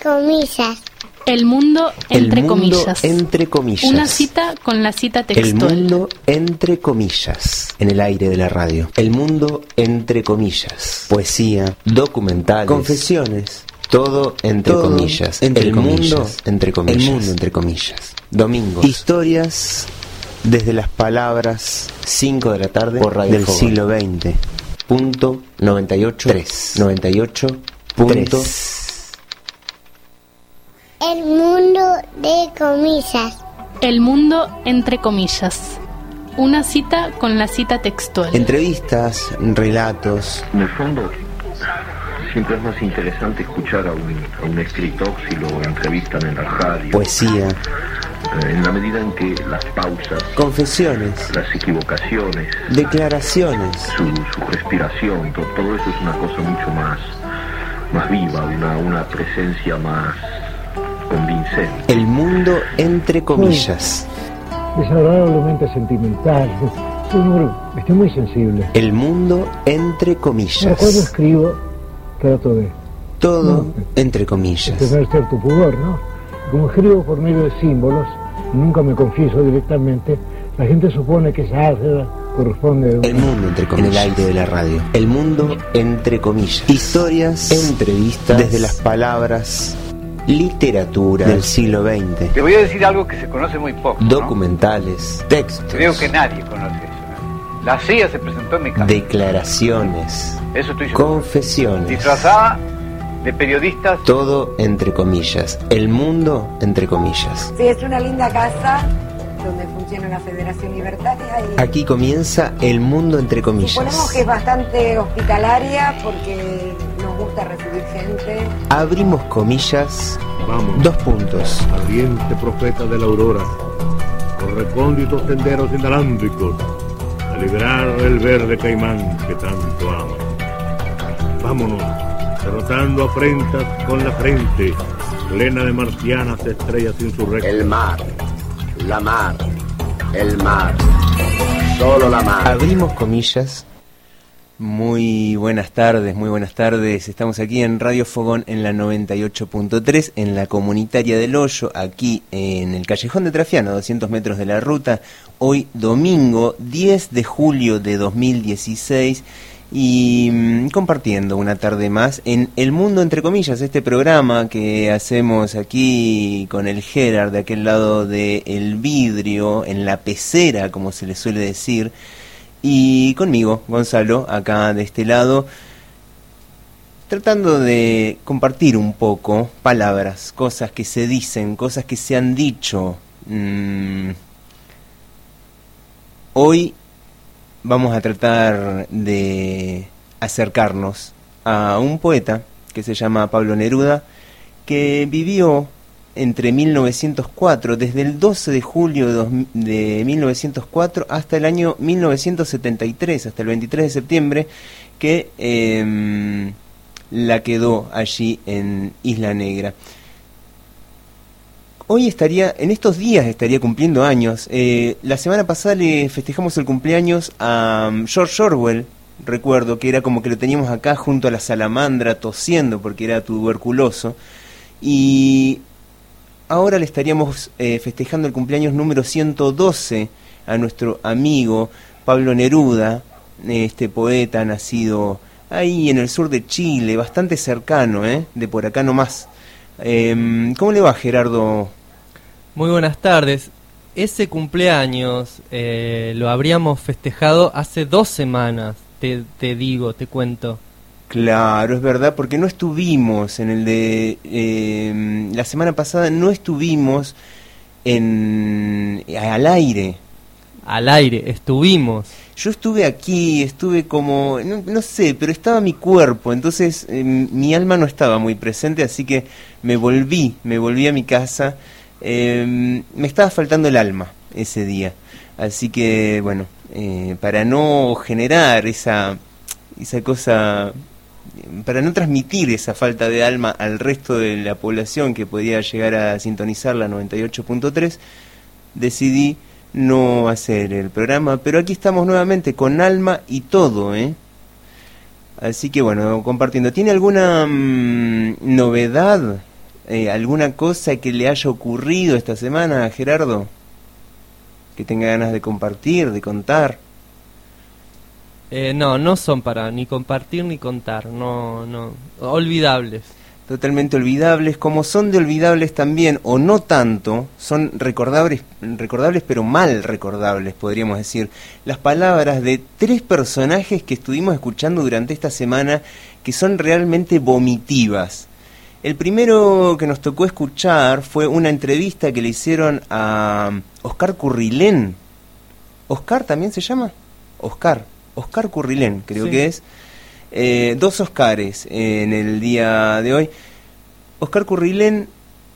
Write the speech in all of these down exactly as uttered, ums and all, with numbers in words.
comillas. El mundo entre el mundo comillas. Entre comillas. Una cita con la cita textual. El mundo entre comillas. En el aire de la radio. El mundo entre comillas. Poesía, documentales, confesiones. Todo entre todo comillas. Entre el comillas. Mundo entre comillas. El mundo entre comillas. Domingos. Historias desde las palabras cinco de la tarde por Radio del Fogón. Siglo veinte. Punto noventa y ocho tres. noventa y ocho punto El mundo de comillas. El mundo entre comillas. Una cita con la cita textual. Entrevistas, relatos. En el fondo, siempre es más interesante escuchar a un, a un escritor si lo entrevistan en la radio. Poesía. Eh, en la medida en que las pausas. Confesiones. Las equivocaciones. Declaraciones. Su, su respiración, to, todo eso es una cosa mucho más, más viva, una, una presencia más convincente. El mundo entre comillas. Muy desagradablemente sentimental. Soy un hombre, estoy muy sensible. El mundo entre comillas. Pero cuando escribo, trato de... Todo no, entre comillas. Tener cierto pudor, ¿no? Como escribo por medio de símbolos, nunca me confieso directamente, la gente supone que esa álgebra corresponde a una... El mundo entre comillas. En el aire de la radio. El mundo entre comillas. Historias, entrevistas, desde las palabras... Literatura del siglo veinte. Te voy a decir algo que se conoce muy poco, ¿no? Documentales, textos. Creo que nadie conoce eso. La C I A se presentó en mi casa. Declaraciones. Eso estoy seguro. Confesiones. Disfrazada de periodistas. Todo entre comillas. El mundo entre comillas. Sí, es una linda casa donde funciona la Federación Libertaria. Y aquí comienza el mundo entre comillas. Suponemos que es bastante hospitalaria porque nos gusta recibir gente. Abrimos comillas. Vamos. Dos puntos. Ardiente profeta de la aurora, por recónditos senderos inalámbricos, a librar el verde caimán que tanto ama. Vámonos, derrotando afrentas con la frente, plena de marcianas estrellas insurrectas. El mar. La mar, el mar, solo la mar. Abrimos comillas. Muy buenas tardes, muy buenas tardes. Estamos aquí en Radio Fogón en la noventa y ocho punto tres, en la comunitaria del Hoyo, aquí en el Callejón de Trafiano, a doscientos metros de la ruta. Hoy domingo diez de julio de dos mil dieciséis. Y mmm, compartiendo una tarde más en El Mundo Entre Comillas, este programa que hacemos aquí con el Gerard de aquel lado del vidrio, en la pecera, como se le suele decir, y conmigo, Gonzalo, acá de este lado, tratando de compartir un poco palabras, cosas que se dicen, cosas que se han dicho. Mmm, hoy vamos a tratar de acercarnos a un poeta que se llama Pablo Neruda, que vivió entre mil novecientos cuatro, desde el doce de julio de mil novecientos cuatro hasta el año mil novecientos setenta y tres, hasta el veintitrés de septiembre, que eh, la quedó allí en Isla Negra. Hoy estaría, en estos días estaría cumpliendo años. Eh, la semana pasada le festejamos el cumpleaños a um, George Orwell, recuerdo que era como que lo teníamos acá junto a la salamandra tosiendo porque era tuberculoso. Y ahora le estaríamos eh, festejando el cumpleaños número ciento doce a nuestro amigo Pablo Neruda, este poeta nacido ahí en el sur de Chile, bastante cercano, ¿eh? De por acá nomás. Eh, ¿Cómo le va, Gerardo? Muy buenas tardes. Ese cumpleaños eh, lo habríamos festejado hace dos semanas, te, te digo, te cuento. Claro, es verdad, porque no estuvimos en el de... Eh, la semana pasada no estuvimos en al aire. Al aire, estuvimos. Yo estuve aquí, estuve como, no, no sé, pero estaba mi cuerpo, entonces eh, mi alma no estaba muy presente, así que me volví, me volví a mi casa. Eh, me estaba faltando el alma ese día, así que bueno, eh, para no generar esa, esa cosa, para no transmitir esa falta de alma al resto de la población que podía llegar a sintonizar la noventa y ocho punto tres, decidí no hacer el programa, pero aquí estamos nuevamente con alma y todo, ¿eh? Así que bueno, compartiendo. ¿Tiene alguna mmm, novedad eh, alguna cosa que le haya ocurrido esta semana, Gerardo, que tenga ganas de compartir, de contar. Eh, no, no son para ni compartir ni contar, no, no, olvidables. Totalmente olvidables, como son de olvidables también, o no tanto, son recordables, recordables pero mal recordables, podríamos decir, las palabras de tres personajes que estuvimos escuchando durante esta semana, que son realmente vomitivas. El primero que nos tocó escuchar fue una entrevista que le hicieron a Oscar Currilén. ¿Oscar también se llama? Oscar, Oscar Currilén, creo sí. que es. Eh, dos Oscares en el día de hoy. Oscar Currilén,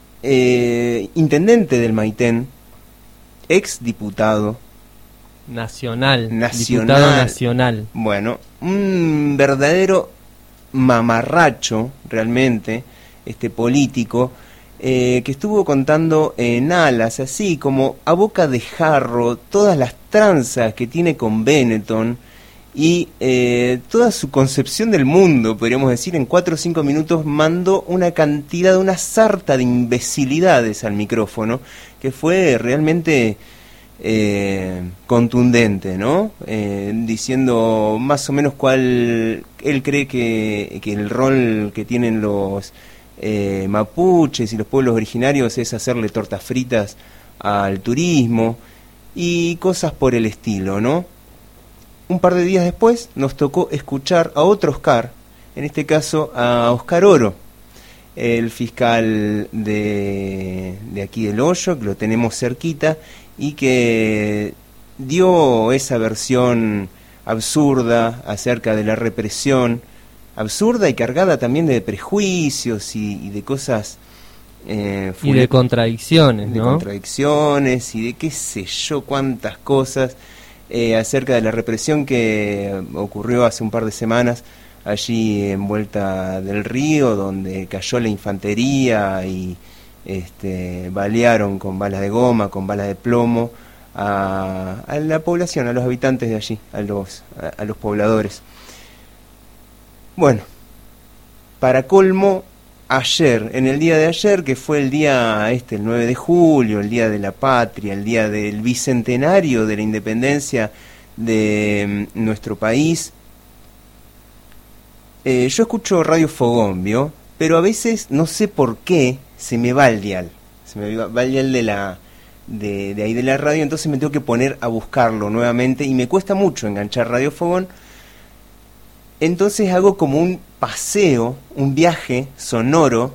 eh, intendente del Maitén, ex diputado nacional, nacional, diputado nacional. Bueno, un verdadero mamarracho, realmente, este político, eh, que estuvo contando en alas, así como a boca de jarro, todas las tranzas que tiene con Benetton, y eh, toda su concepción del mundo, podríamos decir, en cuatro o cinco minutos mandó una cantidad, una sarta de imbecilidades al micrófono, que fue realmente eh, contundente, ¿no? Eh, diciendo más o menos cuál él cree que, que el rol que tienen los eh, mapuches y los pueblos originarios es hacerle tortas fritas al turismo y cosas por el estilo, ¿no? Un par de días después nos tocó escuchar a otro Oscar, en este caso a Oscar Oro, el fiscal de, de aquí del Hoyo, que lo tenemos cerquita, y que dio esa versión absurda acerca de la represión, absurda y cargada también de prejuicios y, y de cosas... Eh, y de contradicciones, de ¿no? contradicciones y de qué sé yo cuántas cosas... Eh, acerca de la represión que ocurrió hace un par de semanas allí en Vuelta del Río, donde cayó la infantería y este, balearon con balas de goma, con balas de plomo a, a la población, a los habitantes de allí, a los, a, a los pobladores. Bueno, para colmo, ayer, en el día de ayer, que fue el día este, el nueve de julio, el día de la patria, el día del bicentenario de la independencia de um, nuestro país, eh, yo escucho Radio Fogón, ¿vio? Pero a veces, no sé por qué, se me va el dial, se me va el dial de, la, de, de ahí de la radio, entonces me tengo que poner a buscarlo nuevamente, y me cuesta mucho enganchar Radio Fogón. Entonces hago como un paseo, un viaje sonoro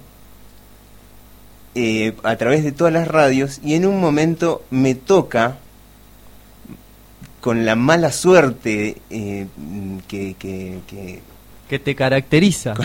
eh, a través de todas las radios, y en un momento me toca, con la mala suerte eh, que, que, que... que te caracteriza.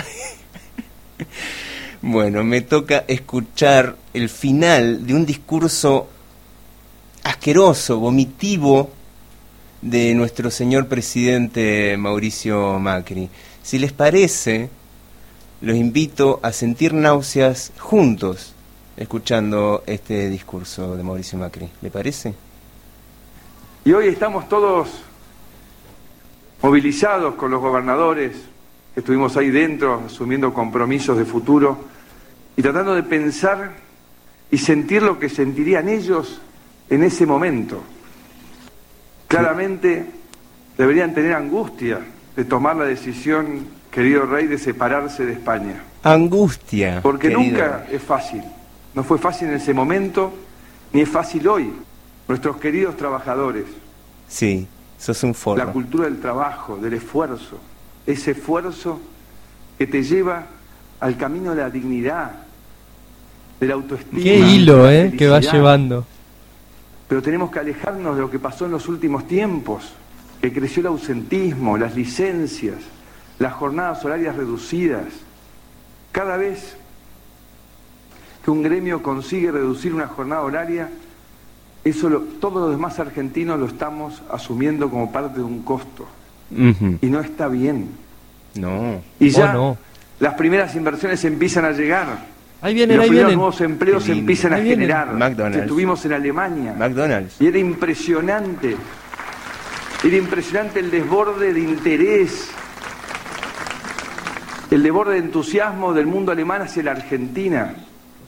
Bueno, me toca escuchar el final de un discurso asqueroso, vomitivo, de nuestro señor presidente Mauricio Macri. Si les parece, los invito a sentir náuseas juntos escuchando este discurso de Mauricio Macri. ¿Le parece? Y hoy estamos todos movilizados con los gobernadores que estuvimos ahí dentro asumiendo compromisos de futuro y tratando de pensar y sentir lo que sentirían ellos en ese momento. Claramente deberían tener angustia de tomar la decisión, querido rey, de separarse de España. Angustia. Porque querido. Nunca es fácil. No fue fácil en ese momento, ni es fácil hoy. Nuestros queridos trabajadores. Sí, sos un forro. La cultura del trabajo, del esfuerzo. Ese esfuerzo que te lleva al camino de la dignidad, de la autoestima. Qué hilo, eh, que va llevando. Pero tenemos que alejarnos de lo que pasó en los últimos tiempos, que creció el ausentismo, las licencias, las jornadas horarias reducidas. Cada vez que un gremio consigue reducir una jornada horaria, eso lo, todos los demás argentinos lo estamos asumiendo como parte de un costo. Uh-huh. Y no está bien. No. Y ya oh, no. las primeras inversiones empiezan a llegar. Ahí vienen, los ahí primeros vienen. nuevos empleos se empiezan ahí a vienen. generar. McDonald's. Estuvimos en Alemania. McDonald's. Y era impresionante. Era impresionante el desborde de interés, el desborde de entusiasmo del mundo alemán hacia la Argentina.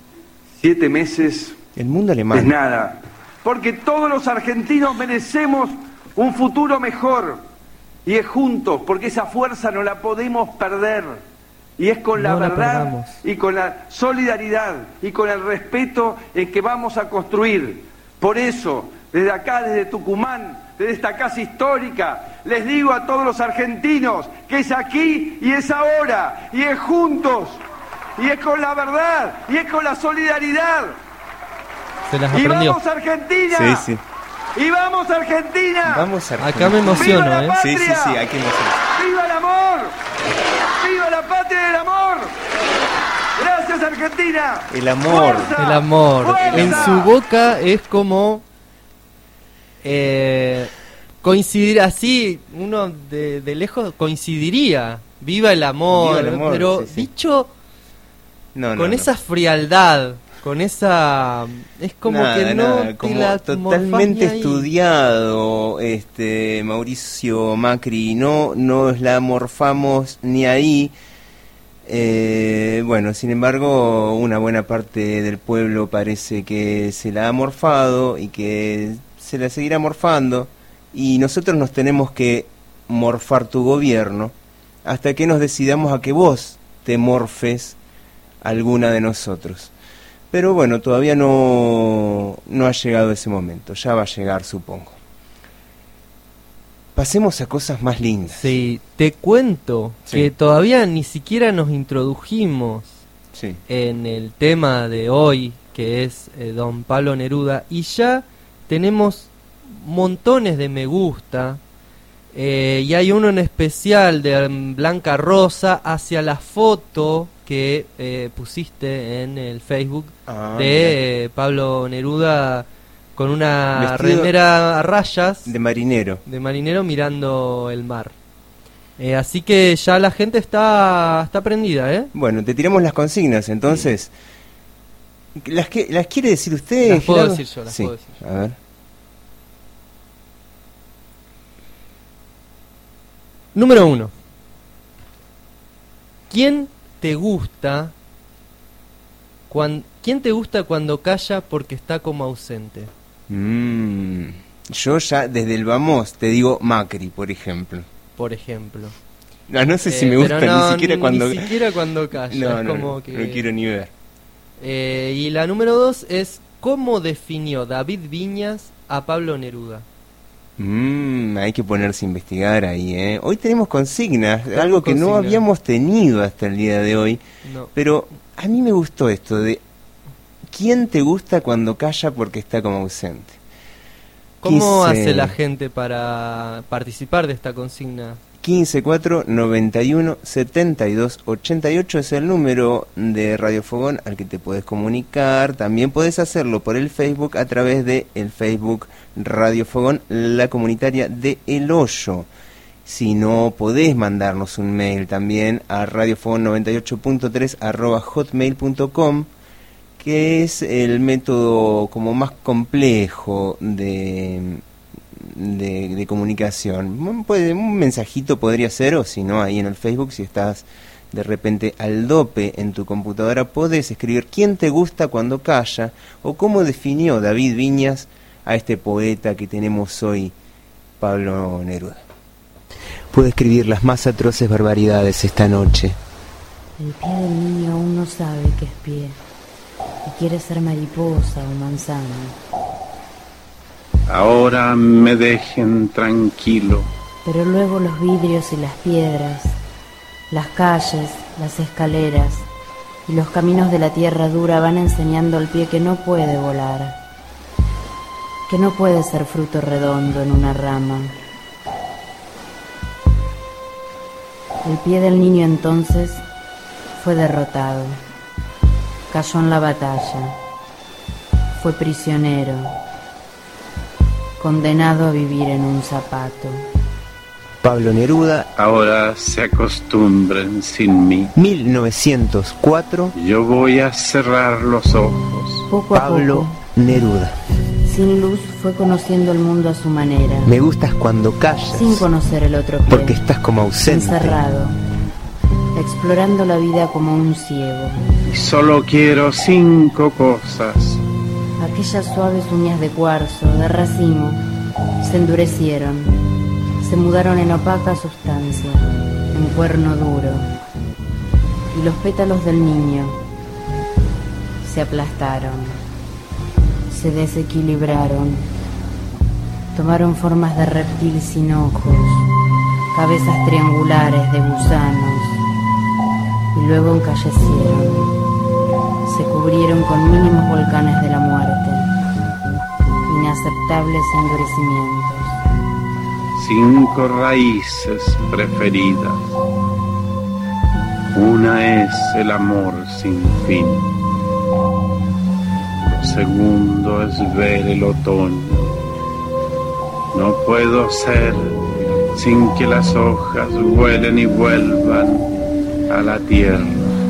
Siete meses el mundo alemán es nada, porque todos los argentinos merecemos un futuro mejor, y es juntos, porque esa fuerza no la podemos perder, y es con la No la verdad perdamos. y con la solidaridad y con el respeto en que vamos a construir. Por eso, desde acá, desde Tucumán, desde esta casa histórica, les digo a todos los argentinos que es aquí y es ahora, y es juntos, y es con la verdad, y es con la solidaridad. Se las ¡Y aprendió. vamos Argentina! Sí, sí. ¡Y vamos Argentina! Vamos a Acá me emociono, ¡Viva la ¿eh? patria! Sí, sí, sí, hay que emocionarse. ¡Viva el amor! ¡Viva la patria del amor! ¡Gracias Argentina! El amor. ¡Fuerza! El amor. ¡Fuerza! En su boca es como eh, coincidir así, uno de, de lejos coincidiría. Viva el amor, Viva el amor, pero sí, sí. dicho No, no, con no. esa frialdad, con esa... Es como Nada, que no nada, te como la totalmente morfás ni ahí. estudiado, este Mauricio Macri, no nos la morfamos ni ahí. Eh, bueno, sin embargo, una buena parte del pueblo parece que se la ha morfado y que se la seguirá morfando, y nosotros nos tenemos que morfar tu gobierno hasta que nos decidamos a que vos te morfes alguna de nosotros. Pero bueno, todavía no, no ha llegado ese momento, ya va a llegar, supongo. Pasemos a cosas más lindas. Sí, te cuento Sí. que todavía ni siquiera nos introdujimos Sí. en el tema de hoy, que es eh, Don Pablo Neruda, y ya tenemos montones de me gusta, eh, y hay uno en especial de um, Blanca Rosa hacia la foto que eh, pusiste en el Facebook Ah, de eh, Pablo Neruda con una Vestido remera a rayas de marinero. de marinero mirando el mar. Eh, así que ya la gente está está prendida, ¿eh? Bueno, te tiramos las consignas, entonces. ¿Las, que, ¿Las quiere decir usted? Las puedo Gerardo? decir yo, las Sí, puedo decir yo. a ver. Número uno. ¿Quién te gusta cuan, ¿Quién te gusta cuando calla porque está como ausente? Mm, yo ya desde el vamos te digo Macri, por ejemplo. Por ejemplo. No, no sé si Eh, me gusta pero no, ni siquiera ni cuando... siquiera cuando calla. No, es no, como no, que... no quiero ni ver. Eh, y la número dos es ¿cómo definió David Viñas a Pablo Neruda? Mm, hay que ponerse a investigar ahí, ¿eh? Hoy tenemos consignas, Tenemos algo que no consignas. habíamos tenido hasta el día de hoy. No. Pero a mí me gustó esto de ¿quién te gusta cuando calla porque está como ausente? ¿Cómo quince hace la gente para participar de esta consigna? quince cuatro noventa y uno setenta y dos ochenta y ocho es el número de Radio Fogón al que te puedes comunicar. También puedes hacerlo por el Facebook a través de el Facebook Radio Fogón, la comunitaria de El Hoyo. Si no, podés mandarnos un mail también a radiofogón noventa y ocho punto tres arroba hotmail punto com, que es el método como más complejo de... De, de comunicación. Puede, un mensajito podría ser, o si no, ahí en el Facebook, si estás de repente al dope en tu computadora, podés escribir quién te gusta cuando calla, o cómo definió David Viñas a este poeta que tenemos hoy, Pablo Neruda. Puedo escribir las más atroces barbaridades esta noche. El pie del niño aún no sabe que es pie y quiere ser mariposa o manzana. Ahora me dejen tranquilo. Pero luego los vidrios y las piedras, las calles, las escaleras y los caminos de la tierra dura van enseñando al pie que no puede volar, que no puede ser fruto redondo en una rama. El pie del niño entonces fue derrotado, cayó en la batalla, fue prisionero, condenado a vivir en un zapato. Pablo Neruda. Ahora se acostumbren sin mí. mil novecientos cuatro. Yo voy a cerrar los ojos. Poco a Pablo poco, Neruda. sin luz, fue conociendo el mundo a su manera. Me gustas cuando callas. Sin conocer el otro pie. Porque estás como ausente. Encerrado, explorando la vida como un ciego. y solo quiero cinco cosas. Aquellas suaves uñas de cuarzo, de racimo, se endurecieron, se mudaron en opaca sustancia, en cuerno duro, y los pétalos del niño se aplastaron, se desequilibraron, tomaron formas de reptil sin ojos, cabezas triangulares de gusanos, y luego encallecieron. Se cubrieron con mínimos volcanes de la muerte, inaceptables endurecimientos. Cinco raíces preferidas. Una es el amor sin fin. Lo segundo es ver el otoño. No puedo ser sin que las hojas vuelen y vuelvan a la tierra.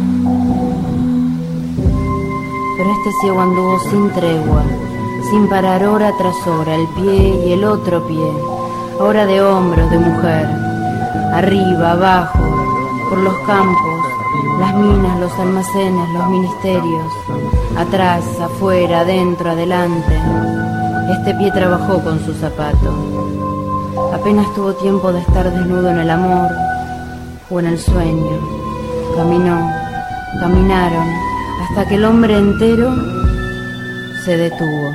Pero este ciego anduvo sin tregua, sin parar hora tras hora, el pie y el otro pie, ahora de hombros de mujer, arriba, abajo, por los campos, las minas, los almacenes, los ministerios, atrás, afuera, adentro, adelante. Este pie trabajó con su zapato. Apenas tuvo tiempo de estar desnudo en el amor o en el sueño. Caminó, caminaron, hasta que el hombre entero se detuvo.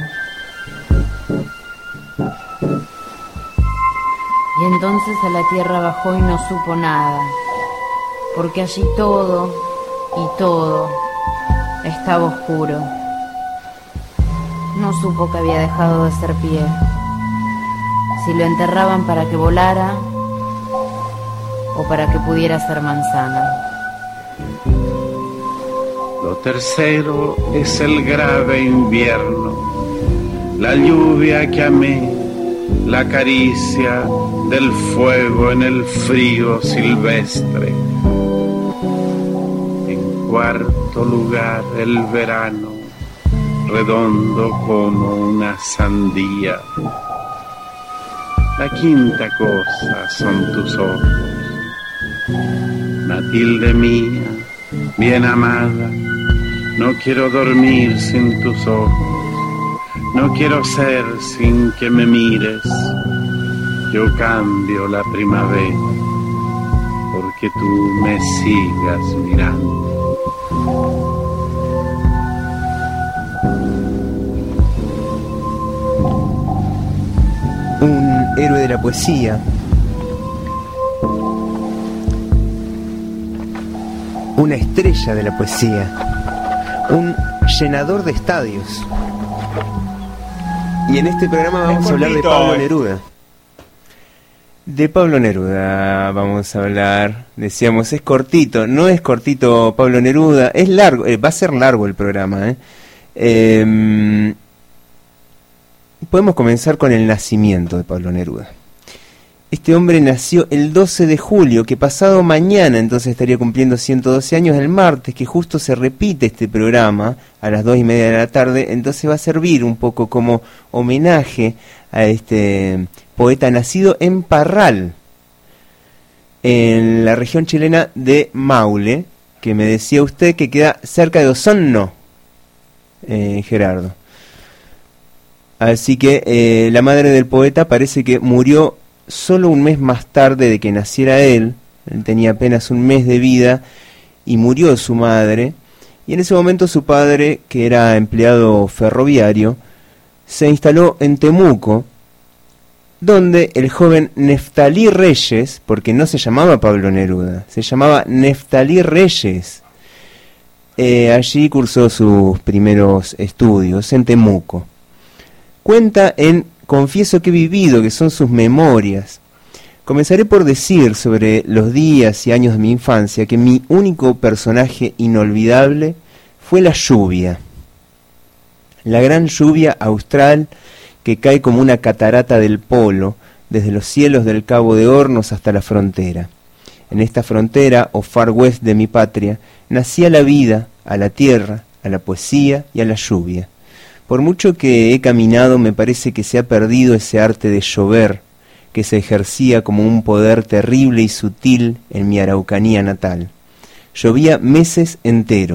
Y entonces a la tierra bajó y no supo nada, porque allí todo y todo estaba oscuro. No supo que había dejado de ser pie, si lo enterraban para que volara o para que pudiera ser manzana. Lo tercero es el grave invierno, la lluvia que amé, la caricia del fuego en el frío silvestre. En cuarto lugar, el verano, redondo como una sandía. La quinta cosa son tus ojos. Matilde mía, bien amada, no quiero dormir sin tus ojos, no quiero ser sin que me mires. Yo cambio la primavera porque tú me sigas mirando. Un héroe de la poesía, una estrella de la poesía, un llenador de estadios. Y en este programa vamos a hablar de Pablo Neruda. De Pablo Neruda vamos a hablar, decíamos, es cortito, no es cortito Pablo Neruda, es largo, eh, va a ser largo el programa, ¿eh? Eh, podemos comenzar con el nacimiento de Pablo Neruda. Este hombre nació el doce de julio, que pasado mañana entonces estaría cumpliendo ciento doce años, el martes, que justo se repite este programa a las dos y media de la tarde, entonces va a servir un poco como homenaje a este poeta nacido en Parral, en la región chilena de Maule, que me decía usted que queda cerca de Osorno, eh, Gerardo. Así que eh, la madre del poeta parece que murió solo un mes más tarde de que naciera él. Él tenía apenas un mes de vida y murió su madre, y en ese momento su padre, que era empleado ferroviario, se instaló en Temuco, donde el joven Neftalí Reyes, porque no se llamaba Pablo Neruda, se llamaba Neftalí Reyes, eh, allí cursó sus primeros estudios en Temuco. Cuenta en Confieso que he vivido, que son sus memorias. Comenzaré por decir sobre los días y años de mi infancia que mi único personaje inolvidable fue la lluvia. La gran lluvia austral que cae como una catarata del polo, desde los cielos del Cabo de Hornos hasta la frontera. En esta frontera, o far west de mi patria, nacía la vida, a la tierra, a la poesía y a la lluvia. Por mucho que he caminado, me parece que se ha perdido ese arte de llover, que se ejercía como un poder terrible y sutil en mi Araucanía natal. Llovía meses enteros,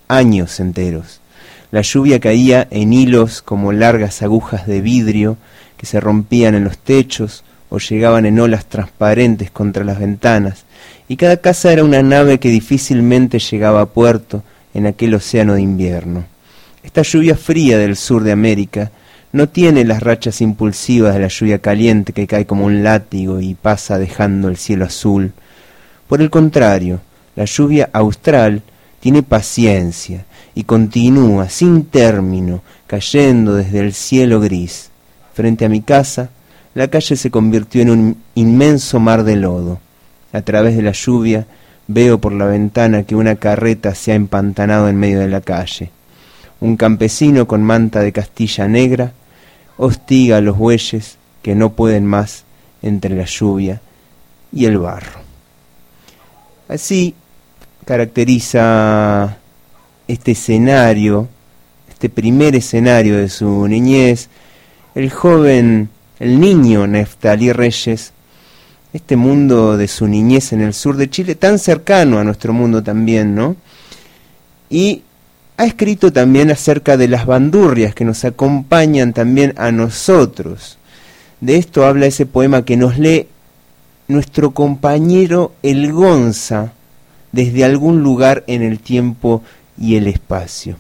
años enteros. La lluvia caía en hilos como largas agujas de vidrio que se rompían en los techos o llegaban en olas transparentes contra las ventanas, y cada casa era una nave que difícilmente llegaba a puerto en aquel océano de invierno. Esta lluvia fría del sur de América no tiene las rachas impulsivas de la lluvia caliente que cae como un látigo y pasa dejando el cielo azul. Por el contrario, la lluvia austral tiene paciencia y continúa sin término, cayendo desde el cielo gris. Frente a mi casa, la calle se convirtió en un inmenso mar de lodo. A través de la lluvia veo por la ventana que una carreta se ha empantanado en medio de la calle. Un campesino con manta de castilla negra hostiga a los bueyes que no pueden más entre la lluvia y el barro. Así caracteriza este escenario, este primer escenario de su niñez, el joven, el niño Neftalí Reyes, este mundo de su niñez en el sur de Chile, tan cercano a nuestro mundo también, ¿no? Y ha escrito también acerca de las bandurrias que nos acompañan también a nosotros. De esto habla ese poema que nos lee nuestro compañero El Gonza desde algún lugar en el tiempo y el espacio.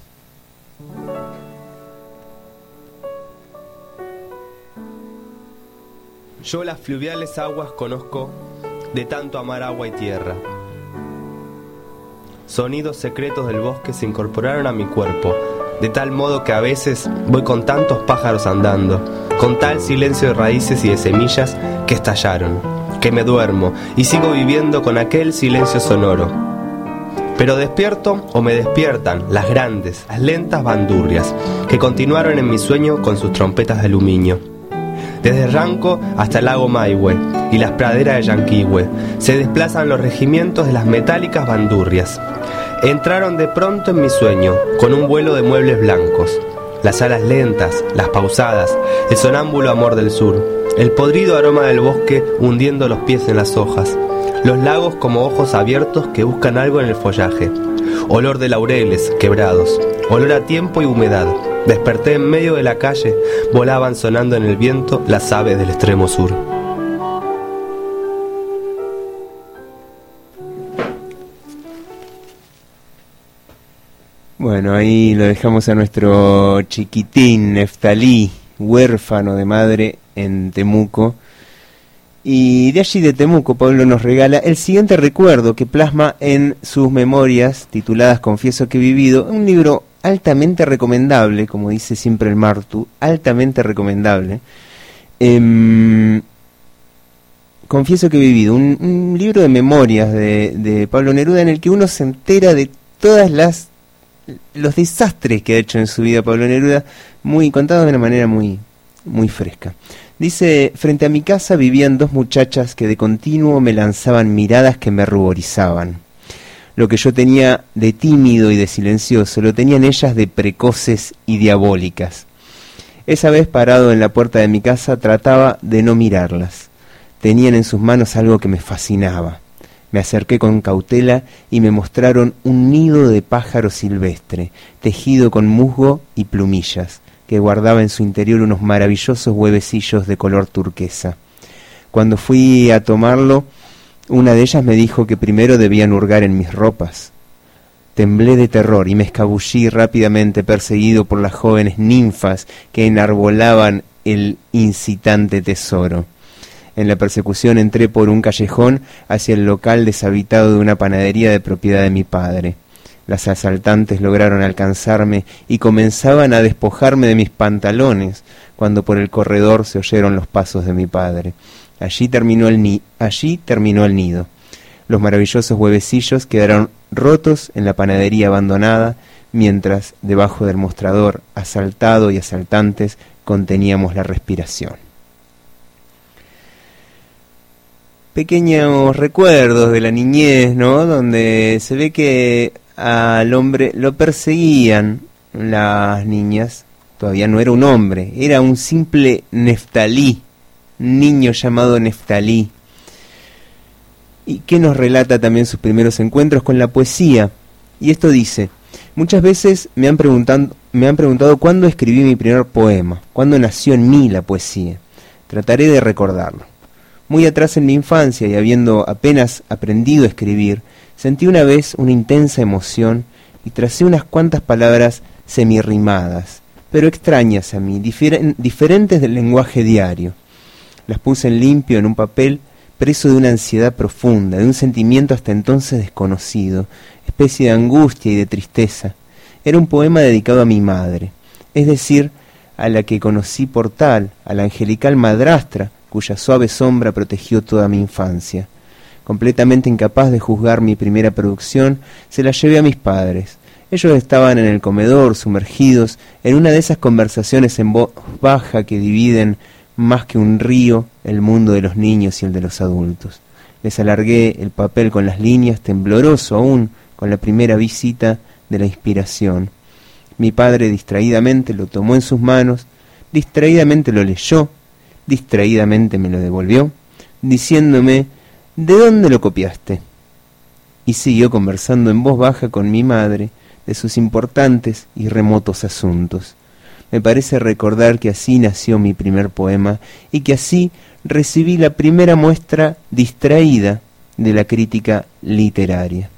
Yo las fluviales aguas conozco de tanto amar agua y tierra. Sonidos secretos del bosque se incorporaron a mi cuerpo, de tal modo que a veces voy con tantos pájaros andando, con tal silencio de raíces y de semillas que estallaron, que me duermo y sigo viviendo con aquel silencio sonoro. Pero despierto o me despiertan las grandes, las lentas bandurrias, que continuaron en mi sueño con sus trompetas de aluminio. Desde Ranco hasta el lago Maihue y las praderas de Yanquihue se desplazan los regimientos de las metálicas bandurrias. Entraron de pronto en mi sueño con un vuelo de muebles blancos, las alas lentas, las pausadas, el sonámbulo amor del sur, el podrido aroma del bosque hundiendo los pies en las hojas, los lagos como ojos abiertos que buscan algo en el follaje, olor de laureles quebrados, olor a tiempo y humedad. Desperté en medio de la calle, volaban sonando en el viento las aves del extremo sur. Bueno, ahí lo dejamos a nuestro chiquitín Neftalí, huérfano de madre en Temuco. Y de allí de Temuco, Pablo nos regala el siguiente recuerdo que plasma en sus memorias tituladas Confieso que he vivido, un libro altamente recomendable, como dice siempre el Martu, altamente recomendable. Eh, Confieso que he vivido, un, un libro de memorias de, de Pablo Neruda en el que uno se entera de todas las los desastres que ha hecho en su vida Pablo Neruda, muy contados de una manera muy, muy fresca. Dice, frente a mi casa vivían dos muchachas que de continuo me lanzaban miradas que me ruborizaban. Lo que yo tenía de tímido y de silencioso, lo tenían ellas de precoces y diabólicas. Esa vez, parado en la puerta de mi casa, trataba de no mirarlas. Tenían en sus manos algo que me fascinaba. Me acerqué con cautela y me mostraron un nido de pájaro silvestre, tejido con musgo y plumillas, que guardaba en su interior unos maravillosos huevecillos de color turquesa. Cuando fui a tomarlo, una de ellas me dijo que primero debían hurgar en mis ropas. Temblé de terror y me escabullí rápidamente, perseguido por las jóvenes ninfas que enarbolaban el incitante tesoro. En la persecución entré por un callejón hacia el local deshabitado de una panadería de propiedad de mi padre. Las asaltantes lograron alcanzarme y comenzaban a despojarme de mis pantalones cuando por el corredor se oyeron los pasos de mi padre. Allí terminó el, ni- allí terminó el nido. Los maravillosos huevecillos quedaron rotos en la panadería abandonada, mientras debajo del mostrador, asaltado y asaltantes, conteníamos la respiración. Pequeños recuerdos de la niñez, ¿no? Donde se ve que al hombre lo perseguían las niñas. Todavía no era un hombre, era un simple Neftalí, un niño llamado Neftalí. Y que nos relata también sus primeros encuentros con la poesía. Y esto dice: Muchas veces me han preguntado, me han preguntado cuándo escribí mi primer poema, cuándo nació en mí la poesía. Trataré de recordarlo. Muy atrás en mi infancia y habiendo apenas aprendido a escribir, sentí una vez una intensa emoción y tracé unas cuantas palabras semirrimadas, pero extrañas a mí, difer- diferentes del lenguaje diario. Las puse en limpio en un papel, preso de una ansiedad profunda, de un sentimiento hasta entonces desconocido, especie de angustia y de tristeza. Era un poema dedicado a mi madre, es decir, a la que conocí por tal, a la angelical madrastra, cuya suave sombra protegió toda mi infancia. Completamente incapaz de juzgar mi primera producción, se la llevé a mis padres. Ellos estaban en el comedor, sumergidos en una de esas conversaciones en voz baja que dividen más que un río el mundo de los niños y el de los adultos. Les alargué el papel con las líneas, tembloroso aún con la primera visita de la inspiración. Mi padre distraídamente lo tomó en sus manos, distraídamente lo leyó, distraídamente me lo devolvió, diciéndome: ¿de dónde lo copiaste? Y siguió conversando en voz baja con mi madre de sus importantes y remotos asuntos. Me parece recordar que así nació mi primer poema y que así recibí la primera muestra distraída de la crítica literaria.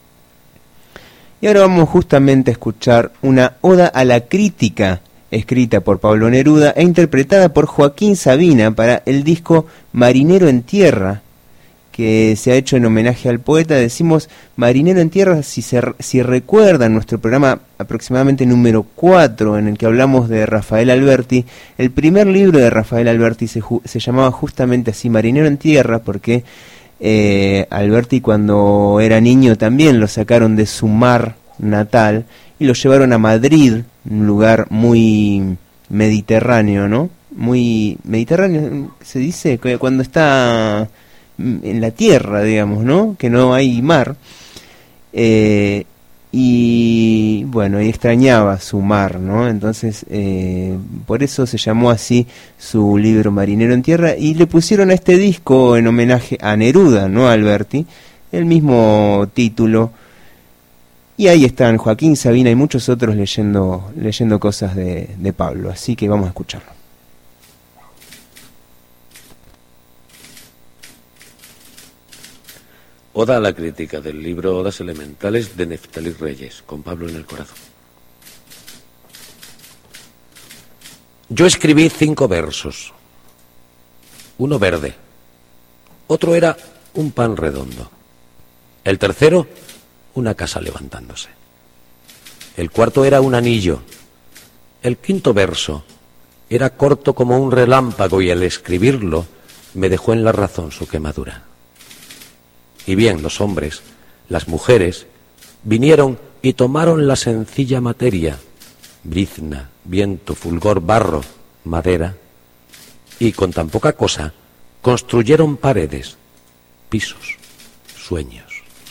Y ahora vamos justamente a escuchar una oda a la crítica escrita por Pablo Neruda e interpretada por Joaquín Sabina para el disco Marinero en Tierra, que se ha hecho en homenaje al poeta. Decimos Marinero en Tierra, si, se, si recuerdan nuestro programa aproximadamente número cuatro, en el que hablamos de Rafael Alberti. El primer libro de Rafael Alberti se, se llamaba justamente así, Marinero en Tierra, porque eh, Alberti cuando era niño también lo sacaron de su mar natal y lo llevaron a Madrid, un lugar muy mediterráneo, ¿no? Muy mediterráneo, se dice, cuando está en la tierra, digamos, ¿no? Que no hay mar. Eh, y bueno, y extrañaba su mar, ¿no? Entonces, eh, por eso se llamó así su libro Marinero en Tierra, y le pusieron a este disco en homenaje a Neruda, no a Alberti, el mismo título. Y ahí están Joaquín Sabina y muchos otros leyendo, leyendo cosas de, de Pablo, así que vamos a escucharlo. Oda a la crítica del libro Odas Elementales de Neftalí Reyes, con Pablo en el corazón. Yo escribí cinco versos. Uno verde. Otro era un pan redondo. El tercero, una casa levantándose. El cuarto era un anillo. El quinto verso era corto como un relámpago y al escribirlo me dejó en la razón su quemadura. Y bien, los hombres, las mujeres, vinieron y tomaron la sencilla materia, brizna, viento, fulgor, barro, madera, y con tan poca cosa construyeron paredes, pisos, sueños.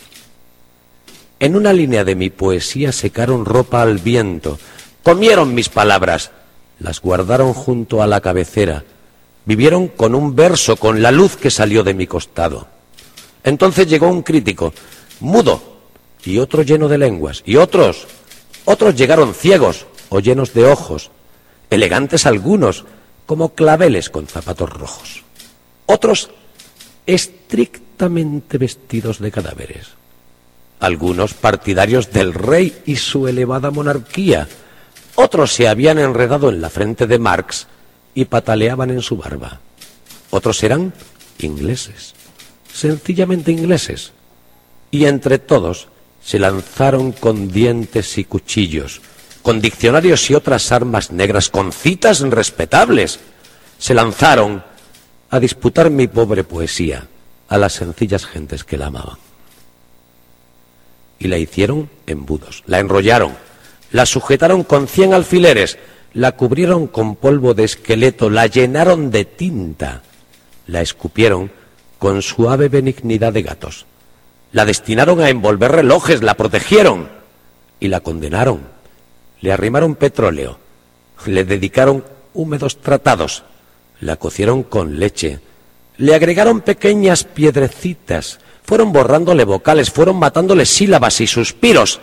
En una línea de mi poesía secaron ropa al viento, comieron mis palabras, las guardaron junto a la cabecera, vivieron con un verso, con la luz que salió de mi costado. Entonces llegó un crítico, mudo, y otro lleno de lenguas, y otros, otros llegaron ciegos o llenos de ojos, elegantes algunos, como claveles con zapatos rojos. Otros estrictamente vestidos de cadáveres. Algunos partidarios del rey y su elevada monarquía. Otros se habían enredado en la frente de Marx y pataleaban en su barba. Otros eran ingleses, sencillamente ingleses, y entre todos se lanzaron con dientes y cuchillos, con diccionarios y otras armas negras, con citas respetables. Se lanzaron a disputar mi pobre poesía a las sencillas gentes que la amaban. Y la hicieron embudos, la enrollaron, la sujetaron con cien alfileres, la cubrieron con polvo de esqueleto, la llenaron de tinta, la escupieron con suave benignidad de gatos, la destinaron a envolver relojes, la protegieron y la condenaron, le arrimaron petróleo, le dedicaron húmedos tratados, la cocieron con leche, le agregaron pequeñas piedrecitas, fueron borrándole vocales, fueron matándole sílabas y suspiros,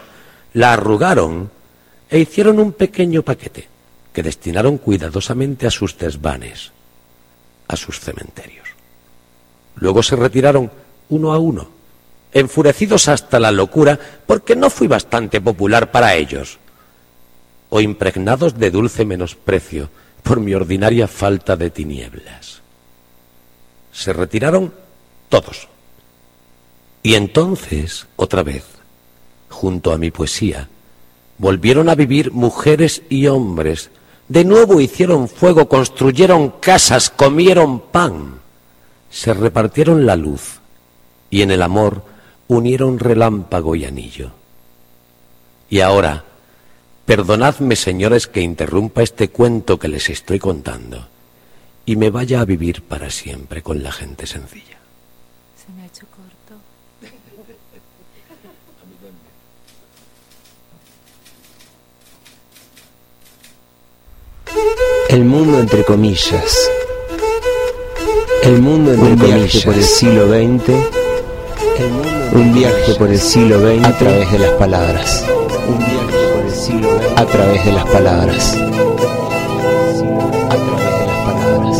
la arrugaron e hicieron un pequeño paquete que destinaron cuidadosamente a sus desvanes, a sus cementerios. Luego se retiraron uno a uno, enfurecidos hasta la locura porque no fui bastante popular para ellos, o impregnados de dulce menosprecio por mi ordinaria falta de tinieblas. Se retiraron todos. Y entonces, otra vez, junto a mi poesía, volvieron a vivir mujeres y hombres. De nuevo hicieron fuego, construyeron casas, comieron pan, se repartieron la luz y en el amor unieron relámpago y anillo. Y ahora, perdonadme, señores, que interrumpa este cuento que les estoy contando y me vaya a vivir para siempre con la gente sencilla. Se me ha hecho corto. El mundo entre comillas. El mundo entre un comillas. Viaje por el siglo veinte. El mundo un viaje por el siglo veinte a través de las palabras. Un viaje por el siglo veinte a través de las palabras. A través de las palabras.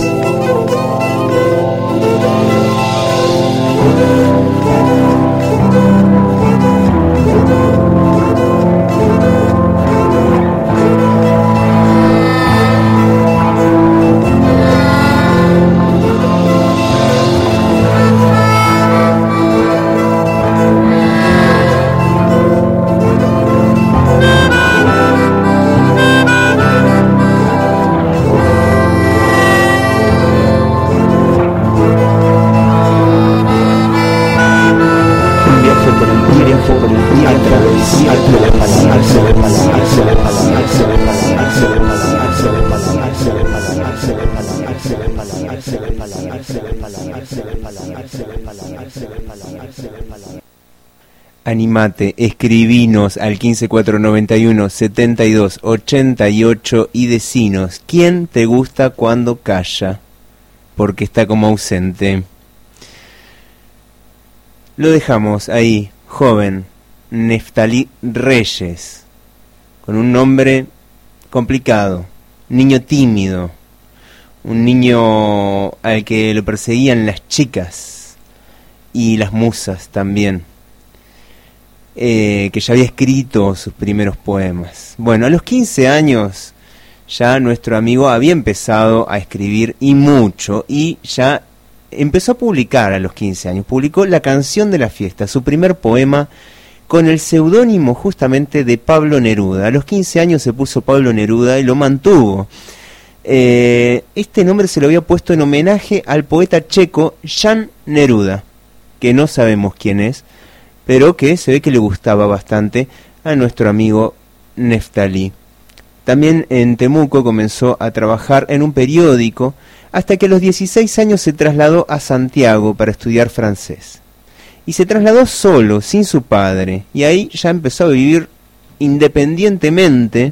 Animate, escribinos al quince cuatrocientos noventa y uno setenta y dos ochenta y ocho y decinos quién te gusta cuando calla, porque está como ausente. Lo dejamos ahí, joven, Neftalí Reyes, con un nombre complicado, niño tímido, un niño al que lo perseguían las chicas y las musas también. Eh, que ya había escrito sus primeros poemas. Bueno, a los quince años ya nuestro amigo había empezado a escribir y mucho, y ya empezó a publicar a los quince años. Publicó La canción de la fiesta, su primer poema, con el seudónimo justamente de Pablo Neruda. A los quince años se puso Pablo Neruda y lo mantuvo. Eh, este nombre se lo había puesto en homenaje al poeta checo Jan Neruda, que no sabemos quién es, pero que se ve que le gustaba bastante a nuestro amigo Neftalí. También en Temuco comenzó a trabajar en un periódico hasta que a los dieciséis años se trasladó a Santiago para estudiar francés. Y se trasladó solo, sin su padre, y ahí ya empezó a vivir independientemente,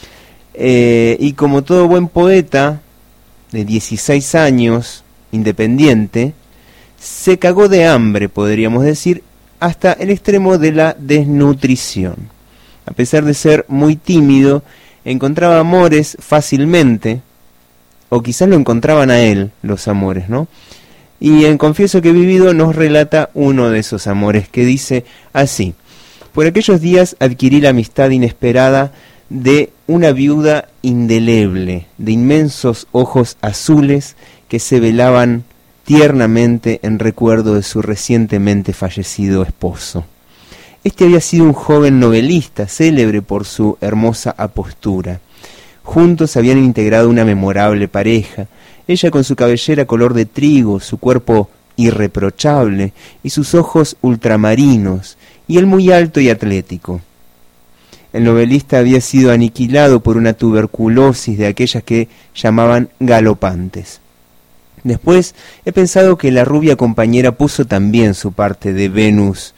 eh, y como todo buen poeta de dieciséis años, independiente, se cagó de hambre, podríamos decir, hasta el extremo de la desnutrición. A pesar de ser muy tímido, encontraba amores fácilmente, o quizás lo encontraban a él, los amores, ¿no? Y en Confieso que he vivido nos relata uno de esos amores, que dice así: por aquellos días adquirí la amistad inesperada de una viuda indeleble, de inmensos ojos azules que se velaban tiernamente en recuerdo de su recientemente fallecido esposo. Este había sido un joven novelista, célebre por su hermosa apostura. Juntos habían integrado una memorable pareja, ella con su cabellera color de trigo, su cuerpo irreprochable y sus ojos ultramarinos, y él muy alto y atlético. El novelista había sido aniquilado por una tuberculosis de aquellas que llamaban galopantes. Después he pensado que la rubia compañera puso también su parte de Venus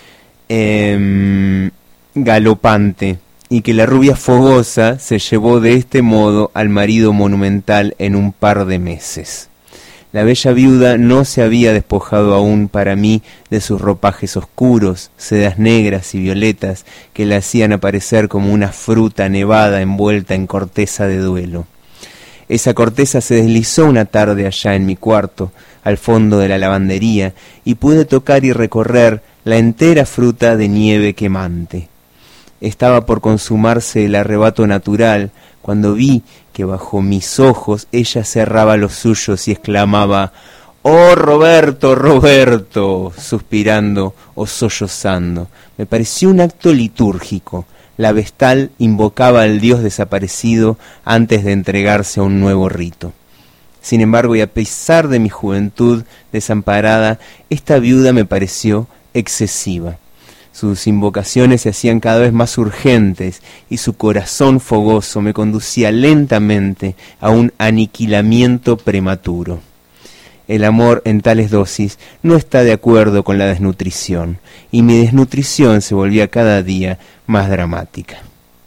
eh, galopante, y que la rubia fogosa se llevó de este modo al marido monumental en un par de meses. La bella viuda no se había despojado aún para mí de sus ropajes oscuros, sedas negras y violetas que la hacían aparecer como una fruta nevada envuelta en corteza de duelo. Esa corteza se deslizó una tarde allá en mi cuarto, al fondo de la lavandería, y pude tocar y recorrer la entera fruta de nieve quemante. Estaba por consumarse el arrebato natural, cuando vi que bajo mis ojos ella cerraba los suyos y exclamaba: «¡Oh, Roberto, Roberto!», suspirando o sollozando. Me pareció un acto litúrgico. La vestal invocaba al dios desaparecido antes de entregarse a un nuevo rito. Sin embargo, y a pesar de mi juventud desamparada, esta viuda me pareció excesiva. Sus invocaciones se hacían cada vez más urgentes y su corazón fogoso me conducía lentamente a un aniquilamiento prematuro. El amor en tales dosis no está de acuerdo con la desnutrición, y mi desnutrición se volvía cada día más dramática.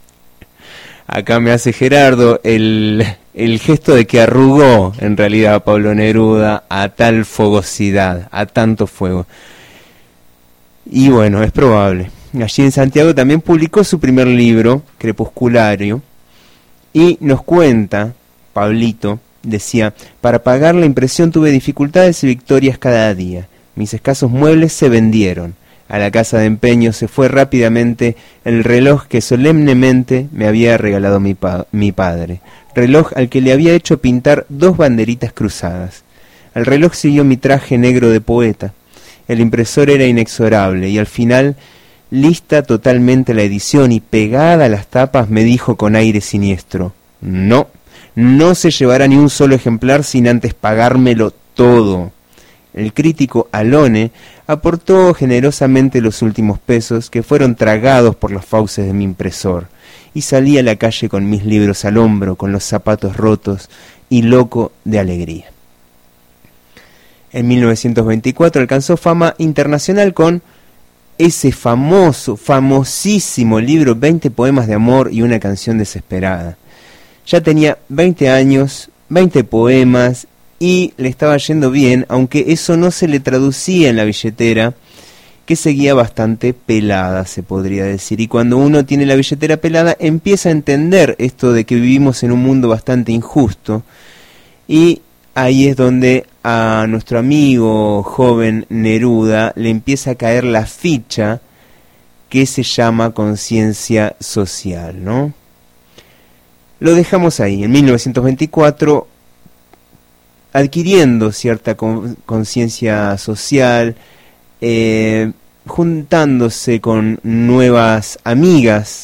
Acá me hace Gerardo el, el gesto de que arrugó en realidad a Pablo Neruda a tal fogosidad, a tanto fuego. Y bueno, es probable. Allí en Santiago también publicó su primer libro, Crepusculario, y nos cuenta, Pablito, decía: «Para pagar la impresión tuve dificultades y victorias cada día. Mis escasos muebles se vendieron. A la casa de empeño se fue rápidamente el reloj que solemnemente me había regalado mi, pa- mi padre, reloj al que le había hecho pintar dos banderitas cruzadas. Al reloj siguió mi traje negro de poeta. El impresor era inexorable y al final, lista totalmente la edición y pegada a las tapas, me dijo con aire siniestro: «No, no se llevará ni un solo ejemplar sin antes pagármelo todo». El crítico Alone aportó generosamente los últimos pesos, que fueron tragados por las fauces de mi impresor, y salí a la calle con mis libros al hombro, con los zapatos rotos y loco de alegría. En mil novecientos veinticuatro alcanzó fama internacional con ese famoso, famosísimo libro veinte poemas de amor y una canción desesperada. Ya tenía veinte años, veinte poemas, y le estaba yendo bien, aunque eso no se le traducía en la billetera, que seguía bastante pelada, se podría decir. Y cuando uno tiene la billetera pelada, empieza a entender esto de que vivimos en un mundo bastante injusto, y ahí es donde a nuestro amigo joven Neruda le empieza a caer la ficha que se llama conciencia social, ¿no? Lo dejamos ahí, en mil novecientos veinticuatro, adquiriendo cierta conciencia social, eh, juntándose con nuevas amigas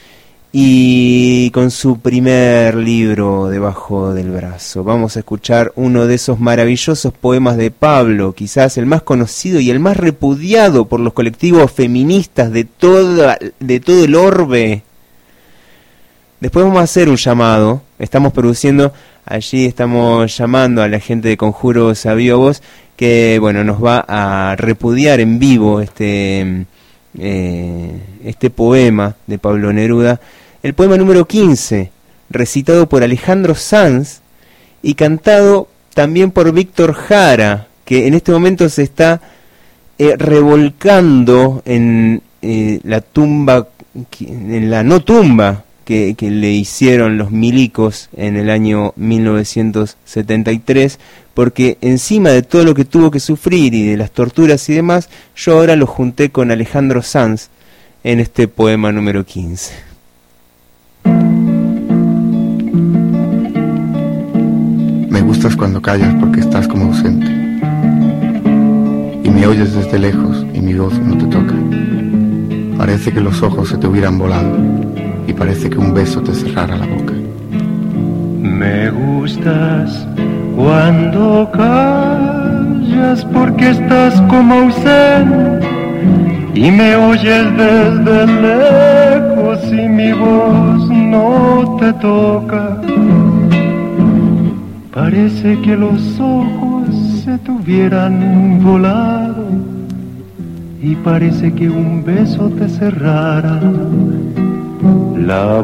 y con su primer libro debajo del brazo. Vamos a escuchar uno de esos maravillosos poemas de Pablo, quizás el más conocido y el más repudiado por los colectivos feministas de toda, de todo el orbe. Después vamos a hacer un llamado, estamos produciendo, allí estamos llamando a la gente de Conjuros a Viva Voz, que bueno, nos va a repudiar en vivo este, eh, este poema de Pablo Neruda, el poema número quince, recitado por Alejandro Sanz y cantado también por Víctor Jara, que en este momento se está eh, revolcando en eh, la tumba, en la no tumba, Que, que le hicieron los milicos en el año mil novecientos setenta y tres, porque encima de todo lo que tuvo que sufrir y de las torturas y demás, yo ahora lo junté con Alejandro Sanz en este poema número quince. Me gustas cuando callas porque estás como ausente, y me oyes desde lejos y mi voz no te toca. Parece que los ojos se te hubieran volado, y parece que un beso te cerrara la boca. Me gustas cuando callas porque estás como ausente y me oyes desde lejos y mi voz no te toca. Parece que los ojos se te hubieran volado y parece que un beso te cerrara la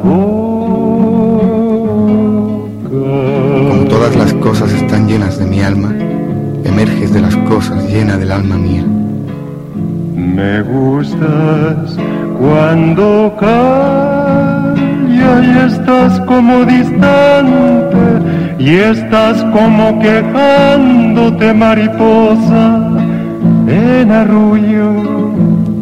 boca. Como todas las cosas están llenas de mi alma, emerges de las cosas llena del alma mía. Me gustas cuando callas y estás como distante y estás como quejándote, mariposa, en arrullo,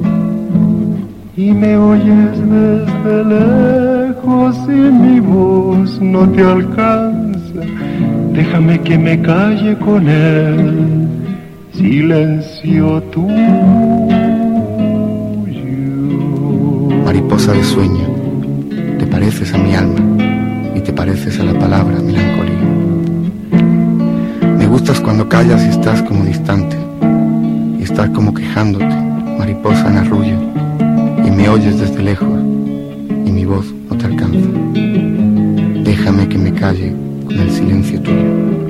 y me oyes desde lejos y mi voz no te alcanza. Déjame que me calle con él, silencio tuyo. Mariposa de sueño, te pareces a mi alma y te pareces a la palabra melancolía. Me gustas cuando callas y estás como distante y estás como quejándote, mariposa en arrullo, y me oyes desde lejos y mi voz no te alcanza. Déjame que me calle con el silencio tuyo.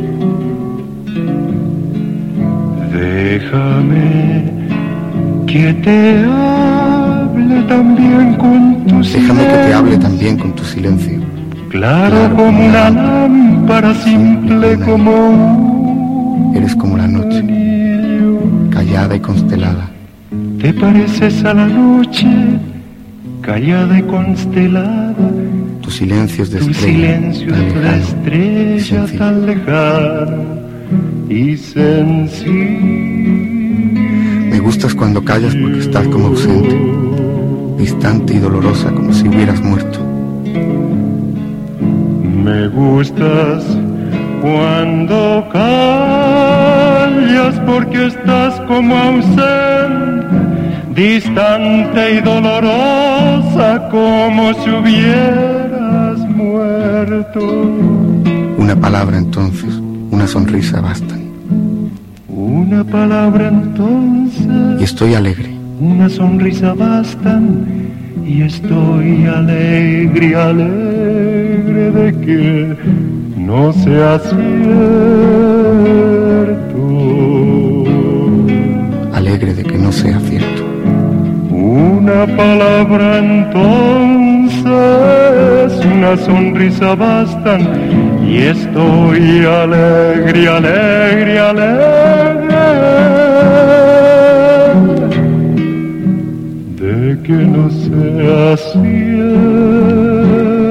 Déjame que te hable también con tu silencio. Déjame que te hable también con tu silencio. Claro, claro como una lámpara, simple como... Eres como la noche, callada y constelada. Te pareces a la noche, callada y constelada. Tu silencio es de tu estrella, silencio tan es de lejano, estrella y tan lejano y sencillo. Me gustas cuando callas porque estás como ausente, distante y dolorosa como si hubieras muerto. Me gustas cuando callas porque estás como ausente, distante y dolorosa como si hubieras muerto. Una palabra entonces, una sonrisa bastan. Una palabra entonces y estoy alegre. Una sonrisa bastan y estoy alegre, alegre de que no sea cierto. Alegre de que no sea cierto. Una palabra entonces, una sonrisa bastan y estoy alegre, alegre, alegre de que no sea cierto.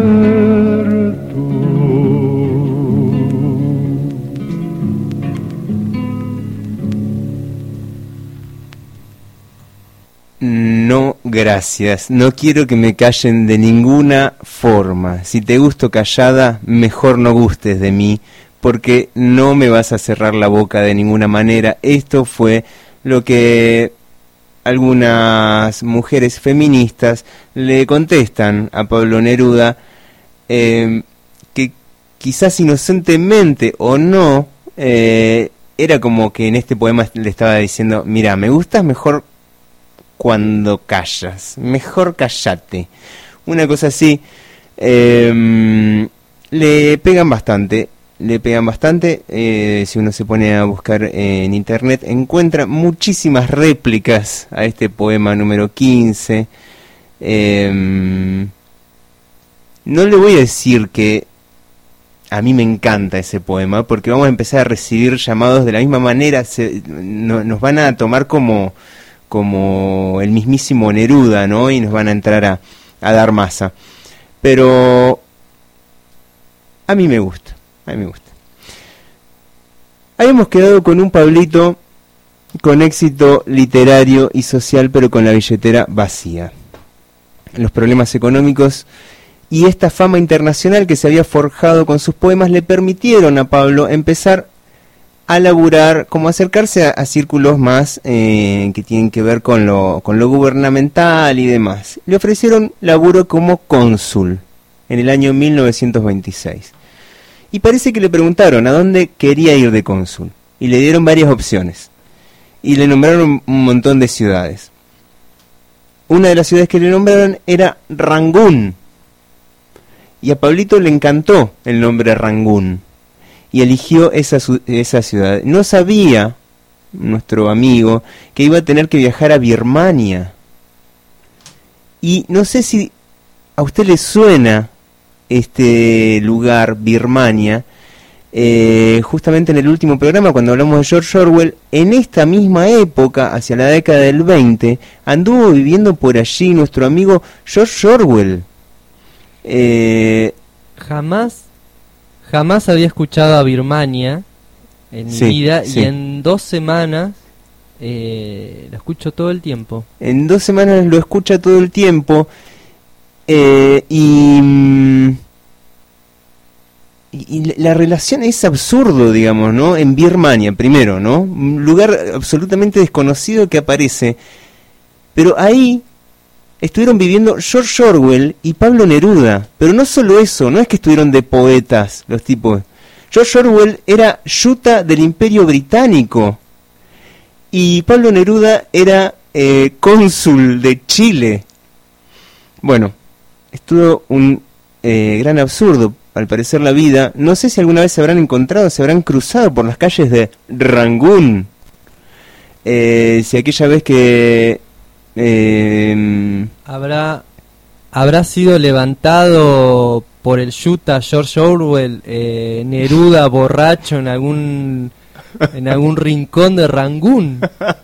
No, gracias. No quiero que me callen de ninguna forma. Si te gusto callada, mejor no gustes de mí, porque no me vas a cerrar la boca de ninguna manera. Esto fue lo que algunas mujeres feministas le contestan a Pablo Neruda, eh, que quizás inocentemente o no, eh, era como que en este poema le estaba diciendo, mira, me gustas mejor cuando callas, mejor callate. Una cosa así, eh, le pegan bastante, le pegan bastante, eh, si uno se pone a buscar en internet, encuentra muchísimas réplicas a este poema número quince. Eh, no le voy a decir que a mí me encanta ese poema, porque vamos a empezar a recibir llamados de la misma manera, se, no, nos van a tomar como... como el mismísimo Neruda, ¿no? Y nos van a entrar a, a dar masa. Pero a mí me gusta, a mí me gusta. Habíamos quedado con un Pablito con éxito literario y social, pero con la billetera vacía. Los problemas económicos y esta fama internacional que se había forjado con sus poemas le permitieron a Pablo empezar a laburar, como acercarse a, a círculos más eh, que tienen que ver con lo, con lo gubernamental y demás. Le ofrecieron laburo como cónsul en el año mil novecientos veintiséis. Y parece que le preguntaron a dónde quería ir de cónsul. Y le dieron varias opciones. Y le nombraron un montón de ciudades. Una de las ciudades que le nombraron era Rangún. Y a Pablito le encantó el nombre Rangún. Y eligió esa, esa ciudad. No sabía, nuestro amigo, que iba a tener que viajar a Birmania. Y no sé si a usted le suena este lugar, Birmania, eh, justamente en el último programa, cuando hablamos de George Orwell, en esta misma época, hacia la década del veinte, anduvo viviendo por allí nuestro amigo George Orwell. Eh, jamás, jamás había escuchado a Birmania en mi sí, vida, sí. y en dos semanas eh, lo escucho todo el tiempo. En dos semanas lo escucha todo el tiempo. Eh, y, y, y la relación es absurdo, digamos, ¿no? En Birmania, primero, ¿no? Un lugar absolutamente desconocido que aparece. Pero ahí estuvieron viviendo George Orwell y Pablo Neruda. Pero no solo eso, no es que estuvieron de poetas los tipos. George Orwell era yuta del Imperio Británico. Y Pablo Neruda era eh, cónsul de Chile. Bueno, es todo un eh, gran absurdo, al parecer, la vida. No sé si alguna vez se habrán encontrado, se habrán cruzado por las calles de Rangún. Eh, si aquella vez que... Eh, Habrá, habrá sido levantado por el yuta George Orwell, eh, Neruda borracho en algún, en algún rincón de Rangún.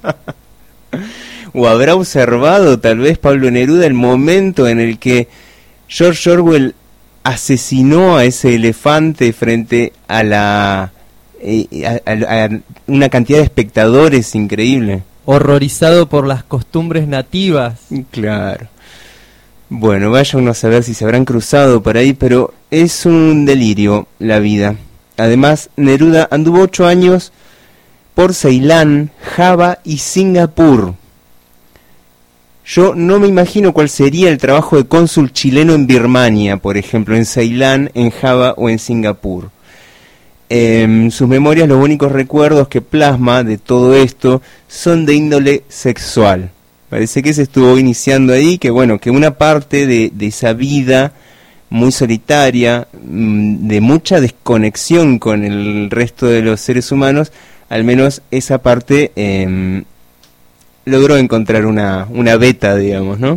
O habrá observado tal vez Pablo Neruda el momento en el que George Orwell asesinó a ese elefante frente a la eh, a, a, a una cantidad de espectadores increíble. Horrorizado por las costumbres nativas. Claro. Bueno, vaya uno a saber si se habrán cruzado por ahí, pero es un delirio la vida. Además, Neruda anduvo ocho años por Ceilán, Java y Singapur. Yo no me imagino cuál sería el trabajo de cónsul chileno en Birmania, por ejemplo, en Ceilán, en Java o en Singapur. En sus memorias, los únicos recuerdos que plasma de todo esto son de índole sexual. Parece que se estuvo iniciando ahí, que bueno, que una parte de, de esa vida muy solitaria, de mucha desconexión con el resto de los seres humanos, al menos esa parte eh, logró encontrar una, una beta, digamos, ¿no?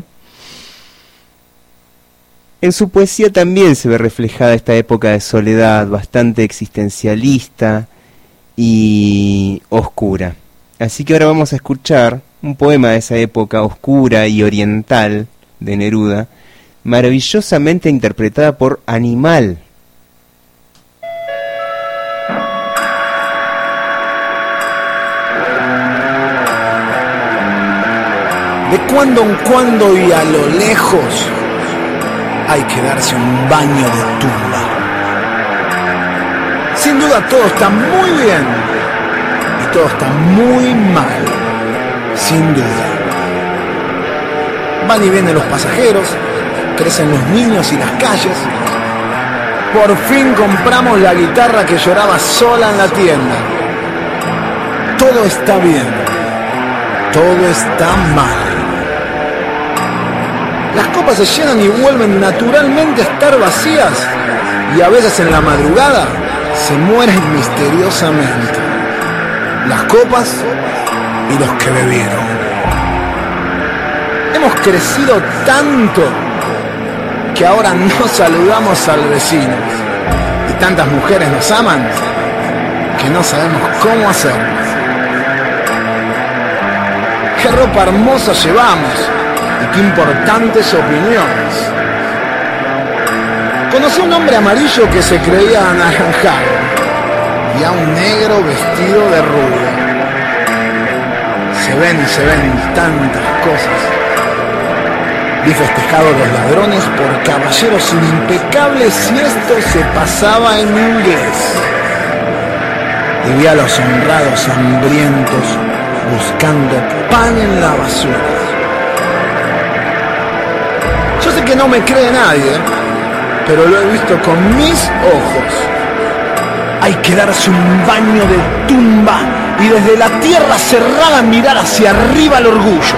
En su poesía también se ve reflejada esta época de soledad, bastante existencialista y oscura. Así que ahora vamos a escuchar un poema de esa época oscura y oriental de Neruda, maravillosamente interpretada por Animal. De cuando en cuando y a lo lejos hay que darse un baño de tumba. Sin duda todo está muy bien y todo está muy mal, sin duda. Van y vienen los pasajeros, crecen los niños y las calles. Por fin compramos la guitarra que lloraba sola en la tienda. Todo está bien, todo está mal. Las copas se llenan y vuelven naturalmente a estar vacías, y a veces en la madrugada se mueren misteriosamente las copas y los que bebieron. Hemos crecido tanto que ahora no saludamos al vecino, y tantas mujeres nos aman que no sabemos cómo hacerlo. Qué ropa hermosa llevamos y qué importantes opiniones. Conocí a un hombre amarillo que se creía anaranjado y a un negro vestido de rubio. Se ven y se ven tantas cosas. Vi festejados los ladrones por caballeros inimpecables y esto se pasaba en inglés. Y vi a los honrados hambrientos buscando pan en la basura. Yo sé que no me cree nadie, pero lo he visto con mis ojos. Hay que darse un baño de tumba y desde la tierra cerrada mirar hacia arriba el orgullo.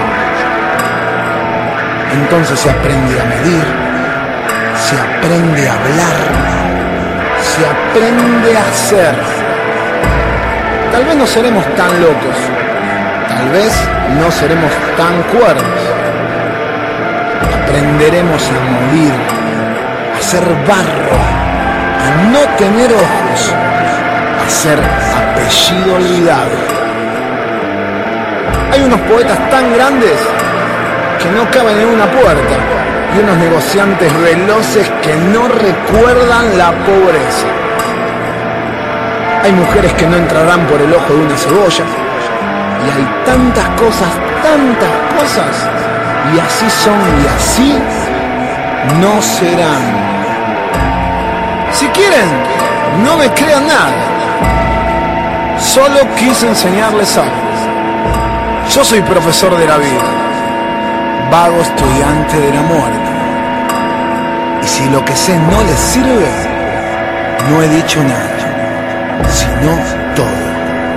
Entonces se aprende a medir, se aprende a hablar, se aprende a hacer. Tal vez no seremos tan locos, tal vez no seremos tan cuerdos. Aprenderemos a morir, a ser barro, a no tener ojos, ser apellido olvidado. Hay unos poetas tan grandes que no caben en una puerta y unos negociantes veloces que no recuerdan la pobreza. Hay mujeres que no entrarán por el ojo de una cebolla y hay tantas cosas, tantas cosas, y así son y así no serán. Si quieren, no me crean nada. Solo quise enseñarles algo. Yo soy profesor de la vida, vago estudiante de la muerte. Y si lo que sé no les sirve, no he dicho nada, sino todo.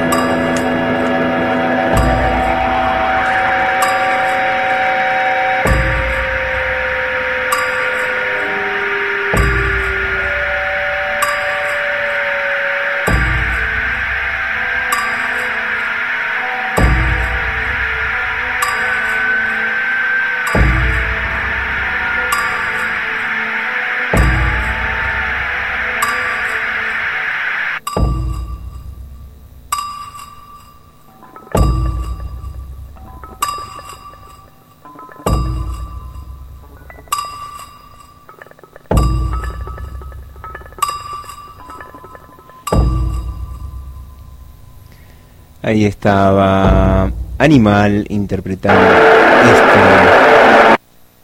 Ahí estaba Animal interpretando esto.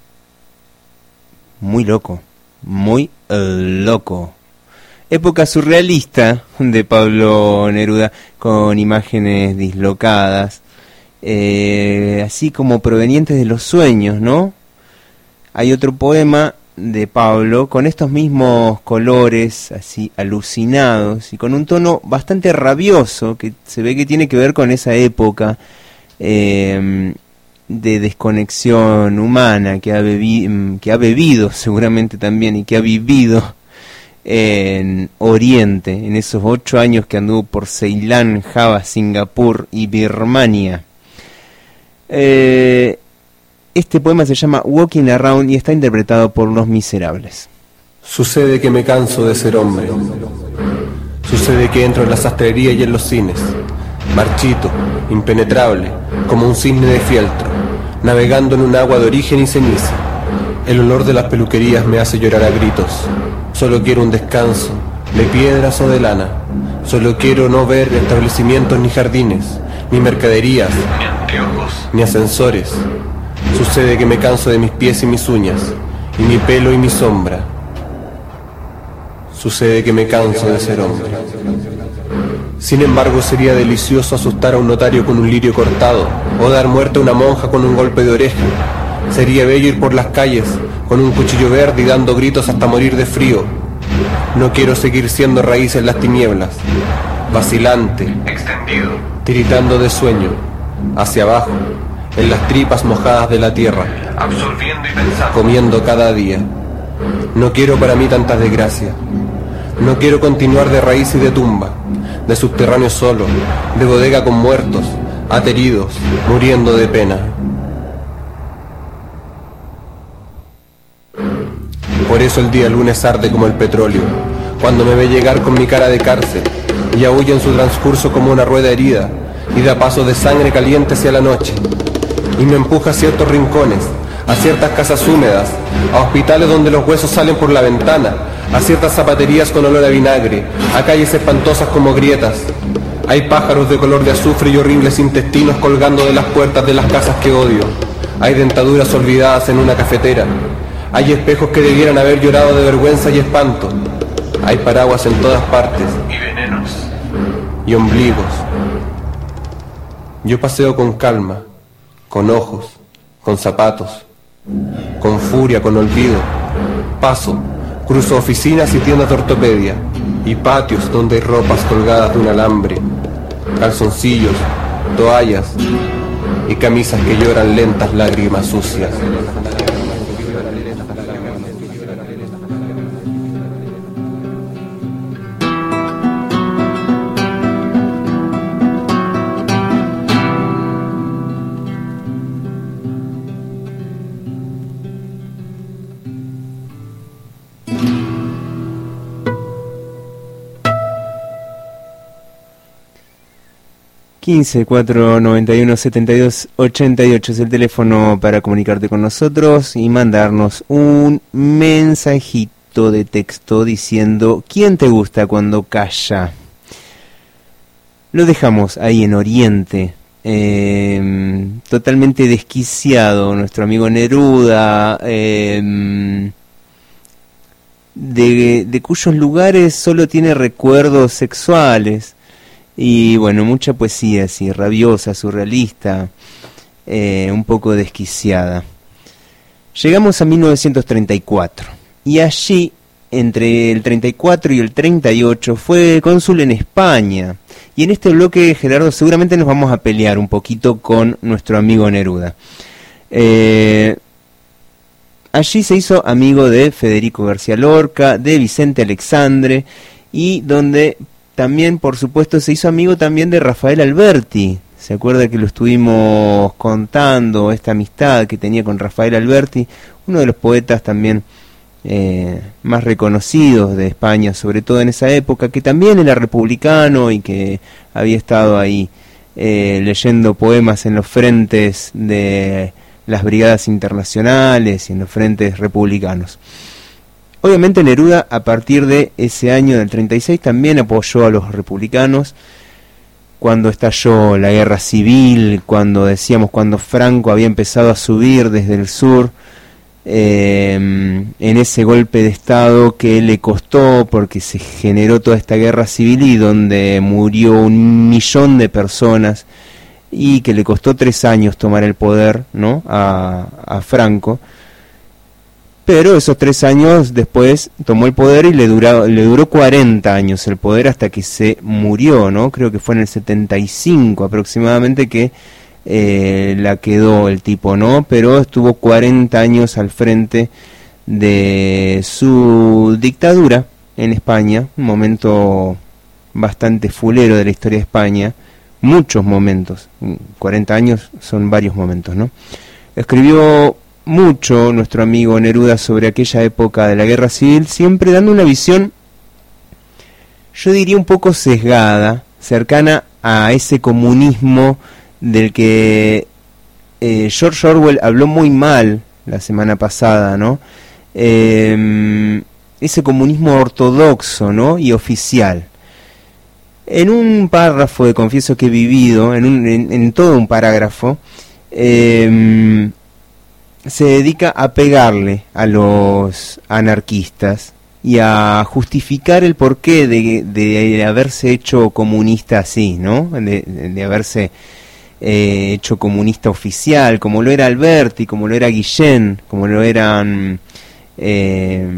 Muy loco, muy uh, loco. Época surrealista de Pablo Neruda, con imágenes dislocadas, eh, así como provenientes de los sueños, ¿no? Hay otro poema de Pablo con estos mismos colores así alucinados y con un tono bastante rabioso que se ve que tiene que ver con esa época eh, de desconexión humana que ha, bebi- que ha bebido seguramente también y que ha vivido en Oriente, en esos ocho años que anduvo por Ceilán, Java, Singapur y Birmania. Eh, Este poema se llama Walking Around y está interpretado por Los Miserables. Sucede que me canso de ser hombre. Sucede que entro en la sastrería y en los cines, marchito, impenetrable, como un cisne de fieltro, navegando en un agua de origen y ceniza. El olor de las peluquerías me hace llorar a gritos. Solo quiero un descanso, de piedras o de lana. Solo quiero no ver establecimientos ni jardines, ni mercaderías, ni anteojos, ni ascensores. Sucede que me canso de mis pies y mis uñas, y mi pelo y mi sombra. Sucede que me canso de ser hombre. Sin embargo, sería delicioso asustar a un notario con un lirio cortado, o dar muerte a una monja con un golpe de oreja. Sería bello ir por las calles con un cuchillo verde y dando gritos hasta morir de frío. No quiero seguir siendo raíz en las tinieblas, vacilante, extendido, tiritando de sueño, hacia abajo, en las tripas mojadas de la tierra, absorbiendo y pensando, comiendo cada día. No quiero para mí tanta desgracia. No quiero continuar de raíz y de tumba, de subterráneo solo, de bodega con muertos, ateridos, muriendo de pena. Por eso el día lunes arde como el petróleo, cuando me ve llegar con mi cara de cárcel, y aúlla en su transcurso como una rueda herida, y da pasos de sangre caliente hacia la noche, y me empuja a ciertos rincones, a ciertas casas húmedas, a hospitales donde los huesos salen por la ventana, a ciertas zapaterías con olor a vinagre, a calles espantosas como grietas. Hay pájaros de color de azufre y horribles intestinos colgando de las puertas de las casas que odio. Hay dentaduras olvidadas en una cafetera. Hay espejos que debieran haber llorado de vergüenza y espanto. Hay paraguas en todas partes. Y venenos. Y ombligos. Yo paseo con calma, con ojos, con zapatos, con furia, con olvido. Paso, cruzo oficinas y tiendas de ortopedia, y patios donde hay ropas colgadas de un alambre, calzoncillos, toallas y camisas que lloran lentas lágrimas sucias. quince, cuatrocientos noventa y uno, setenta y dos, ochenta y ocho es el teléfono para comunicarte con nosotros y mandarnos un mensajito de texto diciendo ¿quién te gusta cuando calla? Lo dejamos ahí en Oriente, eh, totalmente desquiciado, nuestro amigo Neruda, eh, de, de cuyos lugares solo tiene recuerdos sexuales. Y bueno, mucha poesía así, rabiosa, surrealista, eh, un poco desquiciada. Llegamos a mil novecientos treinta y cuatro, y allí, entre el treinta y cuatro y el treinta y ocho, fue cónsul en España. Y en este bloque, Gerardo, seguramente nos vamos a pelear un poquito con nuestro amigo Neruda. Eh, allí se hizo amigo de Federico García Lorca, de Vicente Alexandre, y donde... también, por supuesto, se hizo amigo también de Rafael Alberti. ¿Se acuerda que lo estuvimos contando, esta amistad que tenía con Rafael Alberti? Uno de los poetas también eh, más reconocidos de España, sobre todo en esa época, que también era republicano y que había estado ahí eh, leyendo poemas en los frentes de las brigadas internacionales y en los frentes republicanos. Obviamente Neruda, a partir de ese año del treinta y seis, también apoyó a los republicanos cuando estalló la guerra civil, cuando decíamos, cuando Franco había empezado a subir desde el sur, eh, en ese golpe de Estado que le costó, porque se generó toda esta guerra civil y donde murió un millón de personas y que le costó tres años tomar el poder, ¿no?, a, a Franco. Pero esos tres años después tomó el poder y le duró, le duró cuarenta años el poder hasta que se murió, ¿no? Creo que fue en el setenta y cinco aproximadamente que eh, la quedó el tipo, ¿no? Pero estuvo cuarenta años al frente de su dictadura en España, un momento bastante fulero de la historia de España, muchos momentos, cuarenta años son varios momentos, ¿no? Escribió mucho nuestro amigo Neruda sobre aquella época de la guerra civil, siempre dando una visión, yo diría un poco sesgada, cercana a ese comunismo del que eh, George Orwell habló muy mal la semana pasada, ¿no? Eh, ese comunismo ortodoxo, ¿no?, y oficial. En un párrafo de Confieso que he vivido, en, un, en, en todo un parágrafo, eh, se dedica a pegarle a los anarquistas y a justificar el porqué de, de haberse hecho comunista así, ¿no? De, de haberse eh, hecho comunista oficial, como lo era Alberti, como lo era Guillén, como lo eran... Eh,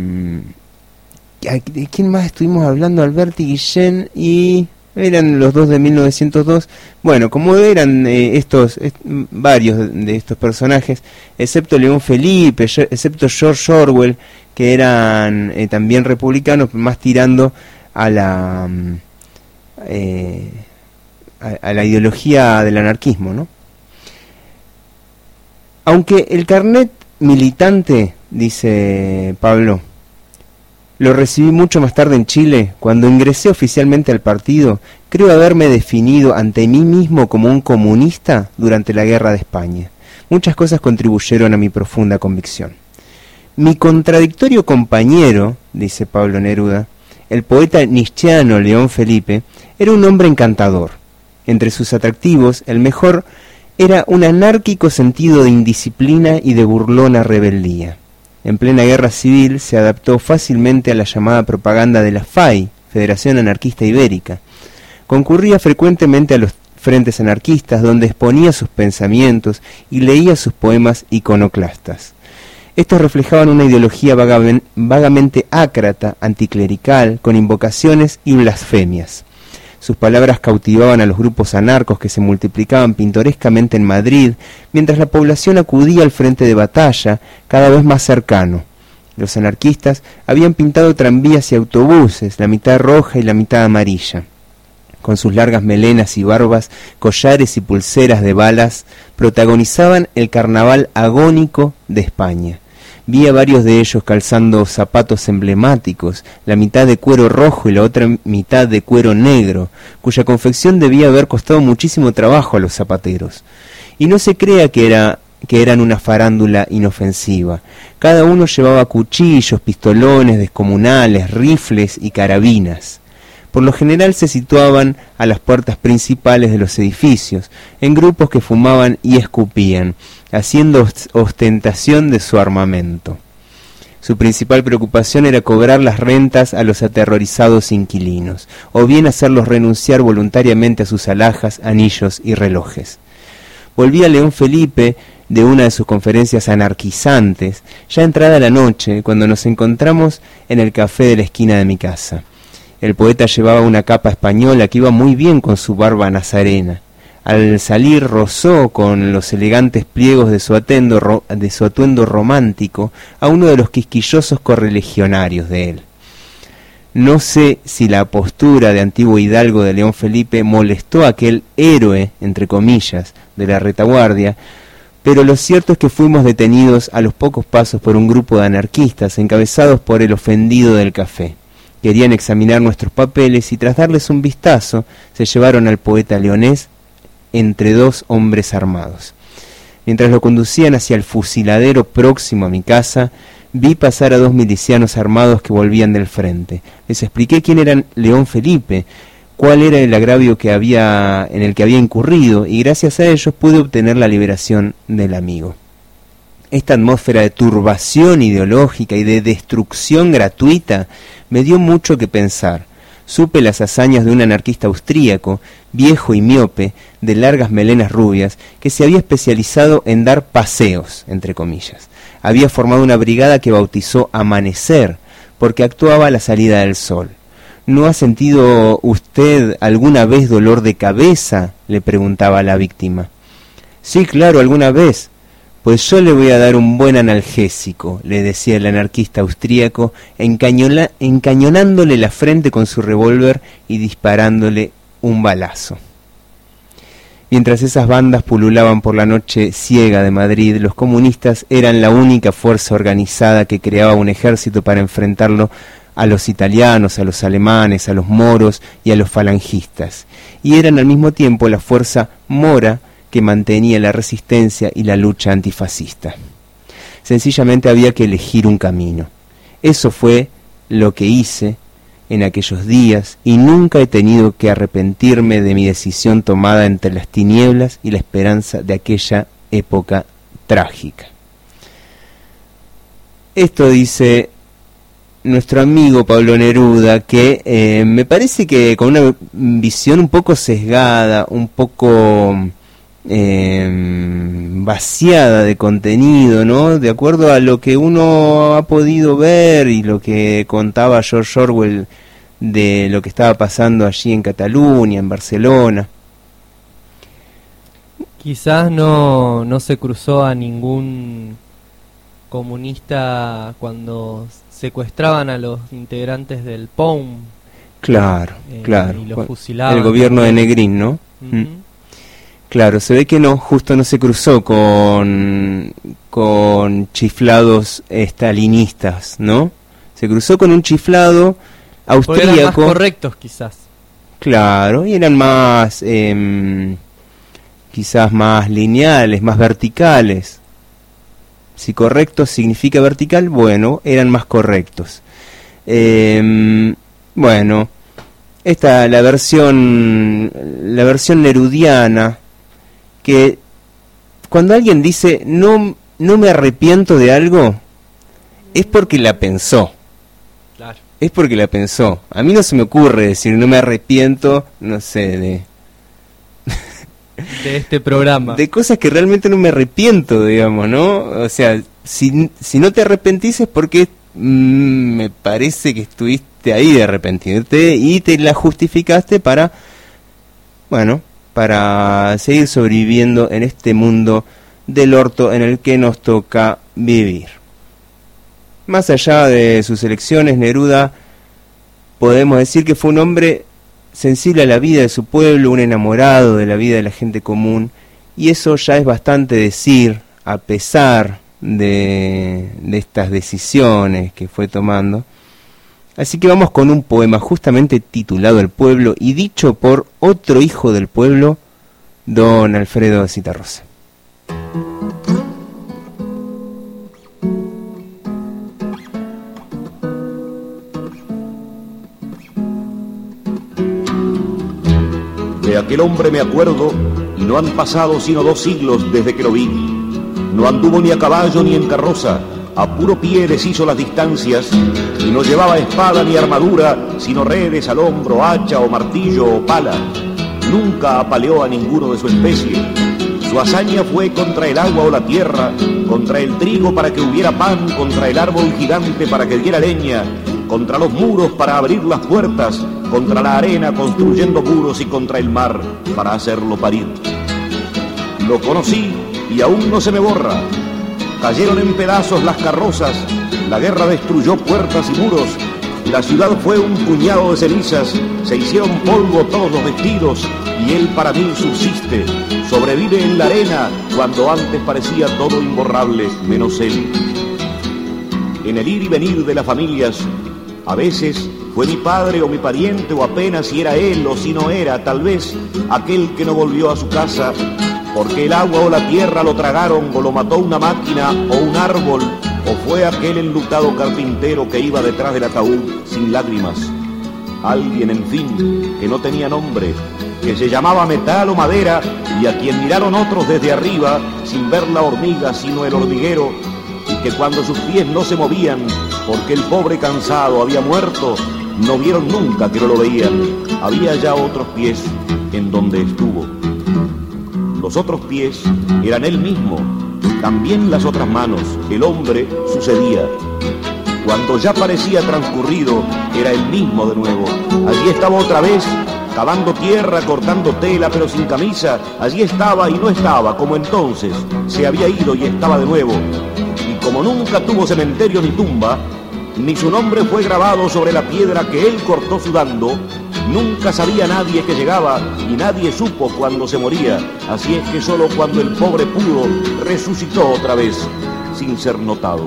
¿de quién más estuvimos hablando? Alberti, Guillén y... eran los dos de mil novecientos dos, bueno, como eran eh, estos, est varios de, de estos personajes, excepto León Felipe, yo, excepto George Orwell, que eran eh, también republicanos, más tirando a la eh, a, a la ideología del anarquismo, ¿no? Aunque el carnet militante, dice Pablo, lo recibí mucho más tarde en Chile, cuando ingresé oficialmente al partido, creo haberme definido ante mí mismo como un comunista durante la Guerra de España. Muchas cosas contribuyeron a mi profunda convicción. Mi contradictorio compañero, dice Pablo Neruda, el poeta nietzscheano León Felipe, era un hombre encantador. Entre sus atractivos, el mejor era un anárquico sentido de indisciplina y de burlona rebeldía. En plena guerra civil se adaptó fácilmente a la llamada propaganda de la F A I, Federación Anarquista Ibérica. Concurría frecuentemente a los frentes anarquistas, donde exponía sus pensamientos y leía sus poemas iconoclastas. Estos reflejaban una ideología vagamente, vagamente ácrata, anticlerical, con invocaciones y blasfemias. Sus palabras cautivaban a los grupos anarcos que se multiplicaban pintorescamente en Madrid, mientras la población acudía al frente de batalla, cada vez más cercano. Los anarquistas habían pintado tranvías y autobuses, la mitad roja y la mitad amarilla. Con sus largas melenas y barbas, collares y pulseras de balas, protagonizaban el carnaval agónico de España. Vi a varios de ellos calzando zapatos emblemáticos, la mitad de cuero rojo y la otra mitad de cuero negro, cuya confección debía haber costado muchísimo trabajo a los zapateros. Y no se crea que era que eran una farándula inofensiva. Cada uno llevaba cuchillos, pistolones descomunales, rifles y carabinas. Por lo general se situaban a las puertas principales de los edificios, en grupos que fumaban y escupían, haciendo ostentación de su armamento. Su principal preocupación era cobrar las rentas a los aterrorizados inquilinos, o bien hacerlos renunciar voluntariamente a sus alhajas, anillos y relojes. Volvía León Felipe de una de sus conferencias anarquizantes, ya entrada la noche, cuando nos encontramos en el café de la esquina de mi casa. El poeta llevaba una capa española que iba muy bien con su barba nazarena. Al salir rozó con los elegantes pliegos de su atuendo, ro, de su atuendo romántico a uno de los quisquillosos correligionarios de él. No sé si la postura de antiguo hidalgo de León Felipe molestó a aquel héroe, entre comillas, de la retaguardia, pero lo cierto es que fuimos detenidos a los pocos pasos por un grupo de anarquistas encabezados por el ofendido del café. Querían examinar nuestros papeles y tras darles un vistazo se llevaron al poeta leonés entre dos hombres armados. Mientras lo conducían hacia el fusiladero próximo a mi casa, vi pasar a dos milicianos armados que volvían del frente. Les expliqué quién era León Felipe, cuál era el agravio que había, en el que había incurrido, y gracias a ellos pude obtener la liberación del amigo. Esta atmósfera de turbación ideológica y de destrucción gratuita me dio mucho que pensar. Supe las hazañas de un anarquista austríaco, viejo y miope, de largas melenas rubias, que se había especializado en dar paseos, entre comillas. Había formado una brigada que bautizó Amanecer, porque actuaba a la salida del sol. ¿No ha sentido usted alguna vez dolor de cabeza?, le preguntaba a la víctima. Sí, claro, alguna vez. Pues yo le voy a dar un buen analgésico, le decía el anarquista austríaco, encañola, encañonándole la frente con su revólver y disparándole un balazo. Mientras esas bandas pululaban por la noche ciega de Madrid, los comunistas eran la única fuerza organizada que creaba un ejército para enfrentarlo a los italianos, a los alemanes, a los moros y a los falangistas. Y eran al mismo tiempo la fuerza mora que mantenía la resistencia y la lucha antifascista. Sencillamente había que elegir un camino. Eso fue lo que hice en aquellos días y nunca he tenido que arrepentirme de mi decisión tomada entre las tinieblas y la esperanza de aquella época trágica. Esto dice nuestro amigo Pablo Neruda, que eh, me parece que con una visión un poco sesgada, un poco Eh, vaciada de contenido, ¿no? De acuerdo a lo que uno ha podido ver y lo que contaba George Orwell de lo que estaba pasando allí en Cataluña, en Barcelona. Quizás no, no se cruzó a ningún comunista cuando secuestraban a los integrantes del P O M. Claro, eh, claro. Y los fusilaban. El gobierno de Negrín, ¿no? Uh-huh. Mm. Claro, se ve que no, justo no se cruzó con, con chiflados estalinistas, ¿no? Se cruzó con un chiflado austríaco. Eran más correctos, quizás. Claro, y eran más, eh, quizás más lineales, más verticales. Si correcto significa vertical, bueno, eran más correctos. Eh, bueno, esta la versión, la versión nerudiana, que cuando alguien dice no, no me arrepiento de algo, es porque la pensó. Claro. Es porque la pensó. A mí no se me ocurre decir no me arrepiento, no sé, de... de este programa. De cosas que realmente no me arrepiento, digamos, ¿no? O sea, si, si no te arrepentís es porque mmm, me parece que estuviste ahí de arrepentirte y te la justificaste para, bueno, para seguir sobreviviendo en este mundo del orto en el que nos toca vivir. Más allá de sus elecciones, Neruda, podemos decir que fue un hombre sensible a la vida de su pueblo, un enamorado de la vida de la gente común, y eso ya es bastante decir, a pesar de, de estas decisiones que fue tomando. Así que vamos con un poema justamente titulado El pueblo y dicho por otro hijo del pueblo, don Alfredo Citarrosa. De aquel hombre me acuerdo y no han pasado sino dos siglos desde que lo vi. No anduvo ni a caballo ni en carroza, a puro pie deshizo las distancias y no llevaba espada ni armadura, sino redes al hombro, hacha o martillo o pala. Nunca apaleó a ninguno de su especie. Su hazaña fue contra el agua o la tierra, contra el trigo para que hubiera pan, contra el árbol gigante para que diera leña, contra los muros para abrir las puertas, contra la arena construyendo muros y contra el mar para hacerlo parir. Lo conocí y aún no se me borra. Cayeron en pedazos las carrozas, la guerra destruyó puertas y muros, la ciudad fue un puñado de cenizas, se hicieron polvo todos los vestidos y él para mí subsiste, sobrevive en la arena cuando antes parecía todo imborrable menos él. En el ir y venir de las familias, a veces fue mi padre o mi pariente o apenas si era él o si no era, tal vez aquel que no volvió a su casa porque el agua o la tierra lo tragaron o lo mató una máquina o un árbol, o fue aquel enlutado carpintero que iba detrás del ataúd sin lágrimas. Alguien, en fin, que no tenía nombre, que se llamaba metal o madera y a quien miraron otros desde arriba sin ver la hormiga sino el hormiguero, y que cuando sus pies no se movían porque el pobre cansado había muerto, no vieron nunca que no lo veían. Había ya otros pies en donde estuvo. Los otros pies eran él mismo, también las otras manos, el hombre sucedía. Cuando ya parecía transcurrido, era el mismo de nuevo. Allí estaba otra vez, cavando tierra, cortando tela, pero sin camisa. Allí estaba y no estaba, como entonces. Se había ido y estaba de nuevo. Y como nunca tuvo cementerio ni tumba, ni su nombre fue grabado sobre la piedra que él cortó sudando, nunca sabía nadie que llegaba y nadie supo cuando se moría. Así es que solo cuando el pobre pudo, resucitó otra vez, sin ser notado.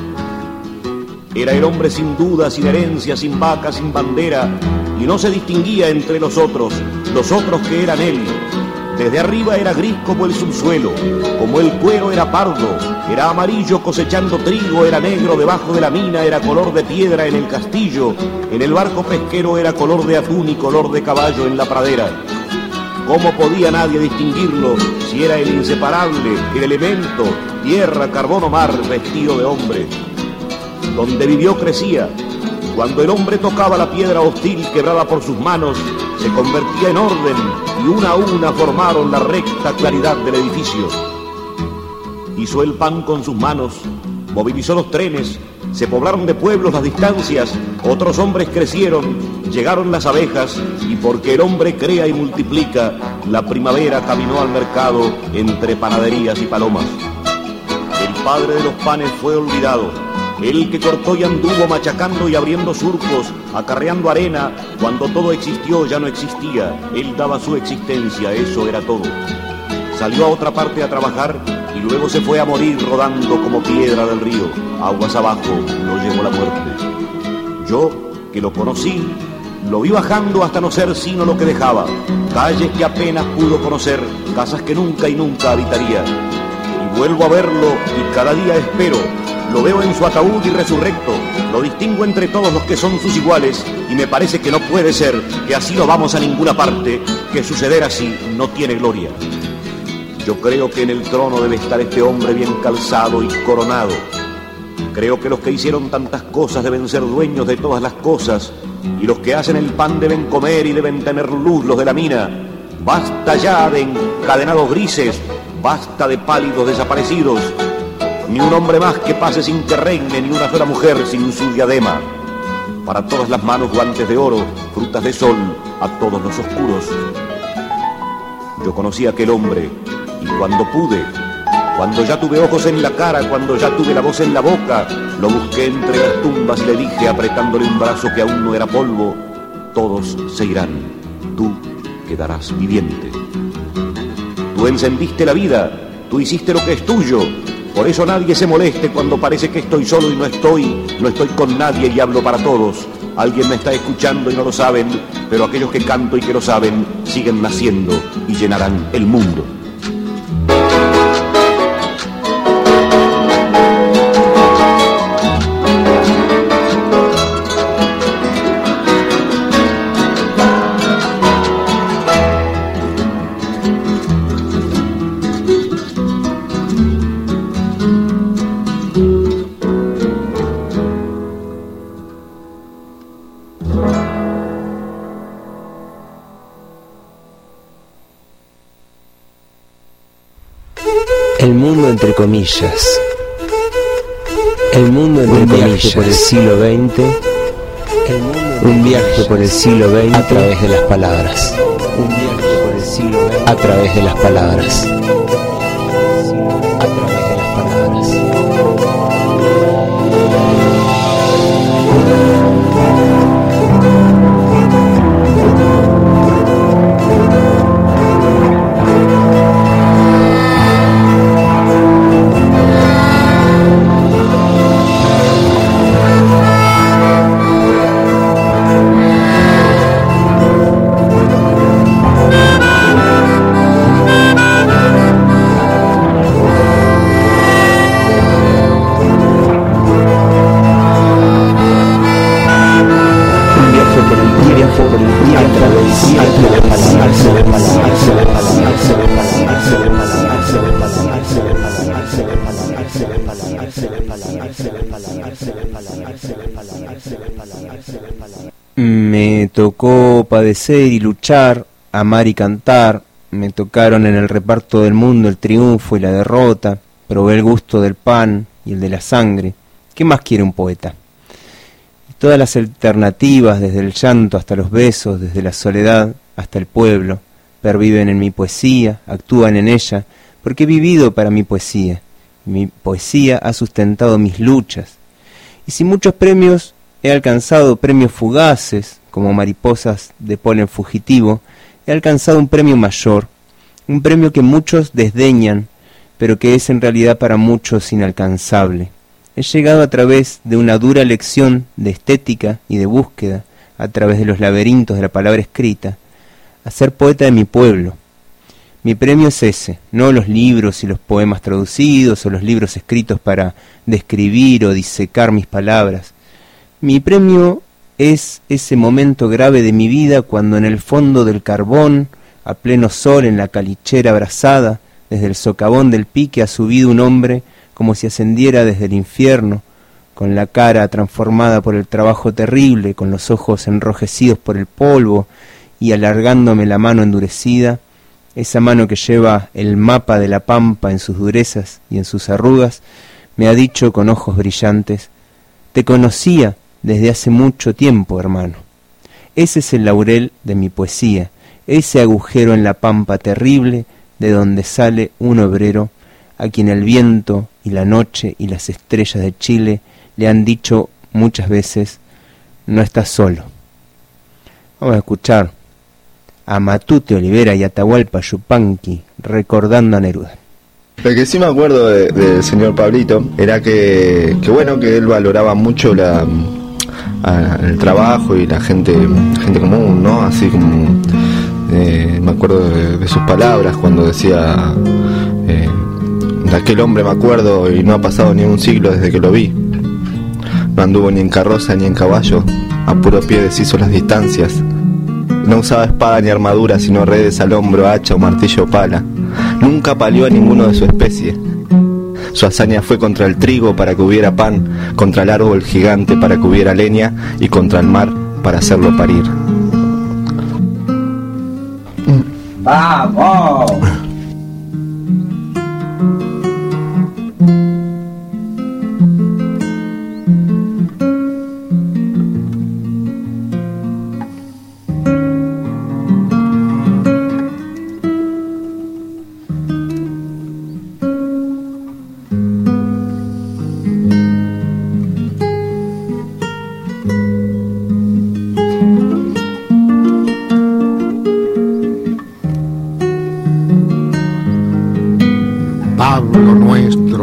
Era el hombre sin duda, sin herencia, sin vaca, sin bandera, y no se distinguía entre los otros, los otros que eran él. Desde arriba era gris como el subsuelo, como el cuero era pardo, era amarillo cosechando trigo, era negro debajo de la mina, era color de piedra en el castillo, en el barco pesquero era color de atún y color de caballo en la pradera. ¿Cómo podía nadie distinguirlo si era el inseparable, el elemento, tierra, carbón o mar, vestido de hombre? Donde vivió crecía. Cuando el hombre tocaba la piedra hostil quebrada por sus manos, se convertía en orden y una a una formaron la recta claridad del edificio. Hizo el pan con sus manos, movilizó los trenes, se poblaron de pueblos las distancias, otros hombres crecieron, llegaron las abejas y porque el hombre crea y multiplica, la primavera caminó al mercado entre panaderías y palomas. El padre de los panes fue olvidado. El que cortó y anduvo machacando y abriendo surcos, acarreando arena, cuando todo existió ya no existía, él daba su existencia, eso era todo. Salió a otra parte a trabajar y luego se fue a morir rodando como piedra del río, aguas abajo lo llevó la muerte. Yo, que lo conocí, lo vi bajando hasta no ser sino lo que dejaba, calles que apenas pudo conocer, casas que nunca y nunca habitaría. Y vuelvo a verlo y cada día espero. Lo veo en su ataúd y resurrecto, lo distingo entre todos los que son sus iguales y me parece que no puede ser, que así no vamos a ninguna parte, que suceder así no tiene gloria. Yo creo que en el trono debe estar este hombre bien calzado y coronado. Creo que los que hicieron tantas cosas deben ser dueños de todas las cosas y los que hacen el pan deben comer y deben tener luz los de la mina. Basta ya de encadenados grises, basta de pálidos desaparecidos. Ni un hombre más que pase sin que reine, ni una sola mujer sin su diadema. Para todas las manos guantes de oro, frutas de sol, a todos los oscuros. Yo conocí a aquel hombre, y cuando pude, cuando ya tuve ojos en la cara, cuando ya tuve la voz en la boca, lo busqué entre las tumbas y le dije, apretándole un brazo que aún no era polvo, todos se irán, tú quedarás viviente. Tú encendiste la vida, tú hiciste lo que es tuyo, Por eso nadie se moleste cuando parece que estoy solo y no estoy, no estoy con nadie y hablo para todos. Alguien me está escuchando y no lo saben, pero aquellos que canto y que lo saben siguen naciendo y llenarán el mundo. El mundo entre comillas. El mundo entre comillas por el siglo veinte. El mundo un viaje por el siglo veinte a través de las palabras. Un viaje por el siglo veinte a través de las palabras. A través de las palabras. Me tocó padecer y luchar, amar y cantar. Me tocaron en el reparto del mundo el triunfo y la derrota. Probé el gusto del pan y el de la sangre. ¿Qué más quiere un poeta? Y todas las alternativas, desde el llanto hasta los besos, desde la soledad hasta el pueblo, perviven en mi poesía, actúan en ella, porque he vivido para mi poesía. Mi poesía ha sustentado mis luchas. Y si muchos premios he alcanzado, premios fugaces, como mariposas de polen fugitivo, he alcanzado un premio mayor, un premio que muchos desdeñan, pero que es en realidad para muchos inalcanzable. He llegado a través de una dura lección de estética y de búsqueda, a través de los laberintos de la palabra escrita, a ser poeta de mi pueblo. Mi premio es ese, no los libros y los poemas traducidos o los libros escritos para describir o disecar mis palabras. Mi premio es ese momento grave de mi vida cuando en el fondo del carbón, a pleno sol en la calichera abrasada, desde el socavón del pique ha subido un hombre como si ascendiera desde el infierno, con la cara transformada por el trabajo terrible, con los ojos enrojecidos por el polvo y alargándome la mano endurecida, esa mano que lleva el mapa de la pampa en sus durezas y en sus arrugas, me ha dicho con ojos brillantes: te conocía desde hace mucho tiempo, hermano. Ese es el laurel de mi poesía, ese agujero en la pampa terrible de donde sale un obrero a quien el viento y la noche y las estrellas de Chile le han dicho muchas veces: no estás solo. Vamos a escuchar a Matute Olivera y Atahualpa Yupanqui recordando a Neruda. Lo que sí me acuerdo del de señor Pablito era que, que bueno, que él valoraba mucho la, a, el trabajo y la gente, gente común, ¿no? Así como eh, me acuerdo de, de sus palabras cuando decía eh, de aquel hombre me acuerdo y no ha pasado ni un siglo desde que lo vi. No anduvo ni en carroza ni en caballo, a puro pie deshizo las distancias. No usaba espada ni armadura, sino redes al hombro, hacha o martillo o pala. Nunca palió a ninguno de su especie. Su hazaña fue contra el trigo para que hubiera pan, contra el árbol gigante para que hubiera leña y contra el mar para hacerlo parir. ¡Vamos!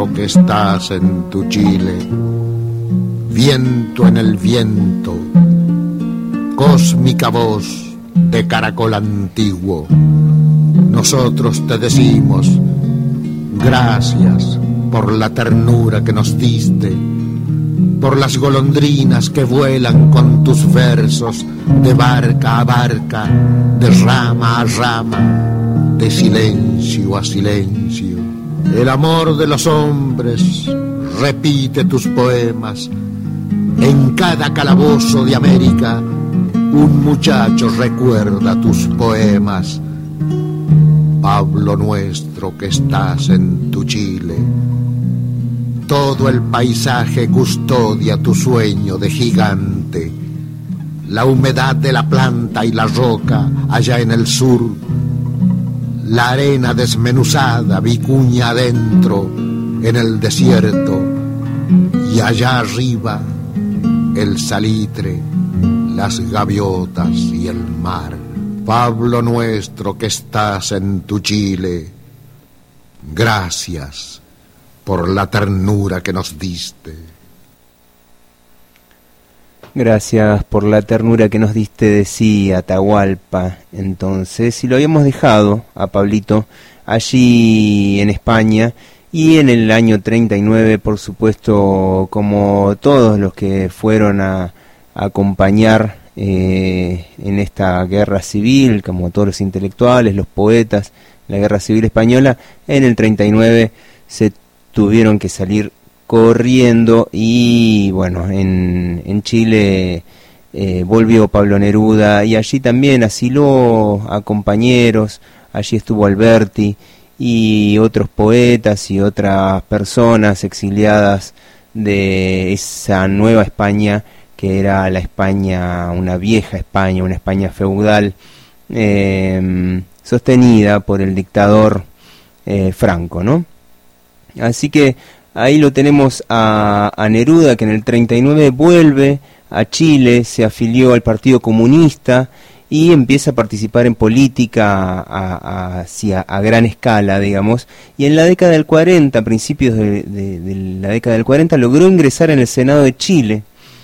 nuestro que estás en tu Chile, viento en el viento, cósmica voz de caracol antiguo, nosotros te decimos gracias por la ternura que nos diste, por las golondrinas que vuelan con tus versos de barca a barca, de rama a rama, de silencio a silencio. El amor de los hombres repite tus poemas. En cada calabozo de América un muchacho recuerda tus poemas. Pablo nuestro que estás en tu Chile, todo el paisaje custodia tu sueño de gigante. La humedad de la planta y la roca allá en el sur, la arena desmenuzada vicuña adentro en el desierto, y allá arriba el salitre, las gaviotas y el mar. Pablo nuestro que estás en tu Chile, gracias por la ternura que nos diste. Gracias por la ternura que nos diste, decía Atahualpa. Entonces, si lo habíamos dejado a Pablito allí en España, y en el año treinta y nueve, por supuesto, como todos los que fueron a, a acompañar eh, en esta guerra civil, como todos los intelectuales, los poetas, la guerra civil española, en el treinta y nueve se tuvieron que salir corriendo, y bueno, en, en Chile eh, volvió Pablo Neruda, y allí también asiló a compañeros, allí estuvo Alberti y otros poetas y otras personas exiliadas de esa nueva España que era la España, una vieja España, una España feudal, eh, sostenida por el dictador eh, Franco, ¿no? Así que ahí lo tenemos a, a Neruda, que en el treinta y nueve vuelve a Chile, se afilió al Partido Comunista y empieza a participar en política a, a, así a, a gran escala, digamos, y en la década del cuarenta, a principios de, de, de la década del cuarenta, logró ingresar en el Senado de Chile,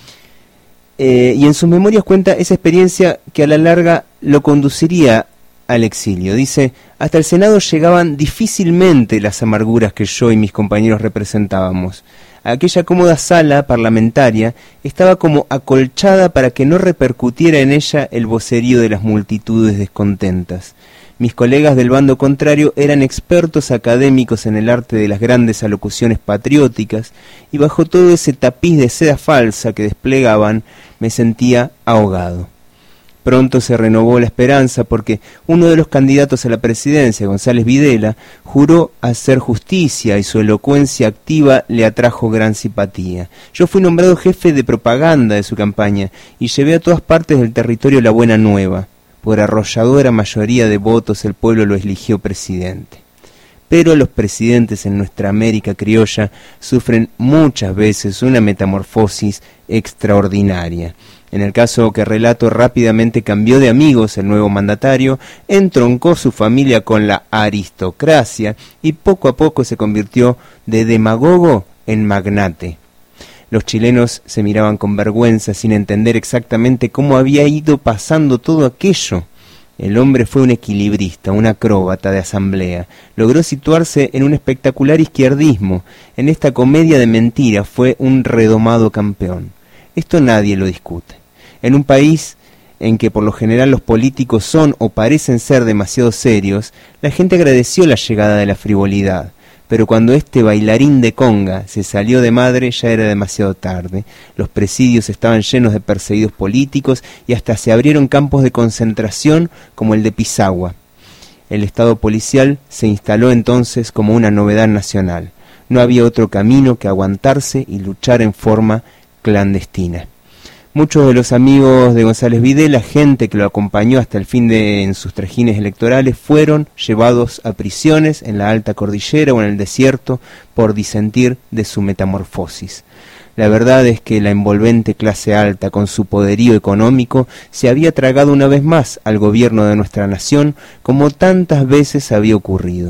eh, y en sus memorias cuenta esa experiencia que a la larga lo conduciría al exilio. Dice: hasta el Senado llegaban difícilmente las amarguras que yo y mis compañeros representábamos. Aquella cómoda sala parlamentaria estaba como acolchada para que no repercutiera en ella el vocerío de las multitudes descontentas. Mis colegas del bando contrario eran expertos académicos en el arte de las grandes alocuciones patrióticas, y bajo todo ese tapiz de seda falsa que desplegaban me sentía ahogado. Pronto se renovó la esperanza porque uno de los candidatos a la presidencia, González Videla, juró hacer justicia y su elocuencia activa le atrajo gran simpatía. Yo fui nombrado jefe de propaganda de su campaña y llevé a todas partes del territorio la buena nueva. Por arrolladora mayoría de votos el pueblo lo eligió presidente. Pero los presidentes en nuestra América criolla sufren muchas veces una metamorfosis extraordinaria. En el caso que relato, rápidamente cambió de amigos el nuevo mandatario, entroncó su familia con la aristocracia y poco a poco se convirtió de demagogo en magnate. Los chilenos se miraban con vergüenza sin entender exactamente cómo había ido pasando todo aquello. El hombre fue un equilibrista, un acróbata de asamblea. Logró situarse en un espectacular izquierdismo. En esta comedia de mentiras fue un redomado campeón. Esto nadie lo discute. En un país en que por lo general los políticos son o parecen ser demasiado serios, la gente agradeció la llegada de la frivolidad. Pero cuando este bailarín de conga se salió de madre ya era demasiado tarde. Los presidios estaban llenos de perseguidos políticos y hasta se abrieron campos de concentración como el de Pisagua. El Estado policial se instaló entonces como una novedad nacional. No había otro camino que aguantarse y luchar en forma clandestina. Muchos de los amigos de González Videla, gente que lo acompañó hasta el fin de en sus trajines electorales, fueron llevados a prisiones en la alta cordillera o en el desierto por disentir de su metamorfosis. La verdad es que la envolvente clase alta, con su poderío económico, se había tragado una vez más al gobierno de nuestra nación, como tantas veces había ocurrido.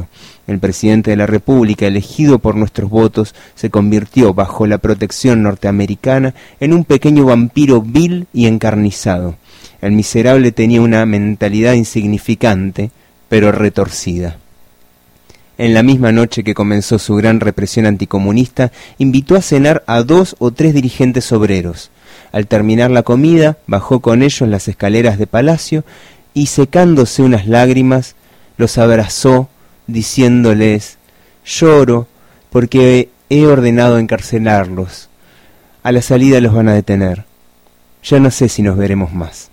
El presidente de la República, elegido por nuestros votos, se convirtió, bajo la protección norteamericana, en un pequeño vampiro vil y encarnizado. El miserable tenía una mentalidad insignificante, pero retorcida. En la misma noche que comenzó su gran represión anticomunista, invitó a cenar a dos o tres dirigentes obreros. Al terminar la comida, bajó con ellos las escaleras de Palacio y, secándose unas lágrimas, los abrazó, diciéndoles: lloro porque he ordenado encarcelarlos. A la salida los van a detener. Ya no sé si nos veremos más.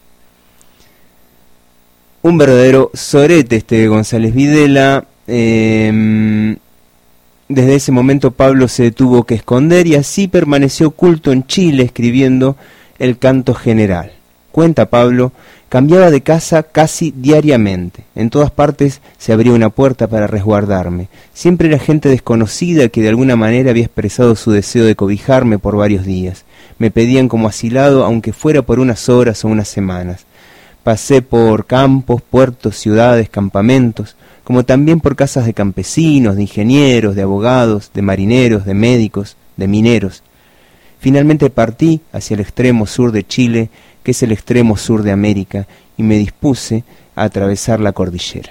Un verdadero sorete este González Videla. Eh, desde ese momento Pablo se tuvo que esconder y así permaneció oculto en Chile escribiendo El Canto General. Cuenta Pablo: cambiaba de casa casi diariamente. En todas partes se abría una puerta para resguardarme. Siempre era gente desconocida que de alguna manera había expresado su deseo de cobijarme por varios días. Me pedían como asilado, aunque fuera por unas horas o unas semanas. Pasé por campos, puertos, ciudades, campamentos, como también por casas de campesinos, de ingenieros, de abogados, de marineros, de médicos, de mineros. Finalmente partí hacia el extremo sur de Chile, que es el extremo sur de América, y me dispuse a atravesar la cordillera.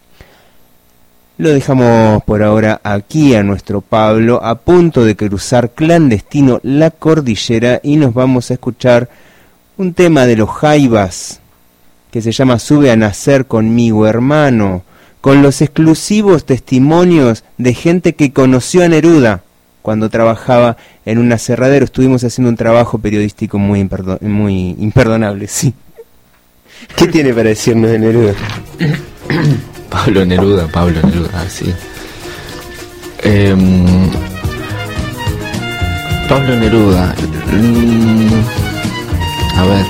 Lo dejamos por ahora aquí a nuestro Pablo, a punto de cruzar clandestino la cordillera, y nos vamos a escuchar un tema de los Jaivas, que se llama Sube a nacer conmigo, hermano, con los exclusivos testimonios de gente que conoció a Neruda cuando trabajaba en un aserradero. Estuvimos haciendo un trabajo periodístico muy, imperdo- muy imperdonable, sí. ¿Qué tiene para decirnos de Neruda? Pablo Neruda, Pablo Neruda, sí. Eh, Pablo Neruda. Mm, a ver.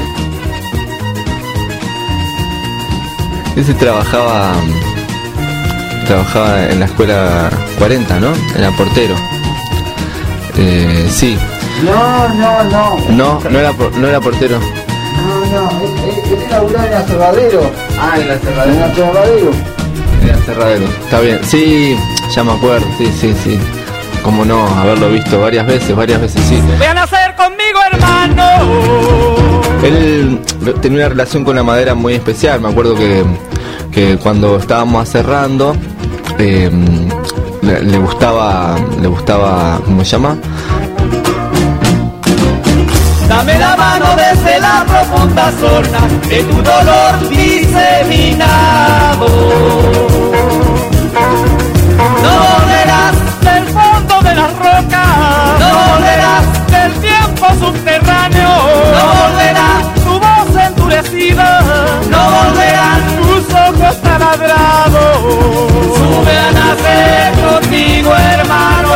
Ese trabajaba trabajaba en la escuela cuarenta, ¿no? Era portero. Eh, sí. No, no, no. No, no era, por- no era portero. No, no, él, él laburaba en el aserradero. Ah, en el aserradero. En el aserradero. En el aserradero. Está bien. Sí, ya me acuerdo. Sí, sí, sí. Cómo no, haberlo visto varias veces, varias veces, sí. Voy a nacer conmigo, hermano. Él tenía una relación con la madera muy especial. Me acuerdo que, que cuando estábamos aserrando, eh, le, le gustaba, le gustaba, ¿cómo se llama? Dame la mano desde la profunda zona de tu dolor diseminado. No leerás del fondo de las rocas, no leerás del tiempo subterráneo, no volverá tu voz endurecida, no volverán tus ojos taladrados. Sube a nacer conmigo, hermano.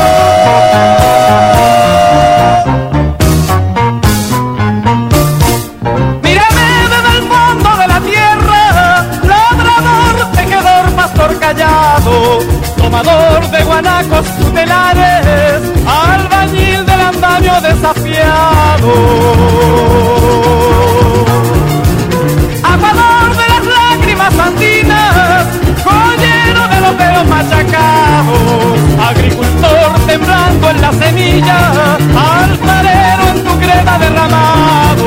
Mírame desde el fondo de la tierra, labrador, tejedor, pastor callado, tomador de guanacos tutelares, albañil del andamio desafiado, aguador de las lágrimas andinas, joyero de los dedos machacados, agricultor temblando en la semilla, alfarero en tu greda derramado.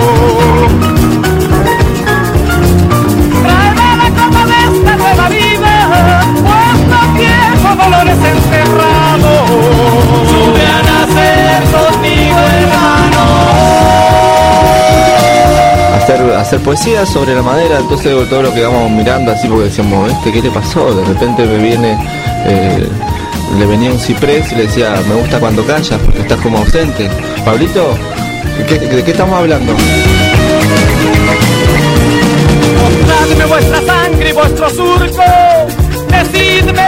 Tráeme la copa de esta nueva vida, puesto viejos dolores enterrados. Sube a nacer conmigo, hermano. Hacer, hacer poesía sobre la madera. Entonces todo lo que vamos mirando así, porque decíamos, este, ¿qué te pasó? De repente me viene, eh, le venía un ciprés y le decía, me gusta cuando callas porque estás como ausente. Pablito, ¿qué, ¿de qué estamos hablando? Mostradme vuestra sangre y vuestro surco, decidme,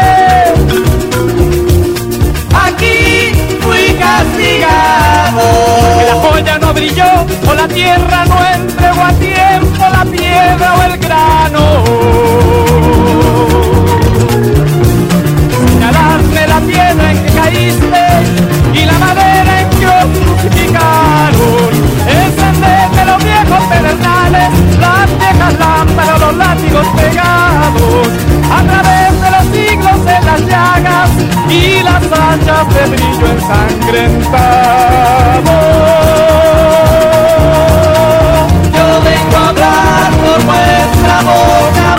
aquí fui castigado. Que la joya no brilló, o la tierra no entregó a tiempo la piedra o el grano. Señaladme la piedra en que caíste y la madera en que os crucificaron. Encendedme los sentado. Yo vengo a hablar por vuestra boca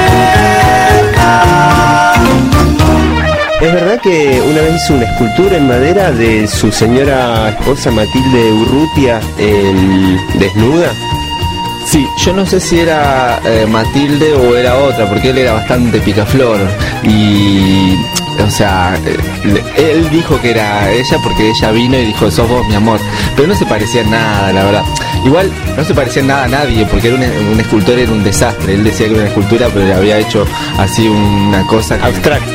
muerta. ¿Es verdad que una vez hizo una escultura en madera de su señora esposa Matilde Urrutia el desnuda? Sí, yo no sé si era eh, Matilde o era otra, porque él era bastante picaflor y, o sea, eh, él dijo que era ella porque ella vino y dijo, sos vos mi amor, pero no se parecía en nada, la verdad. Igual no se parecía en nada a nadie, porque era un, un escultor, era un desastre. Él decía que era una escultura, pero le había hecho así una cosa que... abstracta.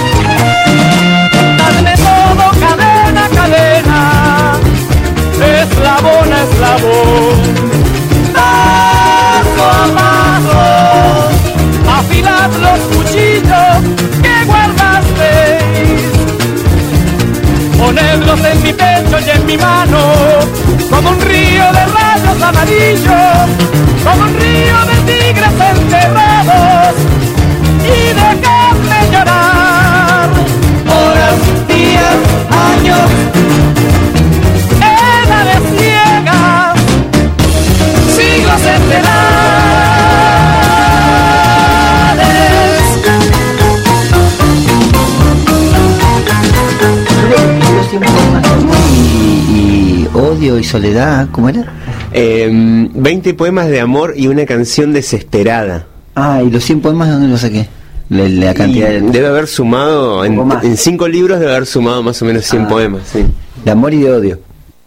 Dadme todo, cadena, cadena, eslabón a eslabón. Paso a paso, afilad los cuchillos que guardasteis, ponedlos en mi pecho y en mi mano, como un río de rayos amarillos, como un río de tigres enterrados, y dejadme llorar, horas, días, años, edades ciegas, siglos enteros. Y, y odio y soledad, ¿cómo era? Eh, veinte poemas de amor y una canción desesperada. Ah, ¿y los cien poemas de dónde los saqué? La, la cantidad de... Debe haber sumado, en, en cinco libros debe haber sumado más o menos cien ah, poemas, sí. De amor y de odio.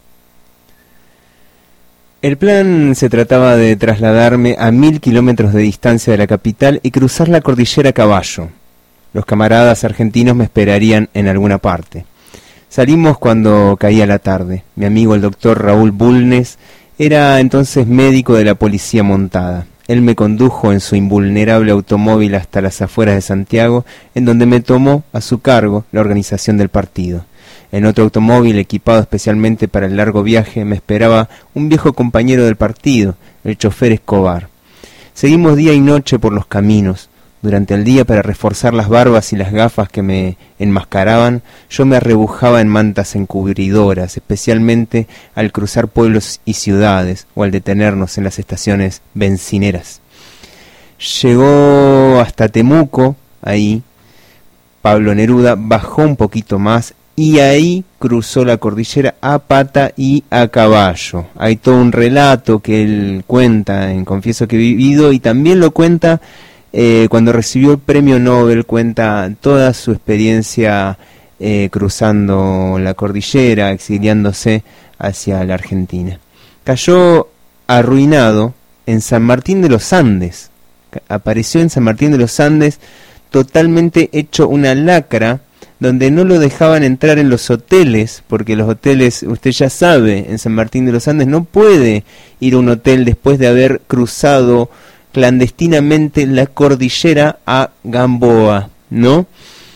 El plan se trataba de trasladarme a mil kilómetros de distancia de la capital y cruzar la cordillera a caballo. Los camaradas argentinos me esperarían en alguna parte. Salimos cuando caía la tarde. Mi amigo el doctor Raúl Bulnes era entonces médico de la policía montada. Él me condujo en su invulnerable automóvil hasta las afueras de Santiago, en donde me tomó a su cargo la organización del partido. En otro automóvil equipado especialmente para el largo viaje me esperaba un viejo compañero del partido, el chofer Escobar. Seguimos día y noche por los caminos. Durante el día, para reforzar las barbas y las gafas que me enmascaraban, yo me arrebujaba en mantas encubridoras, especialmente al cruzar pueblos y ciudades o al detenernos en las estaciones bencineras. Llegó hasta Temuco, ahí Pablo Neruda bajó un poquito más y ahí cruzó la cordillera a pata y a caballo. Hay todo un relato que él cuenta en Confieso que he vivido y también lo cuenta Eh, cuando recibió el premio Nobel, cuenta toda su experiencia eh, cruzando la cordillera, exiliándose hacia la Argentina. Cayó arruinado en San Martín de los Andes, apareció en San Martín de los Andes totalmente hecho una lacra, donde no lo dejaban entrar en los hoteles, porque los hoteles, usted ya sabe, en San Martín de los Andes no puede ir a un hotel después de haber cruzado clandestinamente la cordillera a Gamboa, ¿no?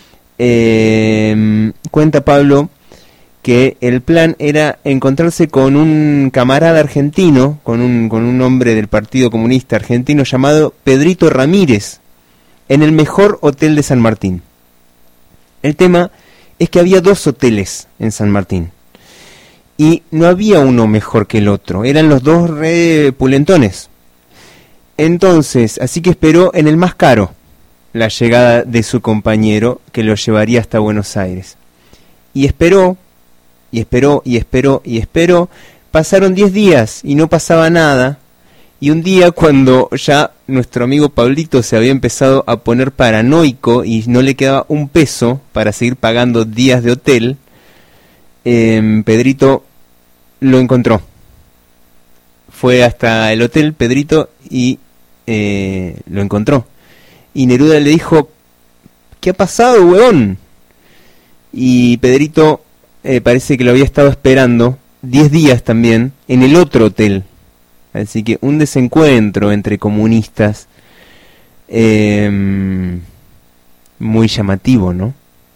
Eh, cuenta Pablo que el plan era encontrarse con un camarada argentino, con un, con un hombre del Partido Comunista Argentino llamado Pedrito Ramírez, en el mejor hotel de San Martín. El tema es que había dos hoteles en San Martín, y no había uno mejor que el otro, eran los dos re pulentones. Entonces, así que esperó en el más caro la llegada de su compañero que lo llevaría hasta Buenos Aires. Y esperó, y esperó, y esperó, y esperó. Pasaron diez días y no pasaba nada. Y un día, cuando ya nuestro amigo Pablito se había empezado a poner paranoico y no le quedaba un peso para seguir pagando días de hotel, eh, Pedrito lo encontró. Fue hasta el hotel Pedrito y eh, lo encontró. Y Neruda le dijo, ¿qué ha pasado, huevón? Y Pedrito eh, parece que lo había estado esperando diez días también en el otro hotel. Así que un desencuentro entre comunistas eh, muy llamativo, ¿no?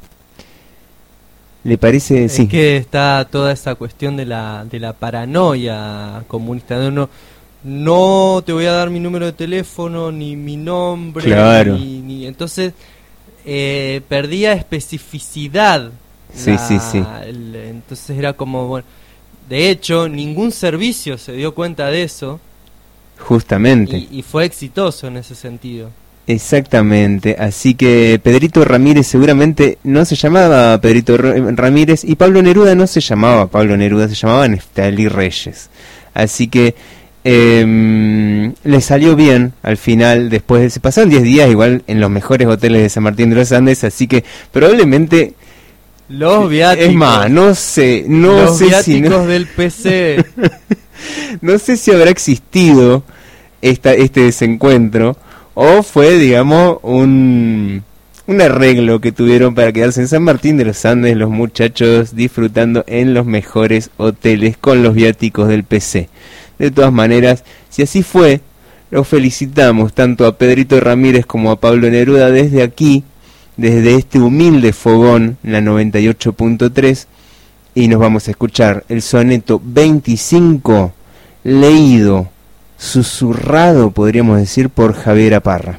¿Le parece? Es sí. que está toda esa cuestión de la de la paranoia comunista. No, no, no te voy a dar mi número de teléfono, ni mi nombre. Claro. Ni, ni, entonces, eh, perdía especificidad Sí, la, sí, sí. el, entonces era como, bueno, de hecho, ningún servicio se dio cuenta de eso. Justamente. Y, y fue exitoso en ese sentido. Exactamente, así que Pedrito Ramírez seguramente no se llamaba Pedrito Ramírez y Pablo Neruda no se llamaba Pablo Neruda, se llamaba Neftalí Reyes. Así que eh, le salió bien al final, después de, se pasaron diez días igual en los mejores hoteles de San Martín de los Andes, así que probablemente... Los viáticos. Es más, no sé, no los sé viáticos si... No, del P C. no sé si habrá existido esta, este desencuentro o fue, digamos, un, un arreglo que tuvieron para quedarse en San Martín de los Andes los muchachos disfrutando en los mejores hoteles con los viáticos del P C. De todas maneras, si así fue, los felicitamos tanto a Pedrito Ramírez como a Pablo Neruda desde aquí, desde este humilde fogón, la noventa y ocho punto tres, y nos vamos a escuchar el soneto veinticinco, leído, susurrado, podríamos decir, por Javiera Parra.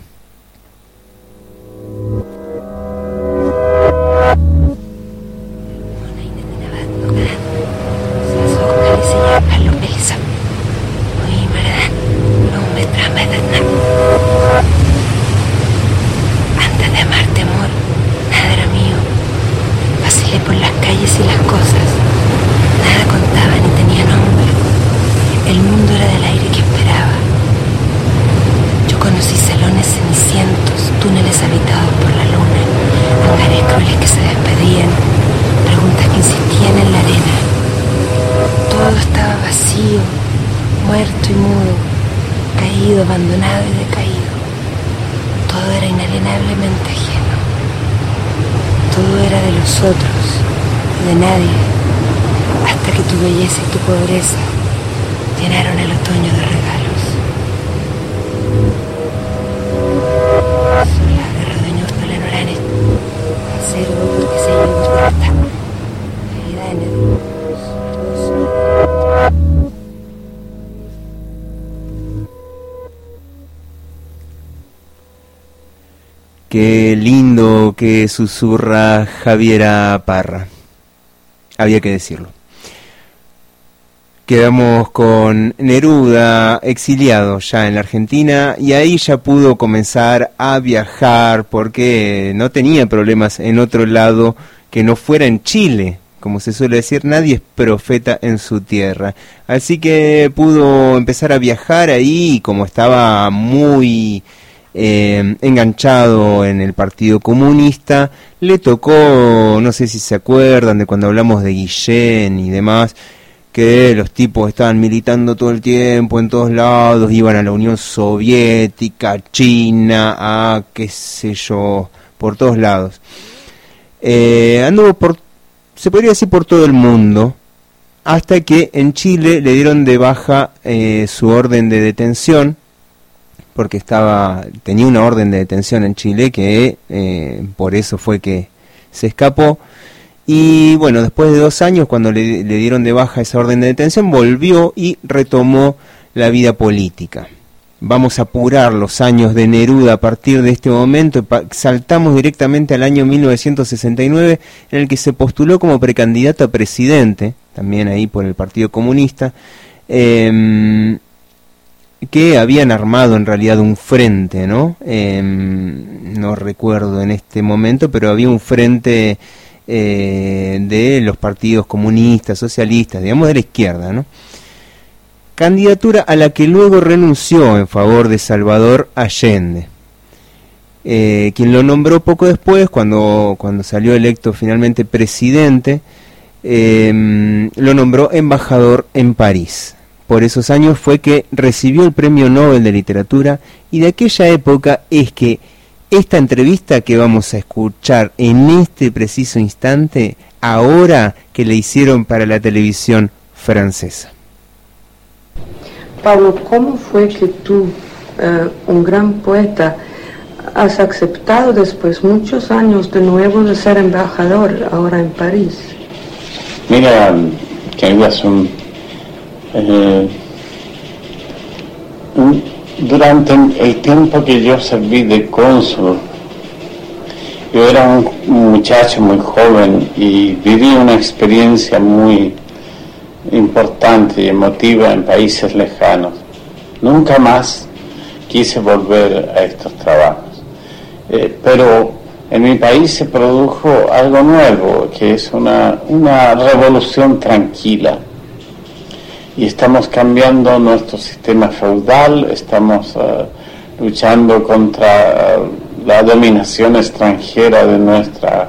Antes de amarte, amor, nada era mío. Vacilé por las calles y las cosas. Nada contaba ni tenía nombre. El mundo era del aire que esperaba. Yo conocí salones cenicientos, túneles habitados por la luna, hangares crueles que se despedían, preguntas que insistían en la arena. Todo estaba vacío, muerto y mudo, caído, abandonado y decaído. Todo era inalienablemente ajeno. Todo era de los otros, de nadie, hasta que tu belleza y tu pobreza llenaron el otoño de regalos. Sola de rodoñosto la norane, cero porque se llevó hasta vida en el Qué lindo que susurra Javiera Parra. Había que decirlo. Quedamos con Neruda, exiliado ya en la Argentina, y ahí ya pudo comenzar a viajar porque no tenía problemas en otro lado que no fuera en Chile. Como se suele decir, nadie es profeta en su tierra. Así que pudo empezar a viajar ahí, y como estaba muy... Eh, enganchado en el Partido Comunista, le tocó, no sé si se acuerdan de cuando hablamos de Guillén y demás, que los tipos estaban militando todo el tiempo en todos lados, iban a la Unión Soviética, China, a qué sé yo, por todos lados. Eh, anduvo por, se podría decir, por todo el mundo, hasta que en Chile le dieron de baja eh, su orden de detención, porque estaba tenía una orden de detención en Chile que eh, por eso fue que se escapó. Y bueno, después de dos años, cuando le, le dieron de baja esa orden de detención, volvió y retomó la vida política. Vamos a apurar los años de Neruda a partir de este momento. Saltamos directamente al año mil novecientos sesenta y nueve, en el que se postuló como precandidato a presidente, también ahí por el Partido Comunista, eh, que habían armado en realidad un frente, ¿no? Eh, no recuerdo en este momento, pero había un frente eh, de los partidos comunistas, socialistas, digamos de la izquierda, ¿no? Candidatura a la que luego renunció en favor de Salvador Allende, eh, quien lo nombró poco después, cuando, cuando salió electo finalmente presidente, eh, lo nombró embajador en París. Por esos años fue que recibió el Premio Nobel de Literatura, y de aquella época es que esta entrevista que vamos a escuchar en este preciso instante, ahora que le hicieron para la televisión francesa. Pablo, ¿cómo fue que tú, eh, un gran poeta, has aceptado después muchos años de nuevo de ser embajador ahora en París? Mira, querida, son... Eh, durante el tiempo que yo serví de cónsul Yo era un, un muchacho muy joven y viví una experiencia muy importante y emotiva en países lejanos. Nunca más quise volver a estos trabajos. Eh, pero en mi país se produjo algo nuevo, que es una, una revolución tranquila. Y estamos cambiando nuestro sistema feudal, estamos uh, luchando contra uh, la dominación extranjera de nuestra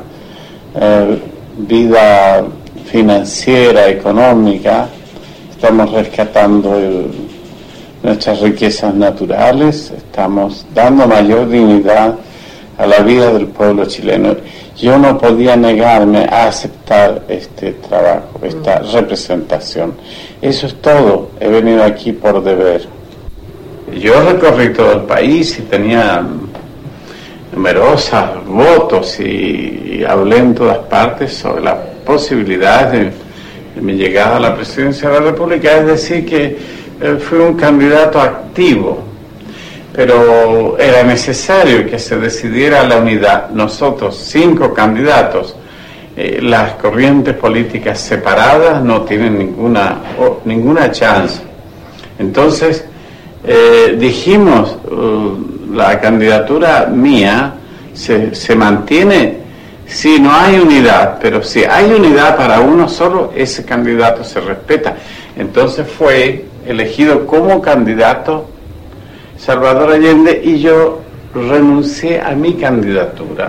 uh, vida financiera, económica. Estamos rescatando el, nuestras riquezas naturales, estamos dando mayor dignidad a la vida del pueblo chileno. Yo no podía negarme a aceptar este trabajo, esta representación. Eso es todo, he venido aquí por deber. Yo recorrí todo el país y tenía numerosos votos y, y hablé en todas partes sobre la posibilidad de, de mi llegada a la presidencia de la República, es decir, que eh, fui un candidato activo. Pero era necesario que se decidiera la unidad. Nosotros, cinco candidatos, eh, las corrientes políticas separadas no tienen ninguna, oh, ninguna chance. Entonces, eh, dijimos, uh, la candidatura mía se, se mantiene si no hay unidad, pero si hay unidad para uno solo, ese candidato se respeta. Entonces fue elegido como candidato Salvador Allende y yo renuncié a mi candidatura.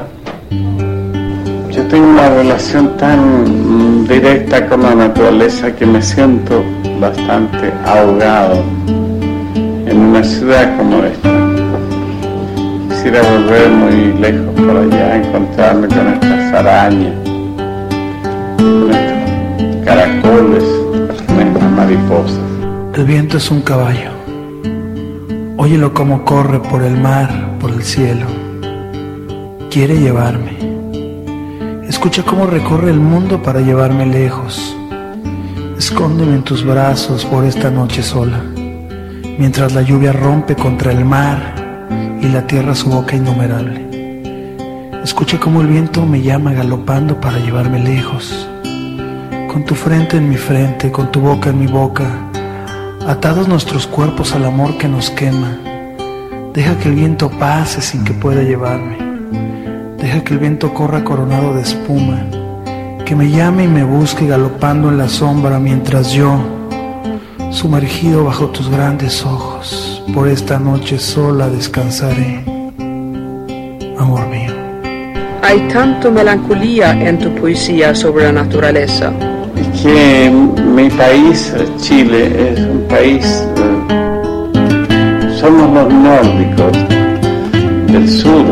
Yo tengo una relación tan directa con la naturaleza que me siento bastante ahogado en una ciudad como esta. Quisiera volver muy lejos por allá, encontrarme con estas arañas, con estos caracoles, con estas mariposas. El viento es un caballo. Óyelo como corre por el mar, por el cielo. Quiere llevarme. Escucha cómo recorre el mundo para llevarme lejos. Escóndeme en tus brazos por esta noche sola, mientras la lluvia rompe contra el mar y la tierra su boca innumerable. Escucha cómo el viento me llama galopando para llevarme lejos. Con tu frente en mi frente, con tu boca en mi boca, atados nuestros cuerpos al amor que nos quema. Deja que el viento pase sin que pueda llevarme. Deja que el viento corra coronado de espuma, que me llame y me busque galopando en la sombra, mientras yo, sumergido bajo tus grandes ojos, por esta noche sola descansaré, amor mío. Hay tanto melancolía en tu poesía sobre la naturaleza. Es que mi país, Chile, es un país, eh, somos los nórdicos del sur.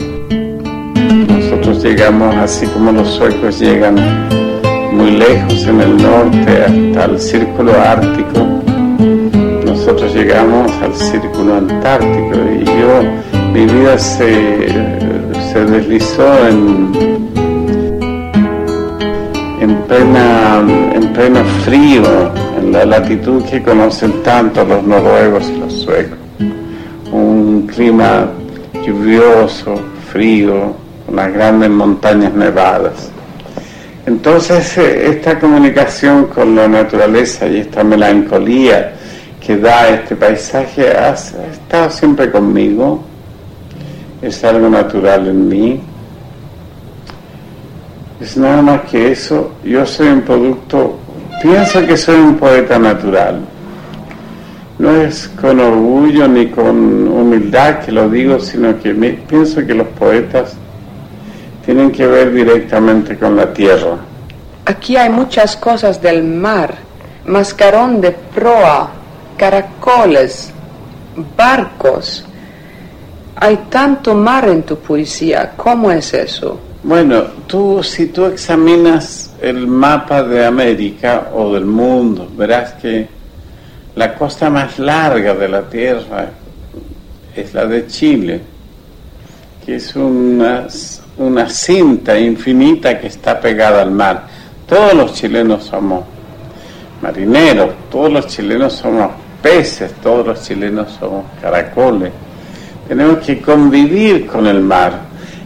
Nosotros llegamos, así como los suecos llegan muy lejos en el norte hasta el círculo ártico, nosotros llegamos al círculo antártico, y yo, mi vida se, se deslizó en en plena en pleno frío, en la latitud que conocen tanto los noruegos y los suecos, un clima lluvioso, frío, unas grandes montañas nevadas. Entonces esta comunicación con la naturaleza y esta melancolía que da este paisaje ha, ha estado siempre conmigo, es algo natural en mí. Es nada más que eso. Yo soy un producto, pienso que soy un poeta natural. No es con orgullo ni con humildad que lo digo, sino que me, pienso que los poetas tienen que ver directamente con la tierra. Aquí hay muchas cosas del mar, mascarón de proa, caracoles, barcos. Hay tanto mar en tu poesía. ¿Cómo es eso? Bueno, tú, si tú examinas el mapa de América o del mundo, verás que la costa más larga de la Tierra es la de Chile, que es una, una cinta infinita que está pegada al mar. Todos los chilenos somos marineros, todos los chilenos somos peces, todos los chilenos somos caracoles. Tenemos que convivir con el mar.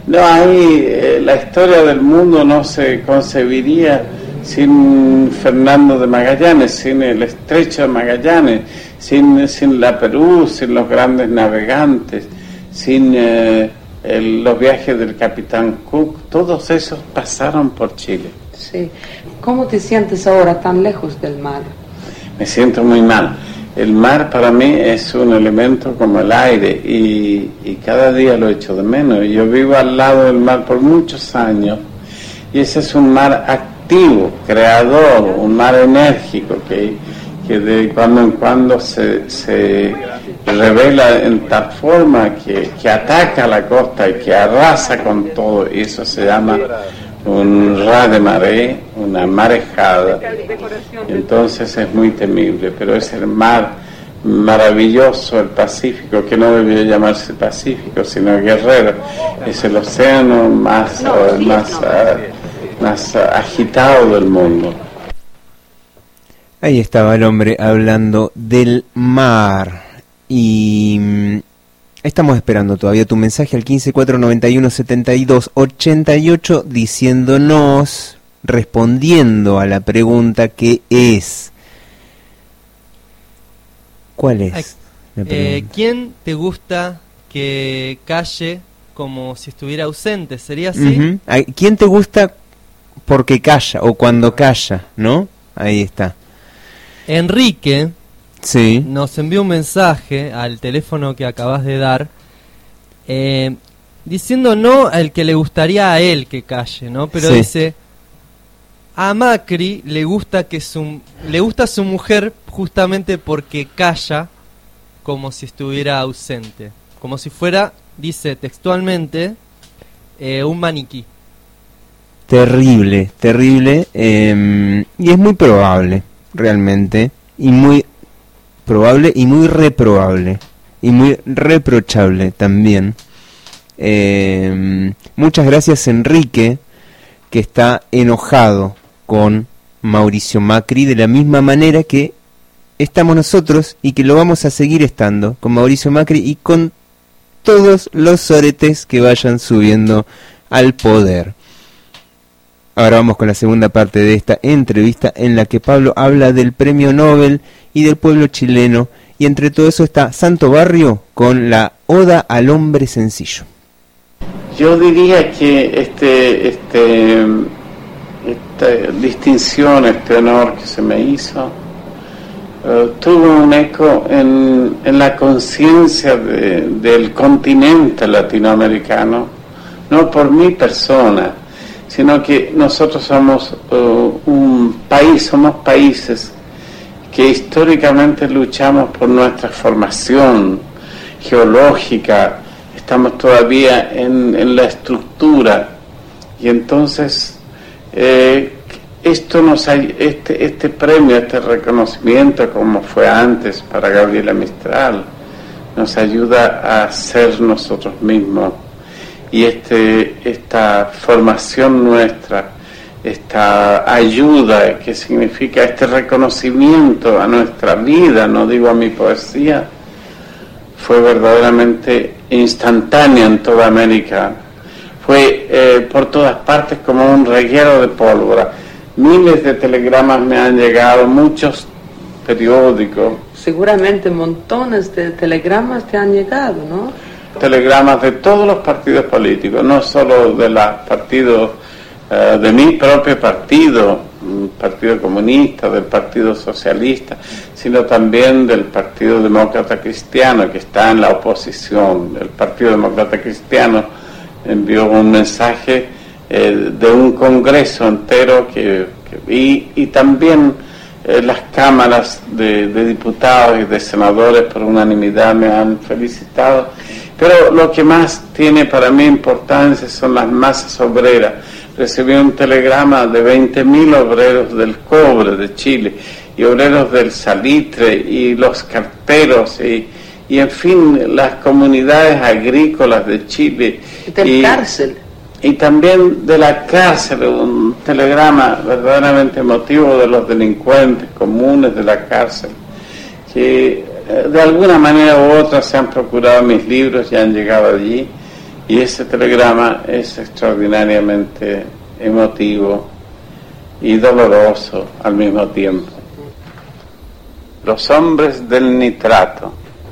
No, ahí eh, la historia del mundo no se concebiría sin Fernando de Magallanes, sin el estrecho de Magallanes, sin, sin la Perú, sin los grandes navegantes, sin eh, el, los viajes del capitán Cook. Todos esos pasaron por Chile. Sí. ¿Cómo te sientes ahora tan lejos del mar? Me siento muy mal. El mar para mí es un elemento como el aire y, y cada día lo echo de menos. Yo vivo al lado del mar por muchos años y ese es un mar activo, creador, un mar enérgico que, que de cuando en cuando se, se revela en tal forma que, que ataca la costa y que arrasa con todo, y eso se llama un ras de maré, una marejada. Entonces es muy temible, pero es el mar maravilloso, el Pacífico, que no debió llamarse Pacífico, sino Guerrero. Es el océano más, uh, más, uh, más uh, agitado del mundo. Ahí estaba el hombre hablando del mar. Y estamos esperando todavía tu mensaje al quince cuatro noventa y uno setenta y dos ochenta y ocho diciéndonos, respondiendo a la pregunta que es. ¿Cuál es? Ay, la eh, ¿Quién te gusta que calle como si estuviera ausente? ¿Sería así? Uh-huh. Ay, ¿quién te gusta porque calla o cuando calla, no? Ahí está. Enrique sí. nos envió un mensaje al teléfono que acabas de dar, eh, diciendo no al que le gustaría a él que calle, ¿no? Pero sí. Dice, a Macri le gusta que su le gusta a su mujer justamente porque calla como si estuviera ausente, como si fuera, dice textualmente, eh, un maniquí. Terrible, terrible, eh, y es muy probable, realmente, y muy probable y muy reprobable, y muy reprochable también. Eh, muchas gracias, Enrique, que está enojado con Mauricio Macri de la misma manera que estamos nosotros y que lo vamos a seguir estando con Mauricio Macri y con todos los soretes que vayan subiendo al poder. Ahora vamos con la segunda parte de esta entrevista en la que Pablo habla del premio Nobel y del pueblo chileno, y entre todo eso está Santo Barrio con la Oda al Hombre Sencillo. Yo diría que este, este, esta distinción, este honor que se me hizo, uh, tuvo un eco en, en la conciencia de, del continente latinoamericano, no por mi persona, sino que nosotros somos uh, un país, somos países que históricamente luchamos por nuestra formación geológica, estamos todavía en, en la estructura, y entonces eh, esto nos hay, este, este premio, este reconocimiento, como fue antes para Gabriela Mistral, nos ayuda a ser nosotros mismos. Y este, esta formación nuestra, esta ayuda que significa este reconocimiento a nuestra vida, no digo a mi poesía, fue verdaderamente instantánea en toda América. Fue eh, por todas partes como un reguero de pólvora. Miles de telegramas me han llegado, muchos periódicos. Seguramente montones de telegramas te han llegado, ¿no? Telegramas de todos los partidos políticos, no solo de los partidos uh, de mi propio partido, el Partido Comunista, del Partido Socialista, sino también del Partido Demócrata Cristiano, que está en la oposición. El Partido Demócrata Cristiano envió un mensaje eh, de un congreso entero que, que y, y también eh, las cámaras de, de diputados y de senadores por unanimidad me han felicitado. Pero lo que más tiene para mí importancia son las masas obreras. Recibí un telegrama de veinte mil obreros del cobre de Chile, y obreros del salitre, y los carteros, y, y en fin, las comunidades agrícolas de Chile. Y del y, cárcel. Y también de la cárcel, un telegrama verdaderamente emotivo de los delincuentes comunes de la cárcel, que de alguna manera u otra se han procurado mis libros y han llegado allí, Y ese telegrama es extraordinariamente emotivo y doloroso al mismo tiempo. Los hombres del nitrato.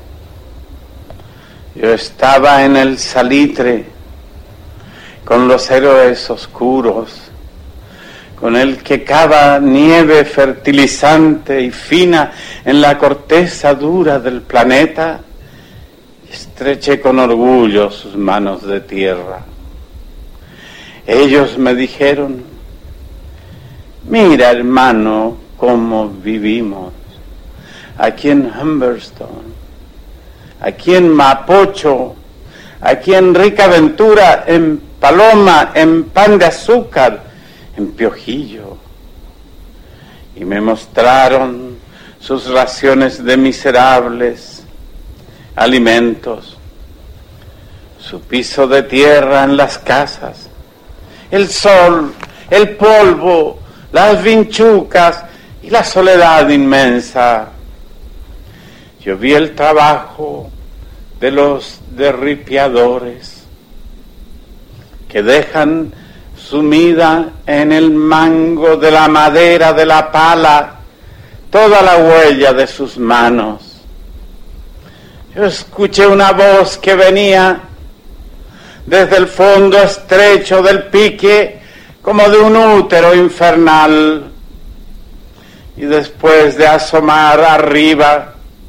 Yo estaba en el salitre con los héroes oscuros, con el que cava nieve fertilizante y fina en la corteza dura del planeta, y estreché con orgullo sus manos de tierra. Ellos me dijeron: mira, hermano, cómo vivimos aquí en Humberstone, aquí en Mapocho, aquí en Rica Ventura, en Paloma, en Pan de Azúcar, en Piojillo. Y me mostraron sus raciones de miserables alimentos, su piso de tierra en las casas, el sol, el polvo, las vinchucas y la soledad inmensa. Yo vi el trabajo de los derripiadores que dejan sumida en el mango de la madera de la pala toda la huella de sus manos. Yo escuché una voz que venía desde el fondo estrecho del pique como de un útero infernal, y después de asomar arriba,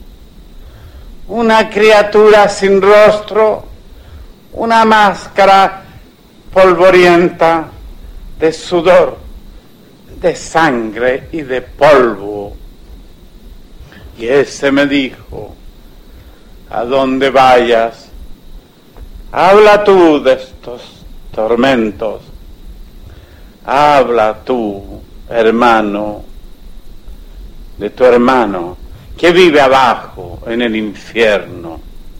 una criatura sin rostro, una máscara polvorienta de sudor, de sangre y de polvo. Y ese me dijo: a donde vayas, habla tú de estos tormentos, habla tú, hermano, de tu hermano que vive abajo en el infierno.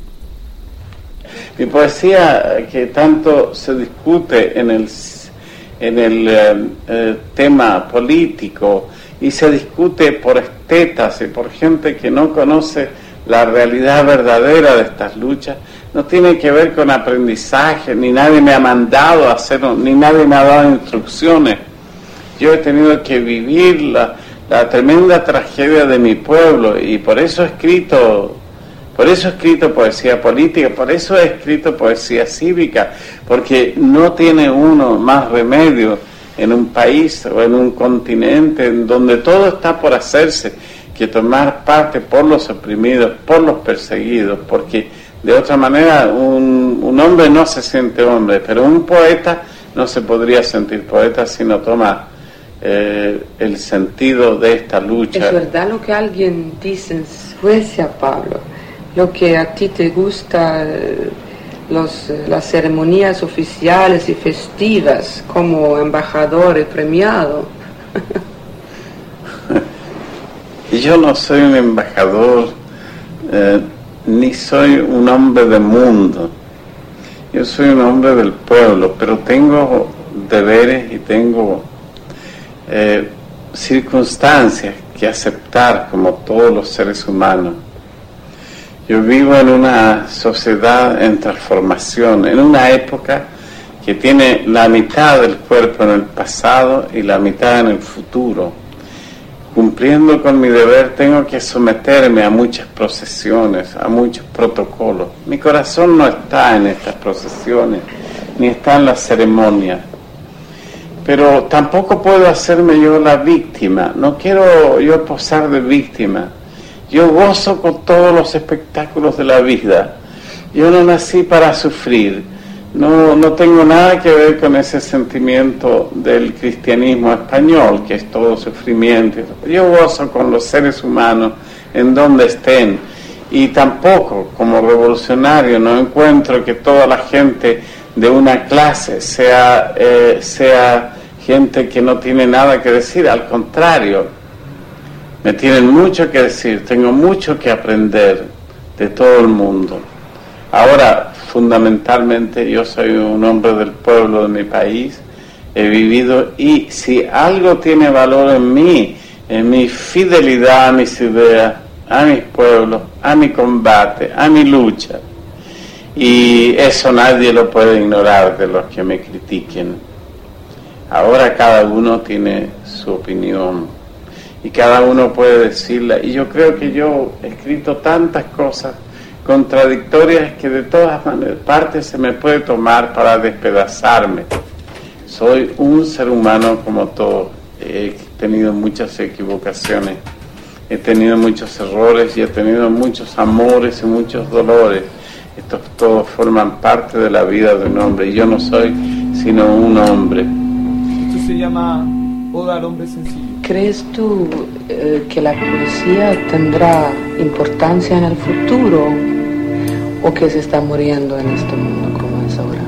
Mi poesía, que tanto se discute en el, en el eh, eh, tema político, y se discute por estetas y por gente que no conoce la realidad verdadera de estas luchas, no tiene que ver con aprendizaje, ni nadie me ha mandado a hacerlo, ni nadie me ha dado instrucciones. Yo he tenido que vivir la, la tremenda tragedia de mi pueblo, y por eso he escrito, por eso he escrito poesía política, por eso he escrito poesía cívica, porque no tiene uno más remedio en un país o en un continente en donde todo está por hacerse que tomar parte por los oprimidos, por los perseguidos, porque de otra manera un, un hombre no se siente hombre, pero un poeta no se podría sentir poeta si no toma eh, el sentido de esta lucha. Es verdad lo que alguien dice en Suecia, Pablo, lo que a ti te gusta, los, las ceremonias oficiales y festivas como embajador y premiado. Yo no soy un embajador, eh, ni soy un hombre del mundo. Yo soy un hombre del pueblo, pero tengo deberes y tengo eh, circunstancias que aceptar como todos los seres humanos. Yo vivo en una sociedad en transformación, en una época que tiene la mitad del cuerpo en el pasado y la mitad en el futuro. Cumpliendo con mi deber, tengo que someterme a muchas procesiones, a muchos protocolos. Mi corazón no está en estas procesiones, ni está en las ceremonias. Pero tampoco puedo hacerme yo la víctima. No quiero yo posar de víctima. Yo gozo con todos los espectáculos de la vida. Yo no nací para sufrir. No, no tengo nada que ver con ese sentimiento del cristianismo español, que es todo sufrimiento. Yo gozo con los seres humanos en donde estén, y tampoco como revolucionario no encuentro que toda la gente de una clase sea, eh, sea gente que no tiene nada que decir. Al contrario, me tienen mucho que decir, tengo mucho que aprender de todo el mundo. Ahora, fundamentalmente, yo soy un hombre del pueblo de mi país, he vivido, y si algo tiene valor en mí, en mi fidelidad a mis ideas, a mis pueblos, a mi combate, a mi lucha, Y eso nadie lo puede ignorar de los que me critiquen. Ahora cada uno tiene su opinión y cada uno puede decirla. Y yo creo que yo he escrito tantas cosas contradictorias que de todas maneras partes se me puede tomar para despedazarme. Soy un ser humano como todos. He tenido muchas equivocaciones, he tenido muchos errores y he tenido muchos amores y muchos dolores. Estos todos forman parte de la vida de un hombre, y yo no soy sino un hombre. Esto se llama Oda al hombre sencillo. ¿Crees tú eh, que la poesía tendrá importancia en el futuro o que se está muriendo en este mundo como es ahora?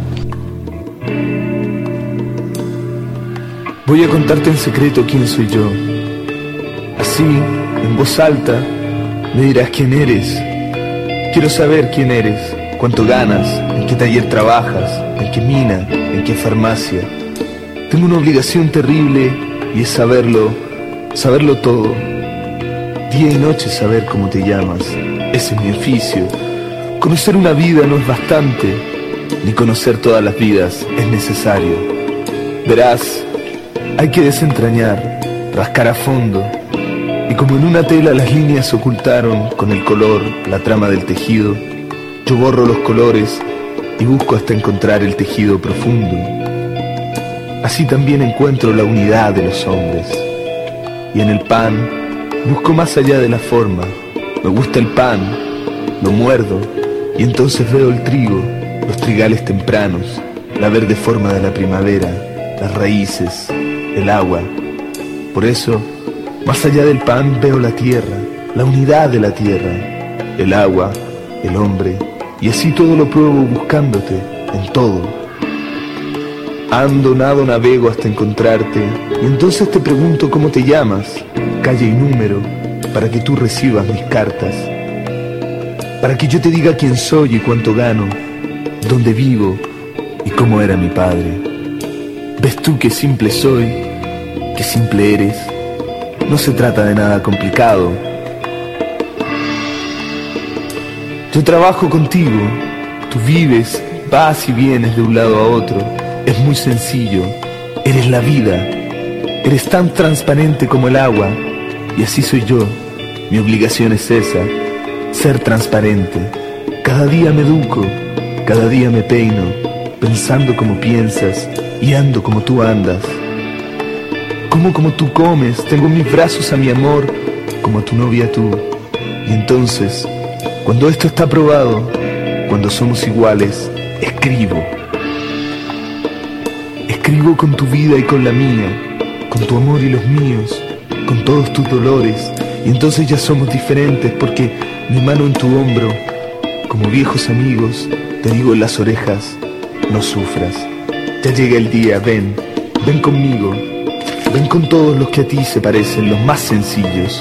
Voy a contarte en secreto quién soy yo. Así, en voz alta, me dirás quién eres. Quiero saber quién eres, cuánto ganas, en qué taller trabajas, en qué mina, en qué farmacia. Tengo una obligación terrible y es saberlo, saberlo todo. Día y noche saber cómo te llamas, ese es mi oficio. Conocer una vida no es bastante, ni conocer todas las vidas es necesario. Verás, hay que desentrañar, rascar a fondo. Y como en una tela las líneas ocultaron con el color la trama del tejido, yo borro los colores y busco hasta encontrar el tejido profundo. Así también encuentro la unidad de los hombres. Y en el pan busco más allá de la forma. Me gusta el pan, lo muerdo y entonces veo el trigo, los trigales tempranos, la verde forma de la primavera, las raíces, el agua. Por eso, más allá del pan veo la tierra, la unidad de la tierra, el agua, el hombre, y así todo lo pruebo buscándote, en todo. Ando, nado, navego hasta encontrarte, y entonces te pregunto cómo te llamas, calle y número, para que tú recibas mis cartas, para que yo te diga quién soy y cuánto gano, dónde vivo y cómo era mi padre. ¿Ves tú qué simple soy, qué simple eres? No se trata de nada complicado. Yo trabajo contigo, tú vives, vas y vienes de un lado a otro. Es muy sencillo, eres la vida, eres tan transparente como el agua, y así soy yo. Mi obligación es esa, ser transparente. Cada día me educo, cada día me peino, pensando como piensas y ando como tú andas. Como como tú comes, tengo en mis brazos a mi amor, como a tu novia tú. Y entonces, cuando esto está probado, cuando somos iguales, escribo. Escribo con tu vida y con la mía, con tu amor y los míos, con todos tus dolores. Y entonces ya somos diferentes porque mi mano en tu hombro, como viejos amigos, te digo en las orejas, no sufras. Ya llega el día, ven, ven conmigo. Ven con todos los que a ti se parecen, los más sencillos.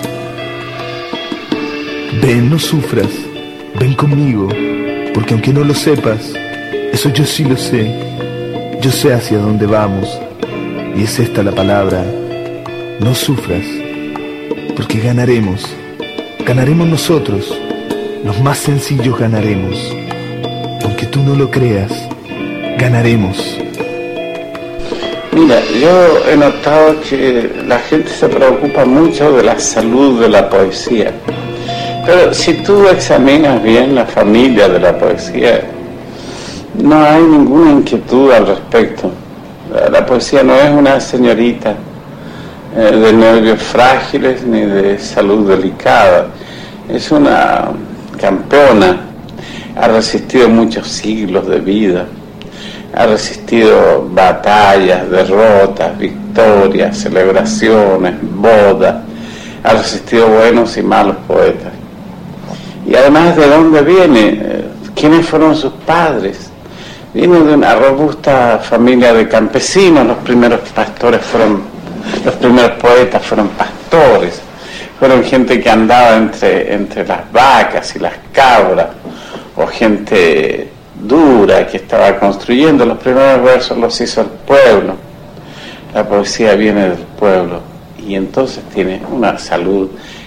Ven, no sufras, ven conmigo, porque aunque no lo sepas, eso yo sí lo sé. Yo sé hacia dónde vamos, y es esta la palabra, no sufras, porque ganaremos, ganaremos nosotros, los más sencillos ganaremos. Aunque tú no lo creas, ganaremos. Mira, yo he notado que la gente se preocupa mucho de la salud de la poesía, pero si tú examinas bien la familia de la poesía, no hay ninguna inquietud al respecto. La, la poesía no es una señorita eh, de nervios frágiles ni de salud delicada, es una campeona, ha resistido muchos siglos de vida. Ha resistido batallas, derrotas, victorias, celebraciones, bodas. Ha resistido buenos y malos poetas. Y además, ¿de dónde viene? ¿Quiénes fueron sus padres? Viene de una robusta familia de campesinos. Los primeros pastores fueron, los primeros poetas fueron pastores. Fueron gente que andaba entre, entre las vacas y las cabras, o gente dura que estaba construyendo. Los primeros versos los hizo el pueblo. La poesía viene del pueblo y entonces tiene una salud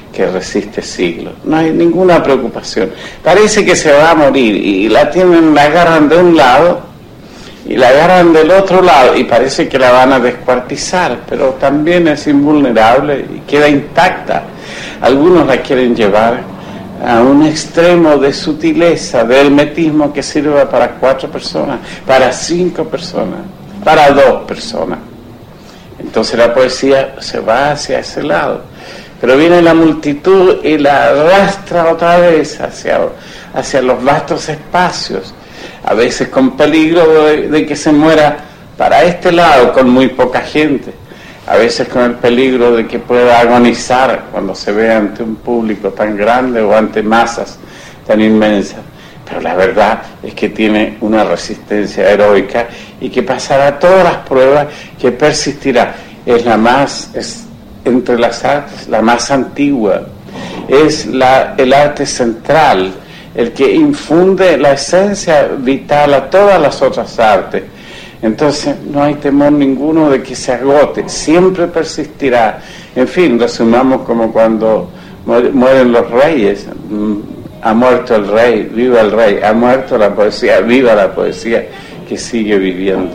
que resiste siglos. No hay ninguna preocupación. Parece que se va a morir y la tienen, la agarran de un lado y la agarran del otro lado y parece que la van a descuartizar, pero también es invulnerable y queda intacta. Algunos la quieren llevar a un extremo de sutileza, de hermetismo que sirva para cuatro personas, para cinco personas, para dos personas. Entonces la poesía se va hacia ese lado, pero viene la multitud y la arrastra otra vez hacia, hacia los vastos espacios, a veces con peligro de, de que se muera para este lado con muy poca gente, a veces con el peligro de que pueda agonizar cuando se ve ante un público tan grande o ante masas tan inmensas. Pero la verdad es que tiene una resistencia heroica y que pasará todas las pruebas, que persistirá. Es la más, es entre las artes, la más antigua. Es la, el arte central, el que infunde la esencia vital a todas las otras artes. Entonces no hay temor ninguno de que se agote, siempre persistirá. En fin, resumamos como cuando mueren los reyes. Ha muerto el rey, viva el rey. Ha muerto la poesía, viva la poesía que sigue viviendo.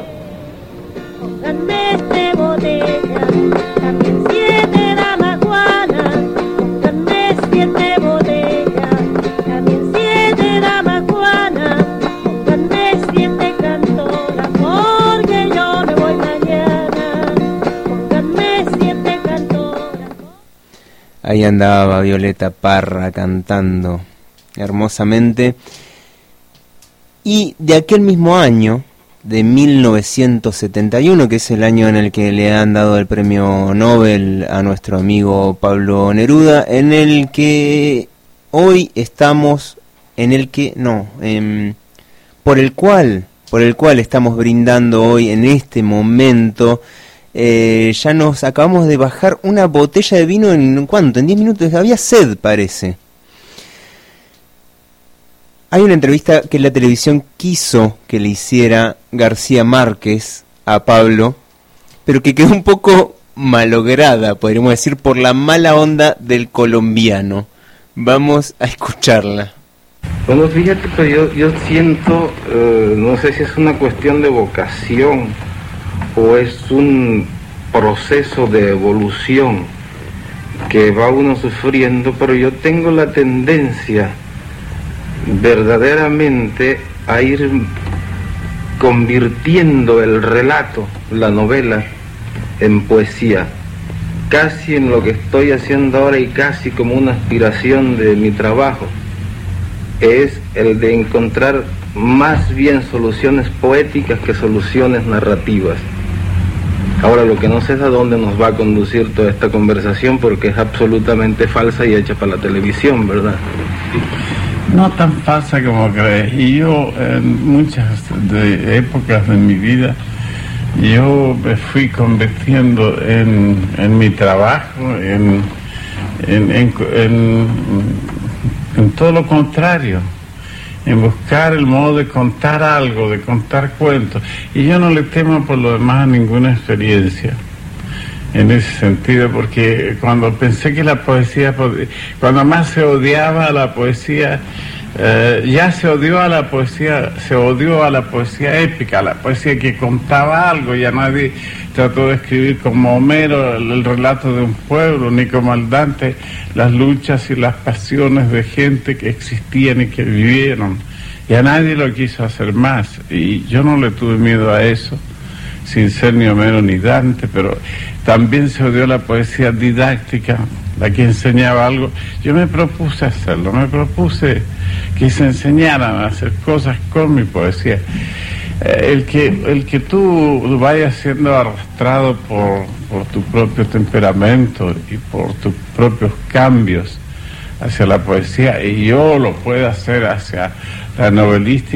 Ahí andaba Violeta Parra cantando hermosamente. Y de aquel mismo año, de mil novecientos setenta y uno, que es el año en el que le han dado el premio Nobel a nuestro amigo Pablo Neruda, en el que hoy estamos, en el que, no, eh, por el cual, por el cual estamos brindando hoy en este momento. Eh, ya nos acabamos de bajar una botella de vino en ¿cuánto? En diez minutos. Había sed, parece. Hay una entrevista que la televisión quiso que le hiciera García Márquez a Pablo, pero que quedó un poco malograda, podríamos decir, por la mala onda del colombiano. Vamos a escucharla. Bueno, fíjate, pero yo, yo siento, eh, no sé si es una cuestión de vocación o es un proceso de evolución que va uno sufriendo, pero yo tengo la tendencia verdaderamente a ir convirtiendo el relato, la novela, en poesía, casi en lo que estoy haciendo ahora y casi como una aspiración de mi trabajo, es el de encontrar más bien soluciones poéticas que soluciones narrativas. Ahora lo que no sé es a dónde nos va a conducir toda esta conversación, porque es absolutamente falsa y hecha para la televisión, ¿verdad? No tan falsa como crees. Y yo en muchas de épocas de mi vida, yo me fui convirtiendo en, en mi trabajo, en, en, en, en, en todo lo contrario, en buscar el modo de contar algo, de contar cuentos. Y yo no le temo por lo demás a ninguna experiencia en ese sentido, porque cuando pensé que la poesía, cuando más se odiaba a la poesía, eh, ya se odió a la poesía, se odió a la poesía épica, a la poesía que contaba algo. Ya nadie trató de escribir como Homero el, el relato de un pueblo, ni como el Dante las luchas y las pasiones de gente que existían y que vivieron. Ya nadie lo quiso hacer más, y yo no le tuve miedo a eso, sin ser ni Homero ni Dante. Pero también se odió la poesía didáctica, la que enseñaba algo. Yo me propuse hacerlo, me propuse que se enseñaran a hacer cosas con mi poesía. Eh, el que el que tú vayas siendo arrastrado por, por tu propio temperamento y por tus propios cambios hacia la poesía, y yo lo pueda hacer hacia la novelística,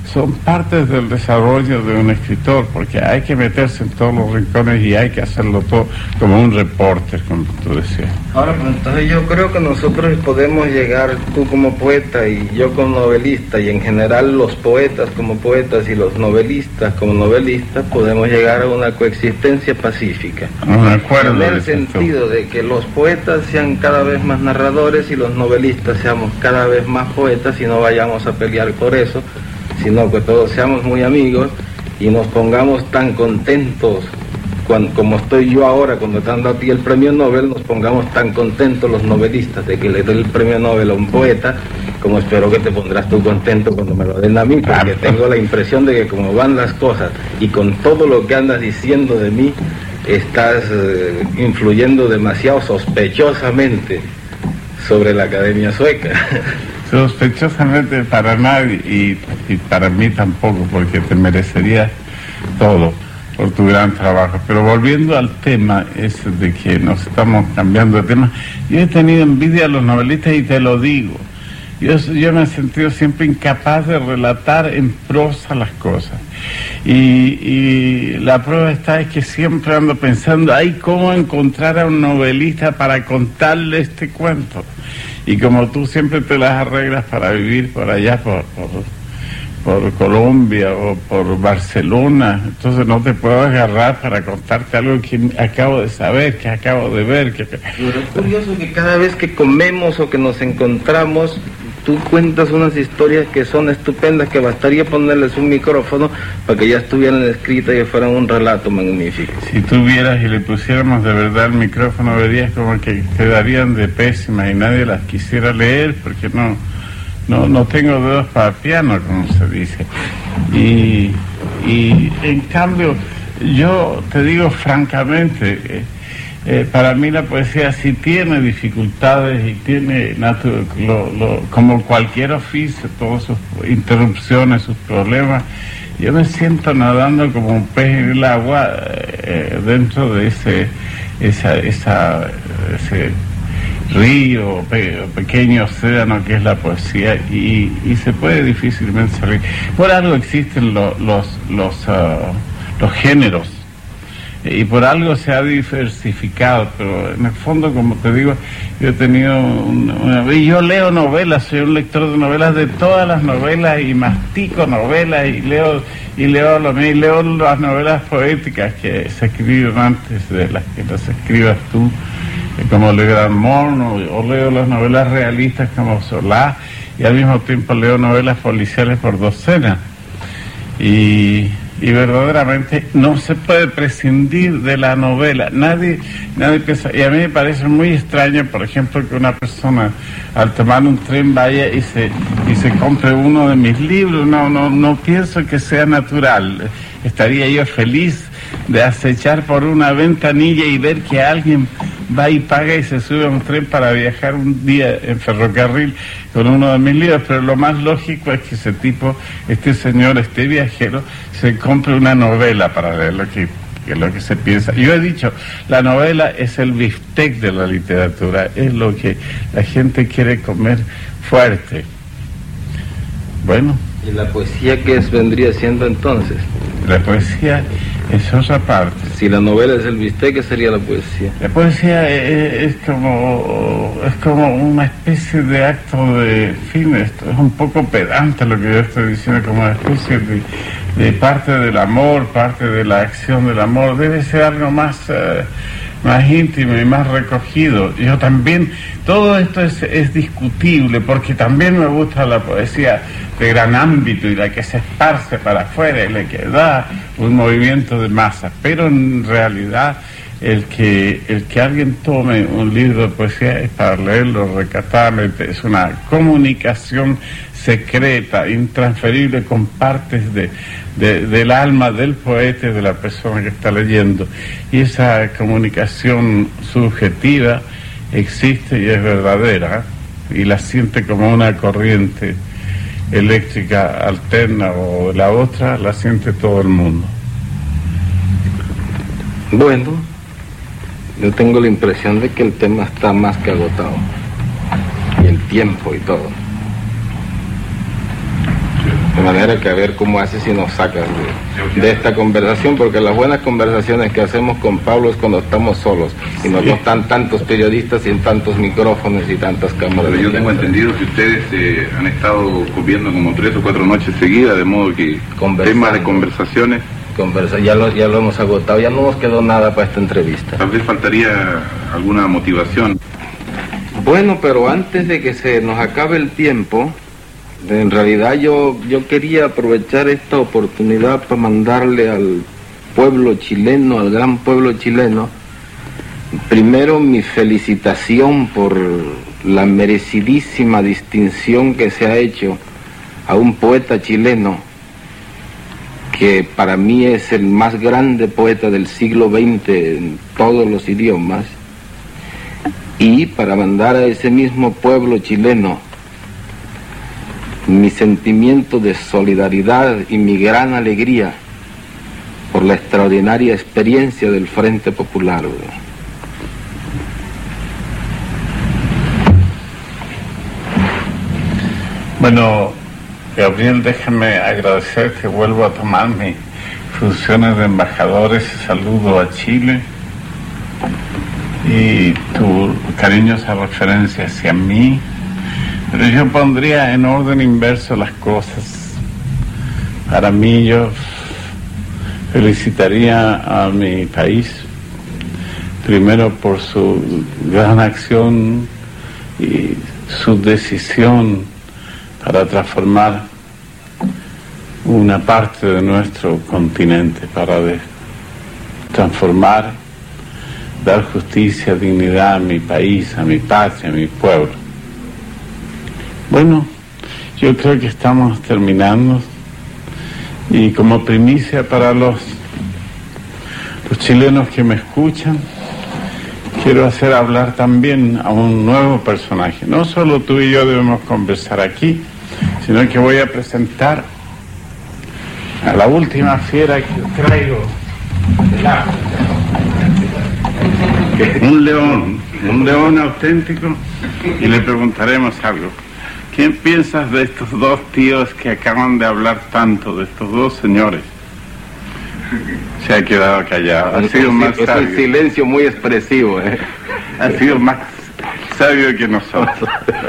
son partes del desarrollo de un escritor, porque hay que meterse en todos los rincones y hay que hacerlo todo como un reporter, como tú decías. Ahora, pues entonces yo creo que nosotros podemos llegar, tú como poeta y yo como novelista, y en general los poetas como poetas y los novelistas como novelistas, podemos llegar a una coexistencia pacífica. No me acuerdo. En el sentido de que los poetas sean cada vez más narradores y los novelistas seamos cada vez más poetas y no vayamos a pelear por eso, sino que todos seamos muy amigos y nos pongamos tan contentos cuando, como estoy yo ahora cuando te han dado a ti el premio Nobel, nos pongamos tan contentos los novelistas de que le dé el premio Nobel a un poeta, como espero que te pondrás tú contento cuando me lo den a mí, porque tengo la impresión de que como van las cosas y con todo lo que andas diciendo de mí, estás eh, influyendo demasiado sospechosamente sobre la Academia Sueca. Sospechosamente para nadie y, y para mí tampoco, porque te merecería todo por tu gran trabajo. Pero volviendo al tema ese de que nos estamos cambiando de tema, yo he tenido envidia a los novelistas y te lo digo. Yo, yo me he sentido siempre incapaz de relatar en prosa las cosas. Y, y la prueba está es que siempre ando pensando, ay, ¿cómo encontrar a un novelista para contarle este cuento? Y como tú siempre te las arreglas para vivir por allá, por, por, por Colombia o por Barcelona, entonces no te puedo agarrar para contarte algo que acabo de saber, que acabo de ver. Que... Pero es curioso que cada vez que comemos o que nos encontramos, tú cuentas unas historias que son estupendas, que bastaría ponerles un micrófono para que ya estuvieran escritas y fueran un relato magnífico. Si tú vieras y le pusiéramos de verdad el micrófono, verías como que quedarían de pésimas y nadie las quisiera leer, porque no, no, no tengo dedos para piano, como se dice. Y, y en cambio, yo te digo francamente, eh, Eh, para mí la poesía sí tiene dificultades y tiene, natu- lo, lo, como cualquier oficio, todas sus interrupciones, sus problemas. Yo me siento nadando como un pez en el agua eh, dentro de ese, esa, esa, ese río, pe- pequeño océano que es la poesía, y, y se puede difícilmente salir. Por algo existen lo, los, los, uh, los géneros, y por algo se ha diversificado, pero en el fondo, como te digo, yo he tenido una, una, y yo leo novelas, soy un lector de novelas, de todas las novelas, y mastico novelas y leo y leo lo y leo las novelas poéticas que se escribieron antes de las que las escribas tú, como Le Grand Monde, o, o leo las novelas realistas como Solá, y al mismo tiempo leo novelas policiales por docena. Y Y verdaderamente no se puede prescindir de la novela. Nadie, nadie piensa. Y a mí me parece muy extraño, por ejemplo, que una persona al tomar un tren vaya y se y se compre uno de mis libros. No, no, no pienso que sea natural. Estaría yo feliz de acechar por una ventanilla y ver que alguien va y paga y se sube a un tren para viajar un día en ferrocarril con uno de mis libros, pero lo más lógico es que ese tipo, este señor, este viajero, se compre una novela para leer lo que, que lo que se piensa. Yo he dicho, la novela es el bistec de la literatura, es lo que la gente quiere comer fuerte. Bueno. ¿Y la poesía qué es, vendría siendo entonces? La poesía es otra parte. Si la novela es el bistec, ¿qué sería la poesía? La poesía es, es como es como una especie de acto de, en fin, esto es un poco pedante lo que yo estoy diciendo, como una especie de, de parte del amor, parte de la acción del amor. Debe ser algo más uh, más íntimo y más recogido. Yo también, todo esto es, es discutible, porque también me gusta la poesía de gran ámbito y la que se esparce para afuera y la que da un movimiento de masa, pero en realidad el que el que alguien tome un libro de poesía es para leerlo recatadamente, es una comunicación secreta, intransferible con partes de, de, del alma del poeta y de la persona que está leyendo, y esa comunicación subjetiva existe y es verdadera, y la siente como una corriente eléctrica alterna o la otra, la siente todo el mundo. Bueno, yo tengo la impresión de que el tema está más que agotado, y el tiempo y todo. De manera que a ver cómo hace si nos sacas de, de esta conversación, porque las buenas conversaciones que hacemos con Pablo es cuando estamos solos y no están tantos periodistas y en tantos micrófonos y tantas cámaras. Pero yo tengo entendido que ustedes eh, han estado comiendo como tres o cuatro noches seguidas, de modo que temas de conversaciones... Conversa, ya lo, ya lo hemos agotado, ya no nos quedó nada para esta entrevista. Tal vez faltaría alguna motivación. Bueno, pero antes de que se nos acabe el tiempo, en realidad yo, yo quería aprovechar esta oportunidad para mandarle al pueblo chileno, al gran pueblo chileno, primero mi felicitación por la merecidísima distinción que se ha hecho a un poeta chileno que para mí es el más grande poeta del siglo veinte en todos los idiomas, y para mandar a ese mismo pueblo chileno mi sentimiento de solidaridad y mi gran alegría por la extraordinaria experiencia del Frente Popular. Bueno, Gabriel, déjame agradecer que vuelvo a tomar mis funciones de embajador, ese saludo a Chile y tu cariñosa referencia hacia mí, pero yo pondría en orden inverso las cosas. Para mí, yo felicitaría a mi país primero por su gran acción y su decisión para transformar una parte de nuestro continente, para de transformar, dar justicia, dignidad a mi país, a mi patria, a mi pueblo. Bueno, yo creo que estamos terminando, y como primicia para los, los chilenos que me escuchan, quiero hacer hablar también a un nuevo personaje. No solo tú y yo debemos conversar aquí, sino que voy a presentar a la última fiera que traigo del África. Un león, un león auténtico, y le preguntaremos algo. ¿Qué piensas de estos dos tíos que acaban de hablar tanto, de estos dos señores? Se ha quedado callado. Ha sido más sabio. Es un silencio muy expresivo, ¿eh? Ha sido más sabio que nosotros.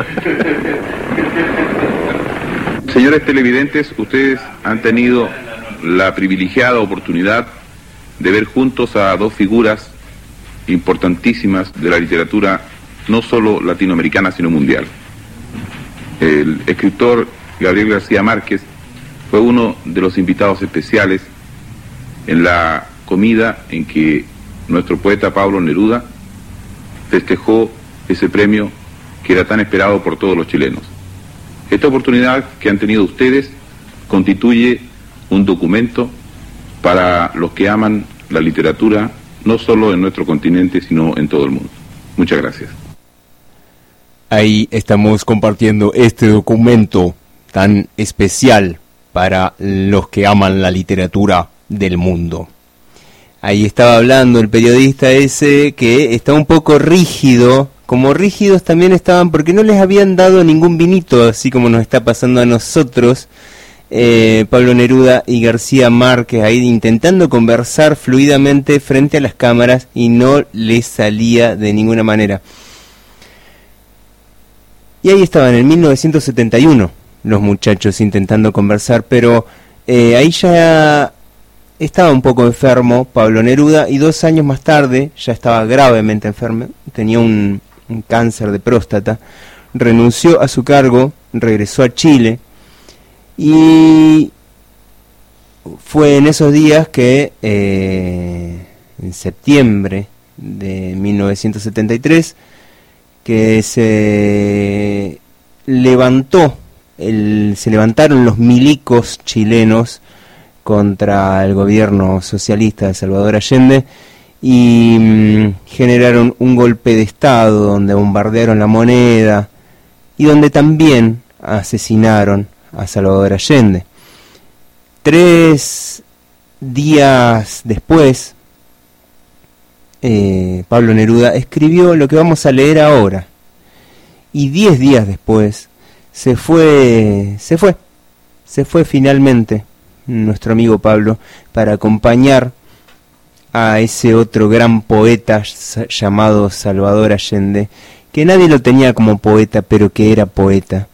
Señores televidentes, ustedes han tenido la privilegiada oportunidad de ver juntos a dos figuras importantísimas de la literatura, no solo latinoamericana, sino mundial. El escritor Gabriel García Márquez fue uno de los invitados especiales en la comida en que nuestro poeta Pablo Neruda festejó ese premio que era tan esperado por todos los chilenos. Esta oportunidad que han tenido ustedes constituye un documento para los que aman la literatura, no solo en nuestro continente, sino en todo el mundo. Muchas gracias. Ahí estamos compartiendo este documento tan especial para los que aman la literatura del mundo. Ahí estaba hablando el periodista ese que está un poco rígido, como rígidos también estaban porque no les habían dado ningún vinito, así como nos está pasando a nosotros, eh, Pablo Neruda y García Márquez, ahí intentando conversar fluidamente frente a las cámaras y no les salía de ninguna manera. Y ahí estaban en mil novecientos setenta y uno los muchachos intentando conversar, pero eh, ahí ya estaba un poco enfermo Pablo Neruda, y dos años más tarde ya estaba gravemente enfermo, tenía un, un cáncer de próstata, renunció a su cargo, regresó a Chile, y fue en esos días que eh, en septiembre de mil novecientos setenta y tres que se levantó el, se levantaron los milicos chilenos contra el gobierno socialista de Salvador Allende y mmm, generaron un golpe de estado donde bombardearon la moneda y donde también asesinaron a Salvador Allende. Tres días después, eh, Pablo Neruda escribió lo que vamos a leer ahora, y diez días después se fue, se fue, se fue finalmente nuestro amigo Pablo para acompañar a ese otro gran poeta llamado Salvador Allende, que nadie lo tenía como poeta, pero que era poeta,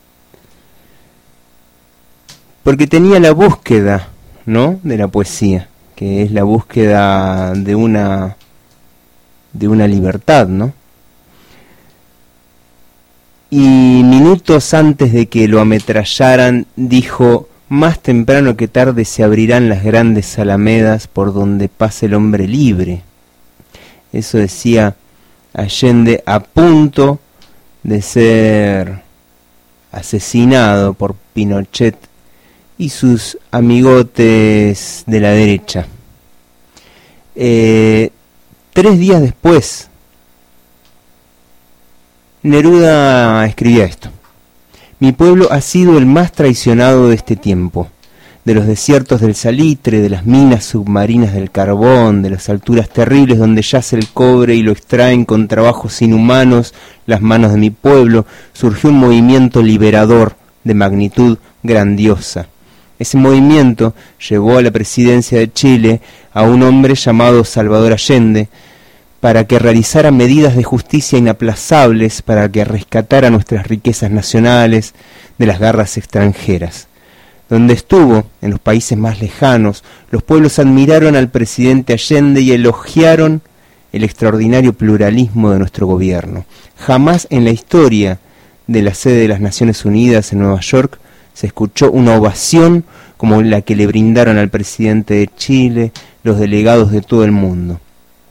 porque tenía la búsqueda, ¿no?, de la poesía, que es la búsqueda de una de una libertad, ¿no? Y minutos antes de que lo ametrallaran dijo: más temprano que tarde se abrirán las grandes alamedas por donde pase el hombre libre. Eso decía Allende a punto de ser asesinado por Pinochet y sus amigotes de la derecha. Eh, tres días después, Neruda escribía esto: mi pueblo ha sido el más traicionado de este tiempo, de los desiertos del salitre, de las minas submarinas del carbón, de las alturas terribles donde yace el cobre y lo extraen con trabajos inhumanos las manos de mi pueblo, surgió un movimiento liberador de magnitud grandiosa. Ese movimiento llevó a la presidencia de Chile a un hombre llamado Salvador Allende, para que realizara medidas de justicia inaplazables, para que rescatara nuestras riquezas nacionales de las garras extranjeras. Donde estuvo, en los países más lejanos, los pueblos admiraron al presidente Allende y elogiaron el extraordinario pluralismo de nuestro gobierno. Jamás en la historia de la sede de las Naciones Unidas en Nueva York se escuchó una ovación como la que le brindaron al presidente de Chile los delegados de todo el mundo.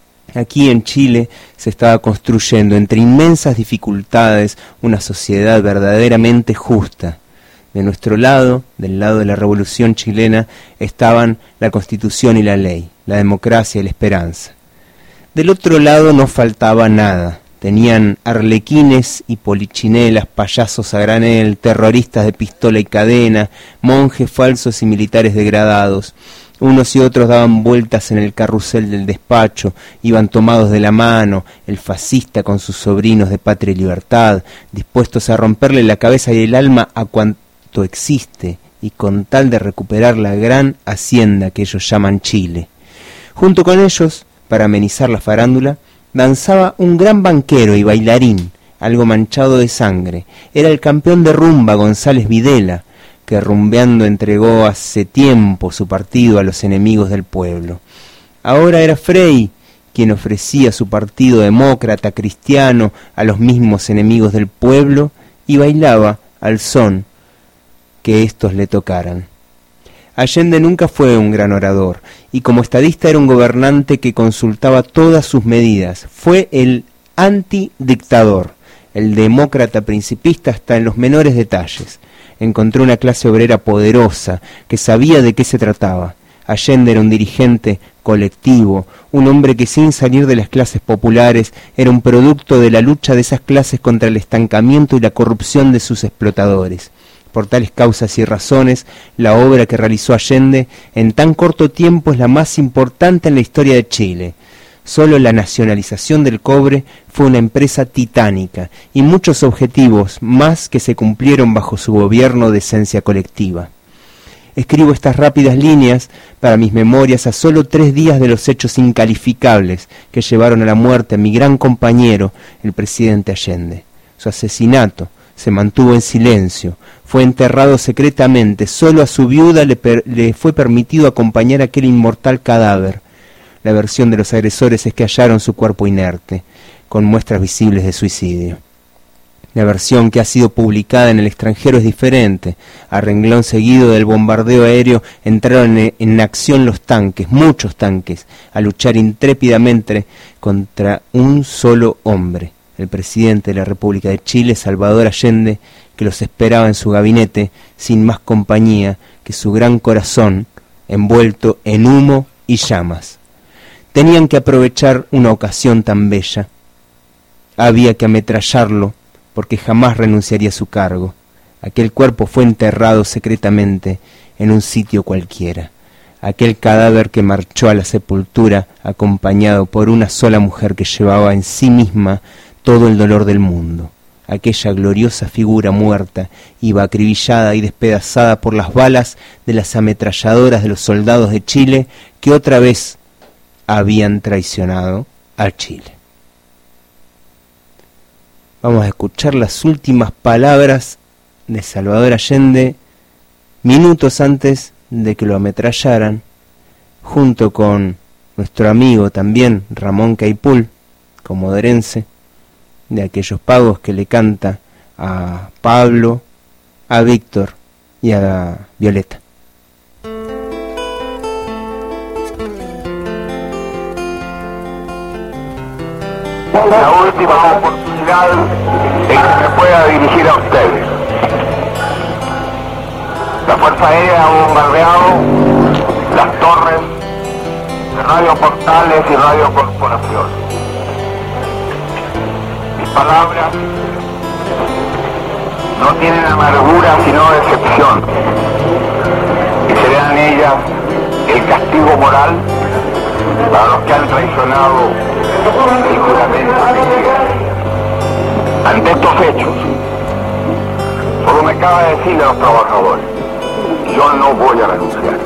Aquí en Chile se estaba construyendo entre inmensas dificultades una sociedad verdaderamente justa. De nuestro lado, del lado de la Revolución chilena, estaban la Constitución y la ley, la democracia y la esperanza. Del otro lado no faltaba nada. Tenían arlequines y polichinelas, payasos a granel, terroristas de pistola y cadena, monjes falsos y militares degradados. Unos y otros daban vueltas en el carrusel del despacho, iban tomados de la mano, el fascista con sus sobrinos de Patria y Libertad, dispuestos a romperle la cabeza y el alma a cuanto existe, y con tal de recuperar la gran hacienda que ellos llaman Chile. Junto con ellos, para amenizar la farándula, danzaba un gran banquero y bailarín, algo manchado de sangre. Era el campeón de rumba González Videla, que rumbeando entregó hace tiempo su partido a los enemigos del pueblo. Ahora era Frei quien ofrecía su partido demócrata cristiano a los mismos enemigos del pueblo y bailaba al son que éstos le tocaran. Allende nunca fue un gran orador, y como estadista era un gobernante que consultaba todas sus medidas. Fue el antidictador, el demócrata principista hasta en los menores detalles. Encontró una clase obrera poderosa, que sabía de qué se trataba. Allende era un dirigente colectivo, un hombre que sin salir de las clases populares era un producto de la lucha de esas clases contra el estancamiento y la corrupción de sus explotadores. Por tales causas y razones, la obra que realizó Allende en tan corto tiempo es la más importante en la historia de Chile. Solo la nacionalización del cobre fue una empresa titánica y muchos objetivos más que se cumplieron bajo su gobierno de esencia colectiva. Escribo estas rápidas líneas para mis memorias a solo tres días de los hechos incalificables que llevaron a la muerte a mi gran compañero, el presidente Allende. Su asesinato se mantuvo en silencio, fue enterrado secretamente, solo a su viuda le, per- le fue permitido acompañar aquel inmortal cadáver. La versión de los agresores es que hallaron su cuerpo inerte, con muestras visibles de suicidio. La versión que ha sido publicada en el extranjero es diferente. A renglón seguido del bombardeo aéreo entraron en, en acción los tanques, muchos tanques, a luchar intrépidamente contra un solo hombre, el presidente de la República de Chile, Salvador Allende, que los esperaba en su gabinete sin más compañía que su gran corazón envuelto en humo y llamas. Tenían que aprovechar una ocasión tan bella. Había que ametrallarlo, porque jamás renunciaría a su cargo. Aquel cuerpo fue enterrado secretamente en un sitio cualquiera. Aquel cadáver que marchó a la sepultura acompañado por una sola mujer que llevaba en sí misma todo el dolor del mundo. aquella gloriosa figura muerta iba acribillada y despedazada por las balas de las ametralladoras de los soldados de Chile que otra vez habían traicionado a Chile. Vamos a escuchar las últimas palabras de Salvador Allende minutos antes de que lo ametrallaran, junto con nuestro amigo también Ramón Caipul, comodorense, de aquellos pagos que le canta a Pablo, a Víctor y a Violeta. La última oportunidad en que me pueda dirigir a ustedes. La Fuerza Aérea ha bombardeado las torres de Radio Portales y Radio Corporación. Mis palabras no tienen amargura sino decepción, y serán ellas el castigo moral para los que han traicionado el juramento que hicieron. Ante estos hechos, solo me cabe decirle a los trabajadores: yo no voy a renunciar.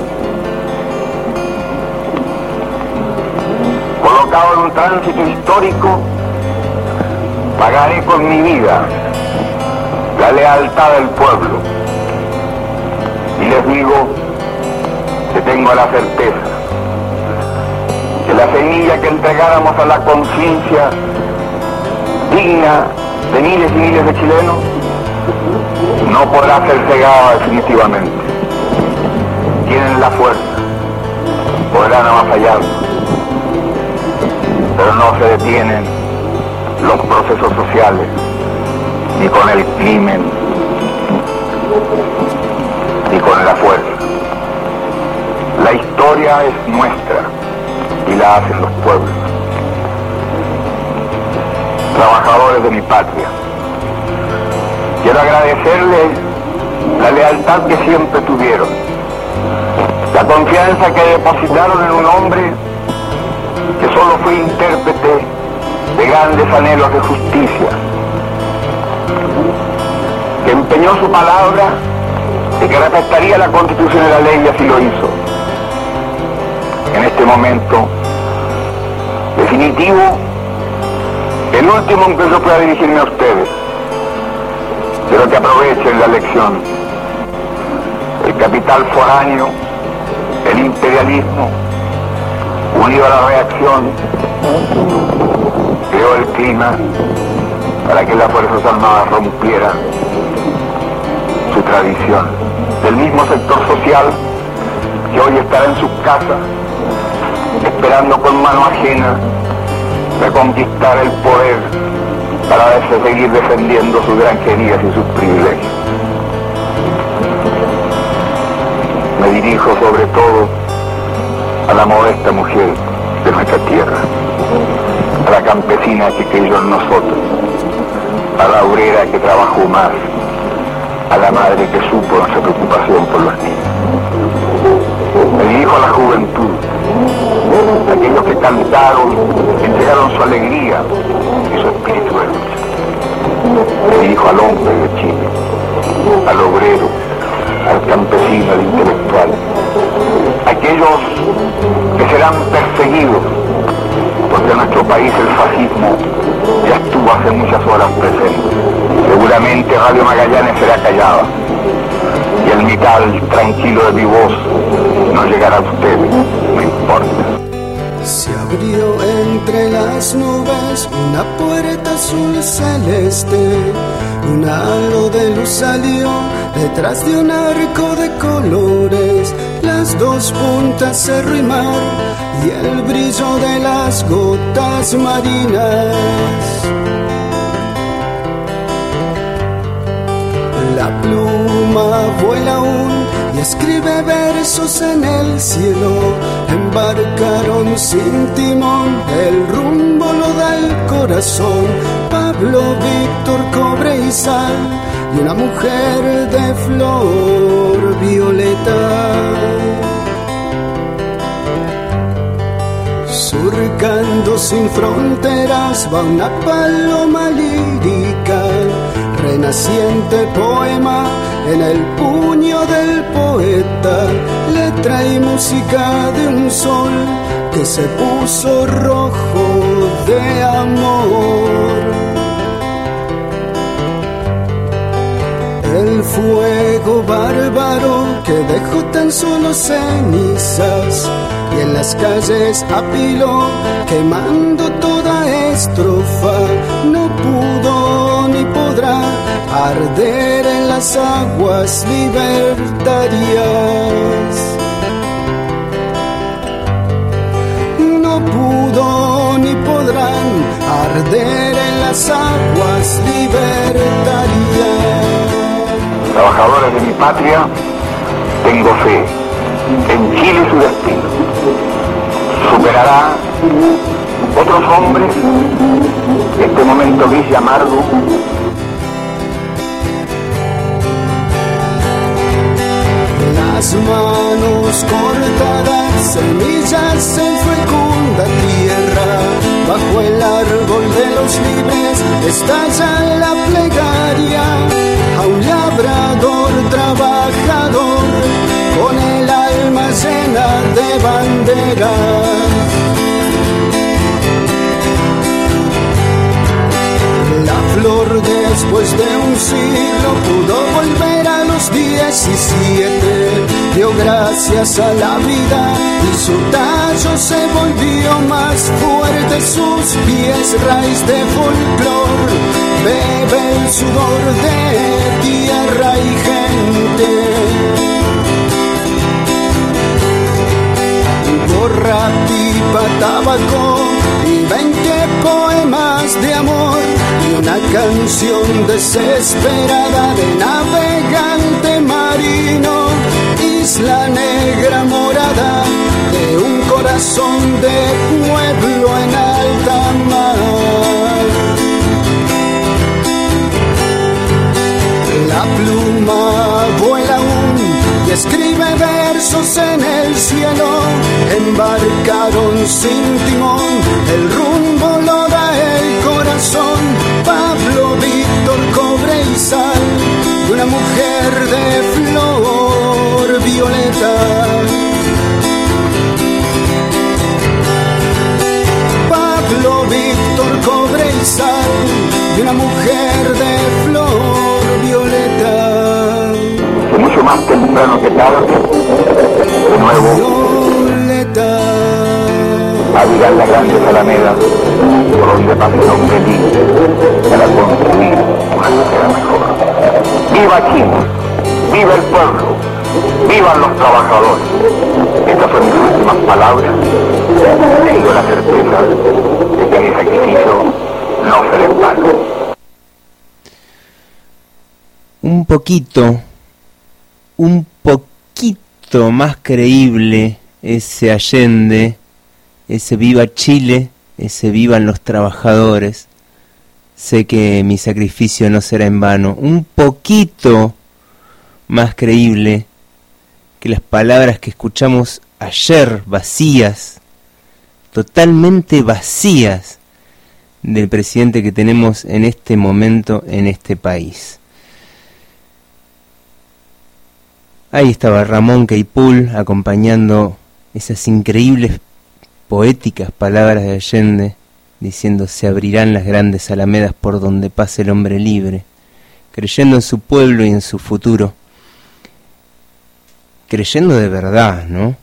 Colocado en un tránsito histórico, pagaré con mi vida la lealtad del pueblo. Y les digo que tengo la certeza que la semilla que entregáramos a la conciencia digna de miles y miles de chilenos no podrá ser cegada definitivamente. Tienen la fuerza, podrán avasallarnos, pero no se detienen los procesos sociales ni con el crimen ni con la fuerza. La historia es nuestra y la hacen los pueblos. Trabajadores de mi patria, quiero agradecerles la lealtad que siempre tuvieron, la confianza que depositaron en un hombre que solo fue intérprete de grandes anhelos de justicia, que empeñó su palabra de que respetaría la Constitución y la ley, y así lo hizo. En este momento definitivo, el último en que yo pueda dirigirme a ustedes, quiero que aprovechen la lección. El capital foráneo, el imperialismo, unido a la reacción, creó el clima para que las Fuerzas Armadas rompieran su tradición. Del mismo sector social que hoy estará en sus casas, esperando con mano ajena reconquistar el poder para seguir defendiendo sus granjerías y sus privilegios. Me dirijo sobre todo a la modesta mujer de nuestra tierra, a la campesina que creyó en nosotros, a la obrera que trabajó más, a la madre que supo nuestra preocupación por los niños. Me dirijo a la juventud, a aquellos que cantaron, entregaron su alegría y su espíritu de lucha. Me dirijo al hombre de Chile, al obrero, al campesino, al intelectual, aquellos que serán perseguidos, porque en nuestro país el fascismo ya estuvo hace muchas horas presente. Seguramente Radio Magallanes será callada y el metal tranquilo de mi voz no llegará a ustedes, no importa. Se abrió entre las nubes una puerta azul celeste, un halo de luz salió detrás de un arco de colores, las dos puntas cerro y mar y el brillo de las gotas marinas. La pluma vuela aún y escribe versos en el cielo. Embarcaron sin timón, el rumbo lo da el corazón. Pablo, Víctor, cobre y sal y una mujer de flor violeta. Surcando sin fronteras va una paloma lírica renaciente poema en el puño del poeta, letra y música de un sol que se puso rojo de amor. El fuego bárbaro que dejó tan solo cenizas y en las calles apiló quemando toda estrofa, no pudo ni podrá arder en las aguas libertarias. No pudo ni podrán arder en las aguas libertarias. Trabajadores de mi patria, tengo fe en Chile su destino. Superará otros hombres este momento gris y amargo. Las manos cortadas, semillas en fecunda tierra, bajo el árbol de los libres estalla la plegaria a un labrador trabajador con el alma llena de banderas. La flor después de un siglo pudo volver a los diecisiete, dio gracias a la vida y su tallo se volvió más fuerte, sus pies raíz de folclor, bebe el sudor de tierra y gente. Gorra, pipa, tabaco y veinte poemas de amor y una canción desesperada de navegante marino, isla negra morada de un corazón de pueblo en alta mar. La pluma vuela aún y escribe versos en el cielo, embarcaron sin timón, el rumbo lo da el corazón, Pablo, Víctor, cobre y sal, de una mujer de flor violeta. Pablo, Víctor, cobre y sal, de una mujer de flor violeta. Mucho más temprano que tarde, de nuevo, violeta. a mirar la grande alameda por donde pasa el hombre libre para construir una sociedad mejor. ¡Viva Chile! ¡Viva el pueblo! ¡Vivan los trabajadores! Estas son mis últimas palabras. Tengo la certeza de que mi sacrificio no será en vano. Un poquito, un poquito más creíble ese Allende, ese viva Chile, ese vivan los trabajadores. Sé que mi sacrificio no será en vano. Un poquito más creíble que las palabras que escuchamos ayer, vacías, totalmente vacías, del presidente que tenemos en este momento en este país. Ahí estaba Ramón Queipul acompañando esas increíbles poéticas palabras de Allende, diciendo: se abrirán las grandes alamedas por donde pase el hombre libre, creyendo en su pueblo y en su futuro, creyendo de verdad, ¿no?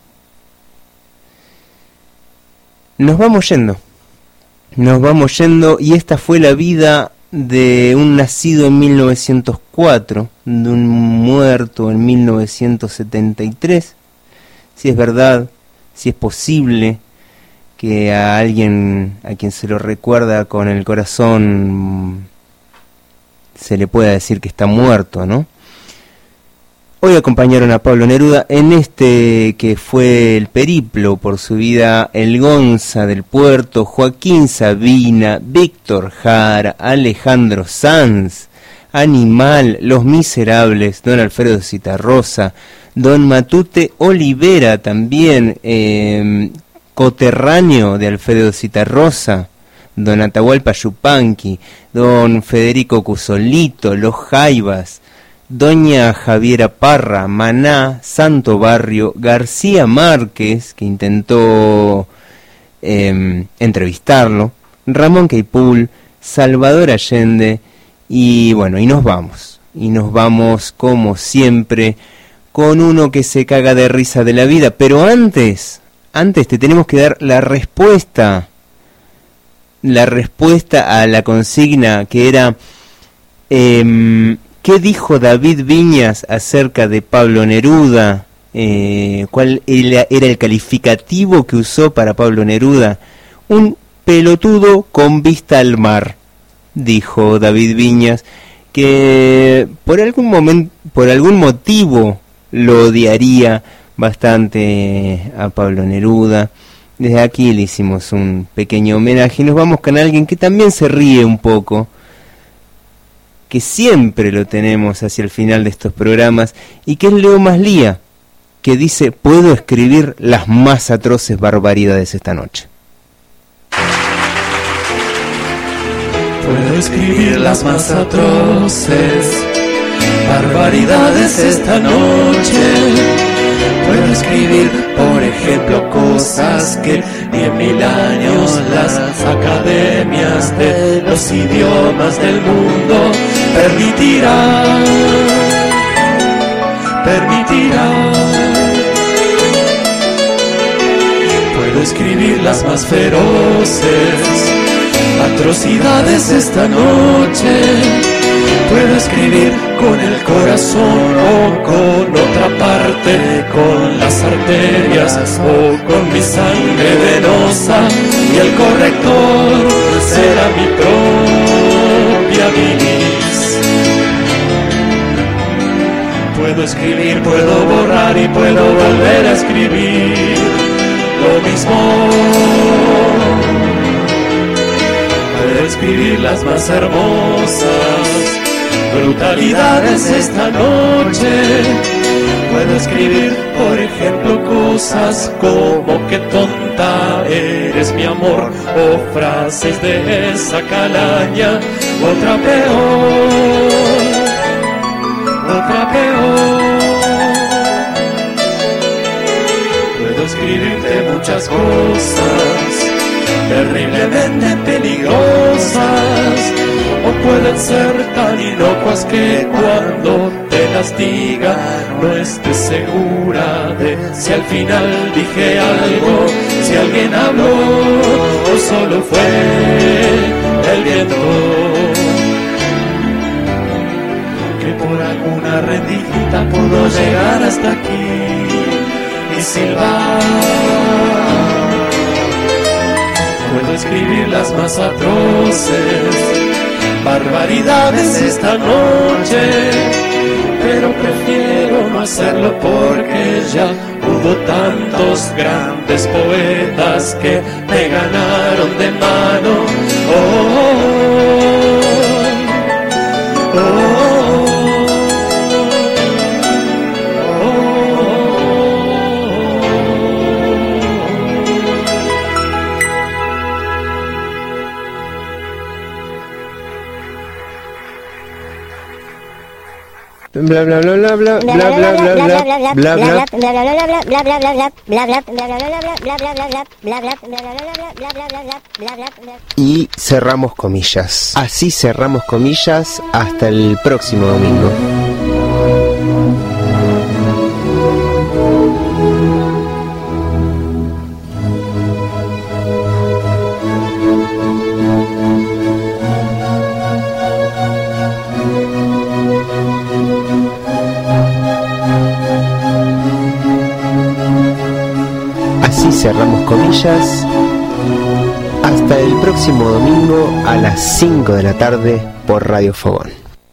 Nos vamos yendo, nos vamos yendo, y esta fue la vida de un nacido en mil novecientos cuatro, de un muerto en mil novecientos setenta y tres. Si es verdad, si es posible que a alguien a quien se lo recuerda con el corazón se le pueda decir que está muerto, ¿no? Hoy acompañaron a Pablo Neruda en este que fue el periplo por su vida: El Gonza del Puerto, Joaquín Sabina, Víctor Jara, Alejandro Sanz, Animal, Los Miserables, don Alfredo Zitarrosa, don Matute Olivera, también eh, coterráneo de Alfredo Zitarrosa, don Atahualpa Yupanqui, don Federico Cusolito, los Jaivas, doña Javiera Parra, Maná, Santo Barrio, García Márquez, que intentó eh, entrevistarlo, Ramón Queipul, Salvador Allende, y bueno, y nos vamos, y nos vamos como siempre con uno que se caga de risa de la vida, pero antes, antes te tenemos que dar la respuesta, la respuesta a la consigna que era... Eh, ¿Qué dijo David Viñas acerca de Pablo Neruda? Eh, ¿Cuál era el calificativo que usó para Pablo Neruda? Un pelotudo con vista al mar, dijo David Viñas, que por algún momento, por algún motivo lo odiaría bastante a Pablo Neruda. Desde aquí le hicimos un pequeño homenaje y nos vamos con alguien que también se ríe un poco, que siempre lo tenemos hacia el final de estos programas, y que es Leo Maslía, que dice: puedo escribir las más atroces barbaridades esta noche. Puedo escribir las más atroces barbaridades esta noche. Puedo escribir, por ejemplo, cosas que diez mil años las academias de los idiomas del mundo permitirán, permitirán. Puedo escribir las más feroces atrocidades esta noche. Puedo escribir con el corazón o con otra parte, con las arterias o con mi sangre venosa, y el corrector será mi propia bilis. Puedo escribir, puedo borrar y puedo volver a escribir lo mismo. Puedo escribir las más hermosas brutalidades esta noche. Puedo escribir, por ejemplo, cosas como qué tonta eres mi amor, o frases de esa calaña, otra peor, otra peor. Puedo escribirte muchas cosas terriblemente peligrosas, o pueden ser tan inocuas que cuando te las diga no estés segura de si al final dije algo, si alguien habló o solo fue el viento que por alguna rendijita pudo llegar hasta aquí y silbar. Puedo escribir las más atroces barbaridades esta noche, pero prefiero no hacerlo porque ya hubo tantos grandes poetas que me ganaron de mano. Oh, oh, oh, oh. Bla bla bla bla bla bla bla bla bla bla bla. Y cerramos comillas. Así cerramos comillas hasta el próximo domingo. Cerramos comillas hasta el próximo domingo a las cinco de la tarde por Radio Fogón.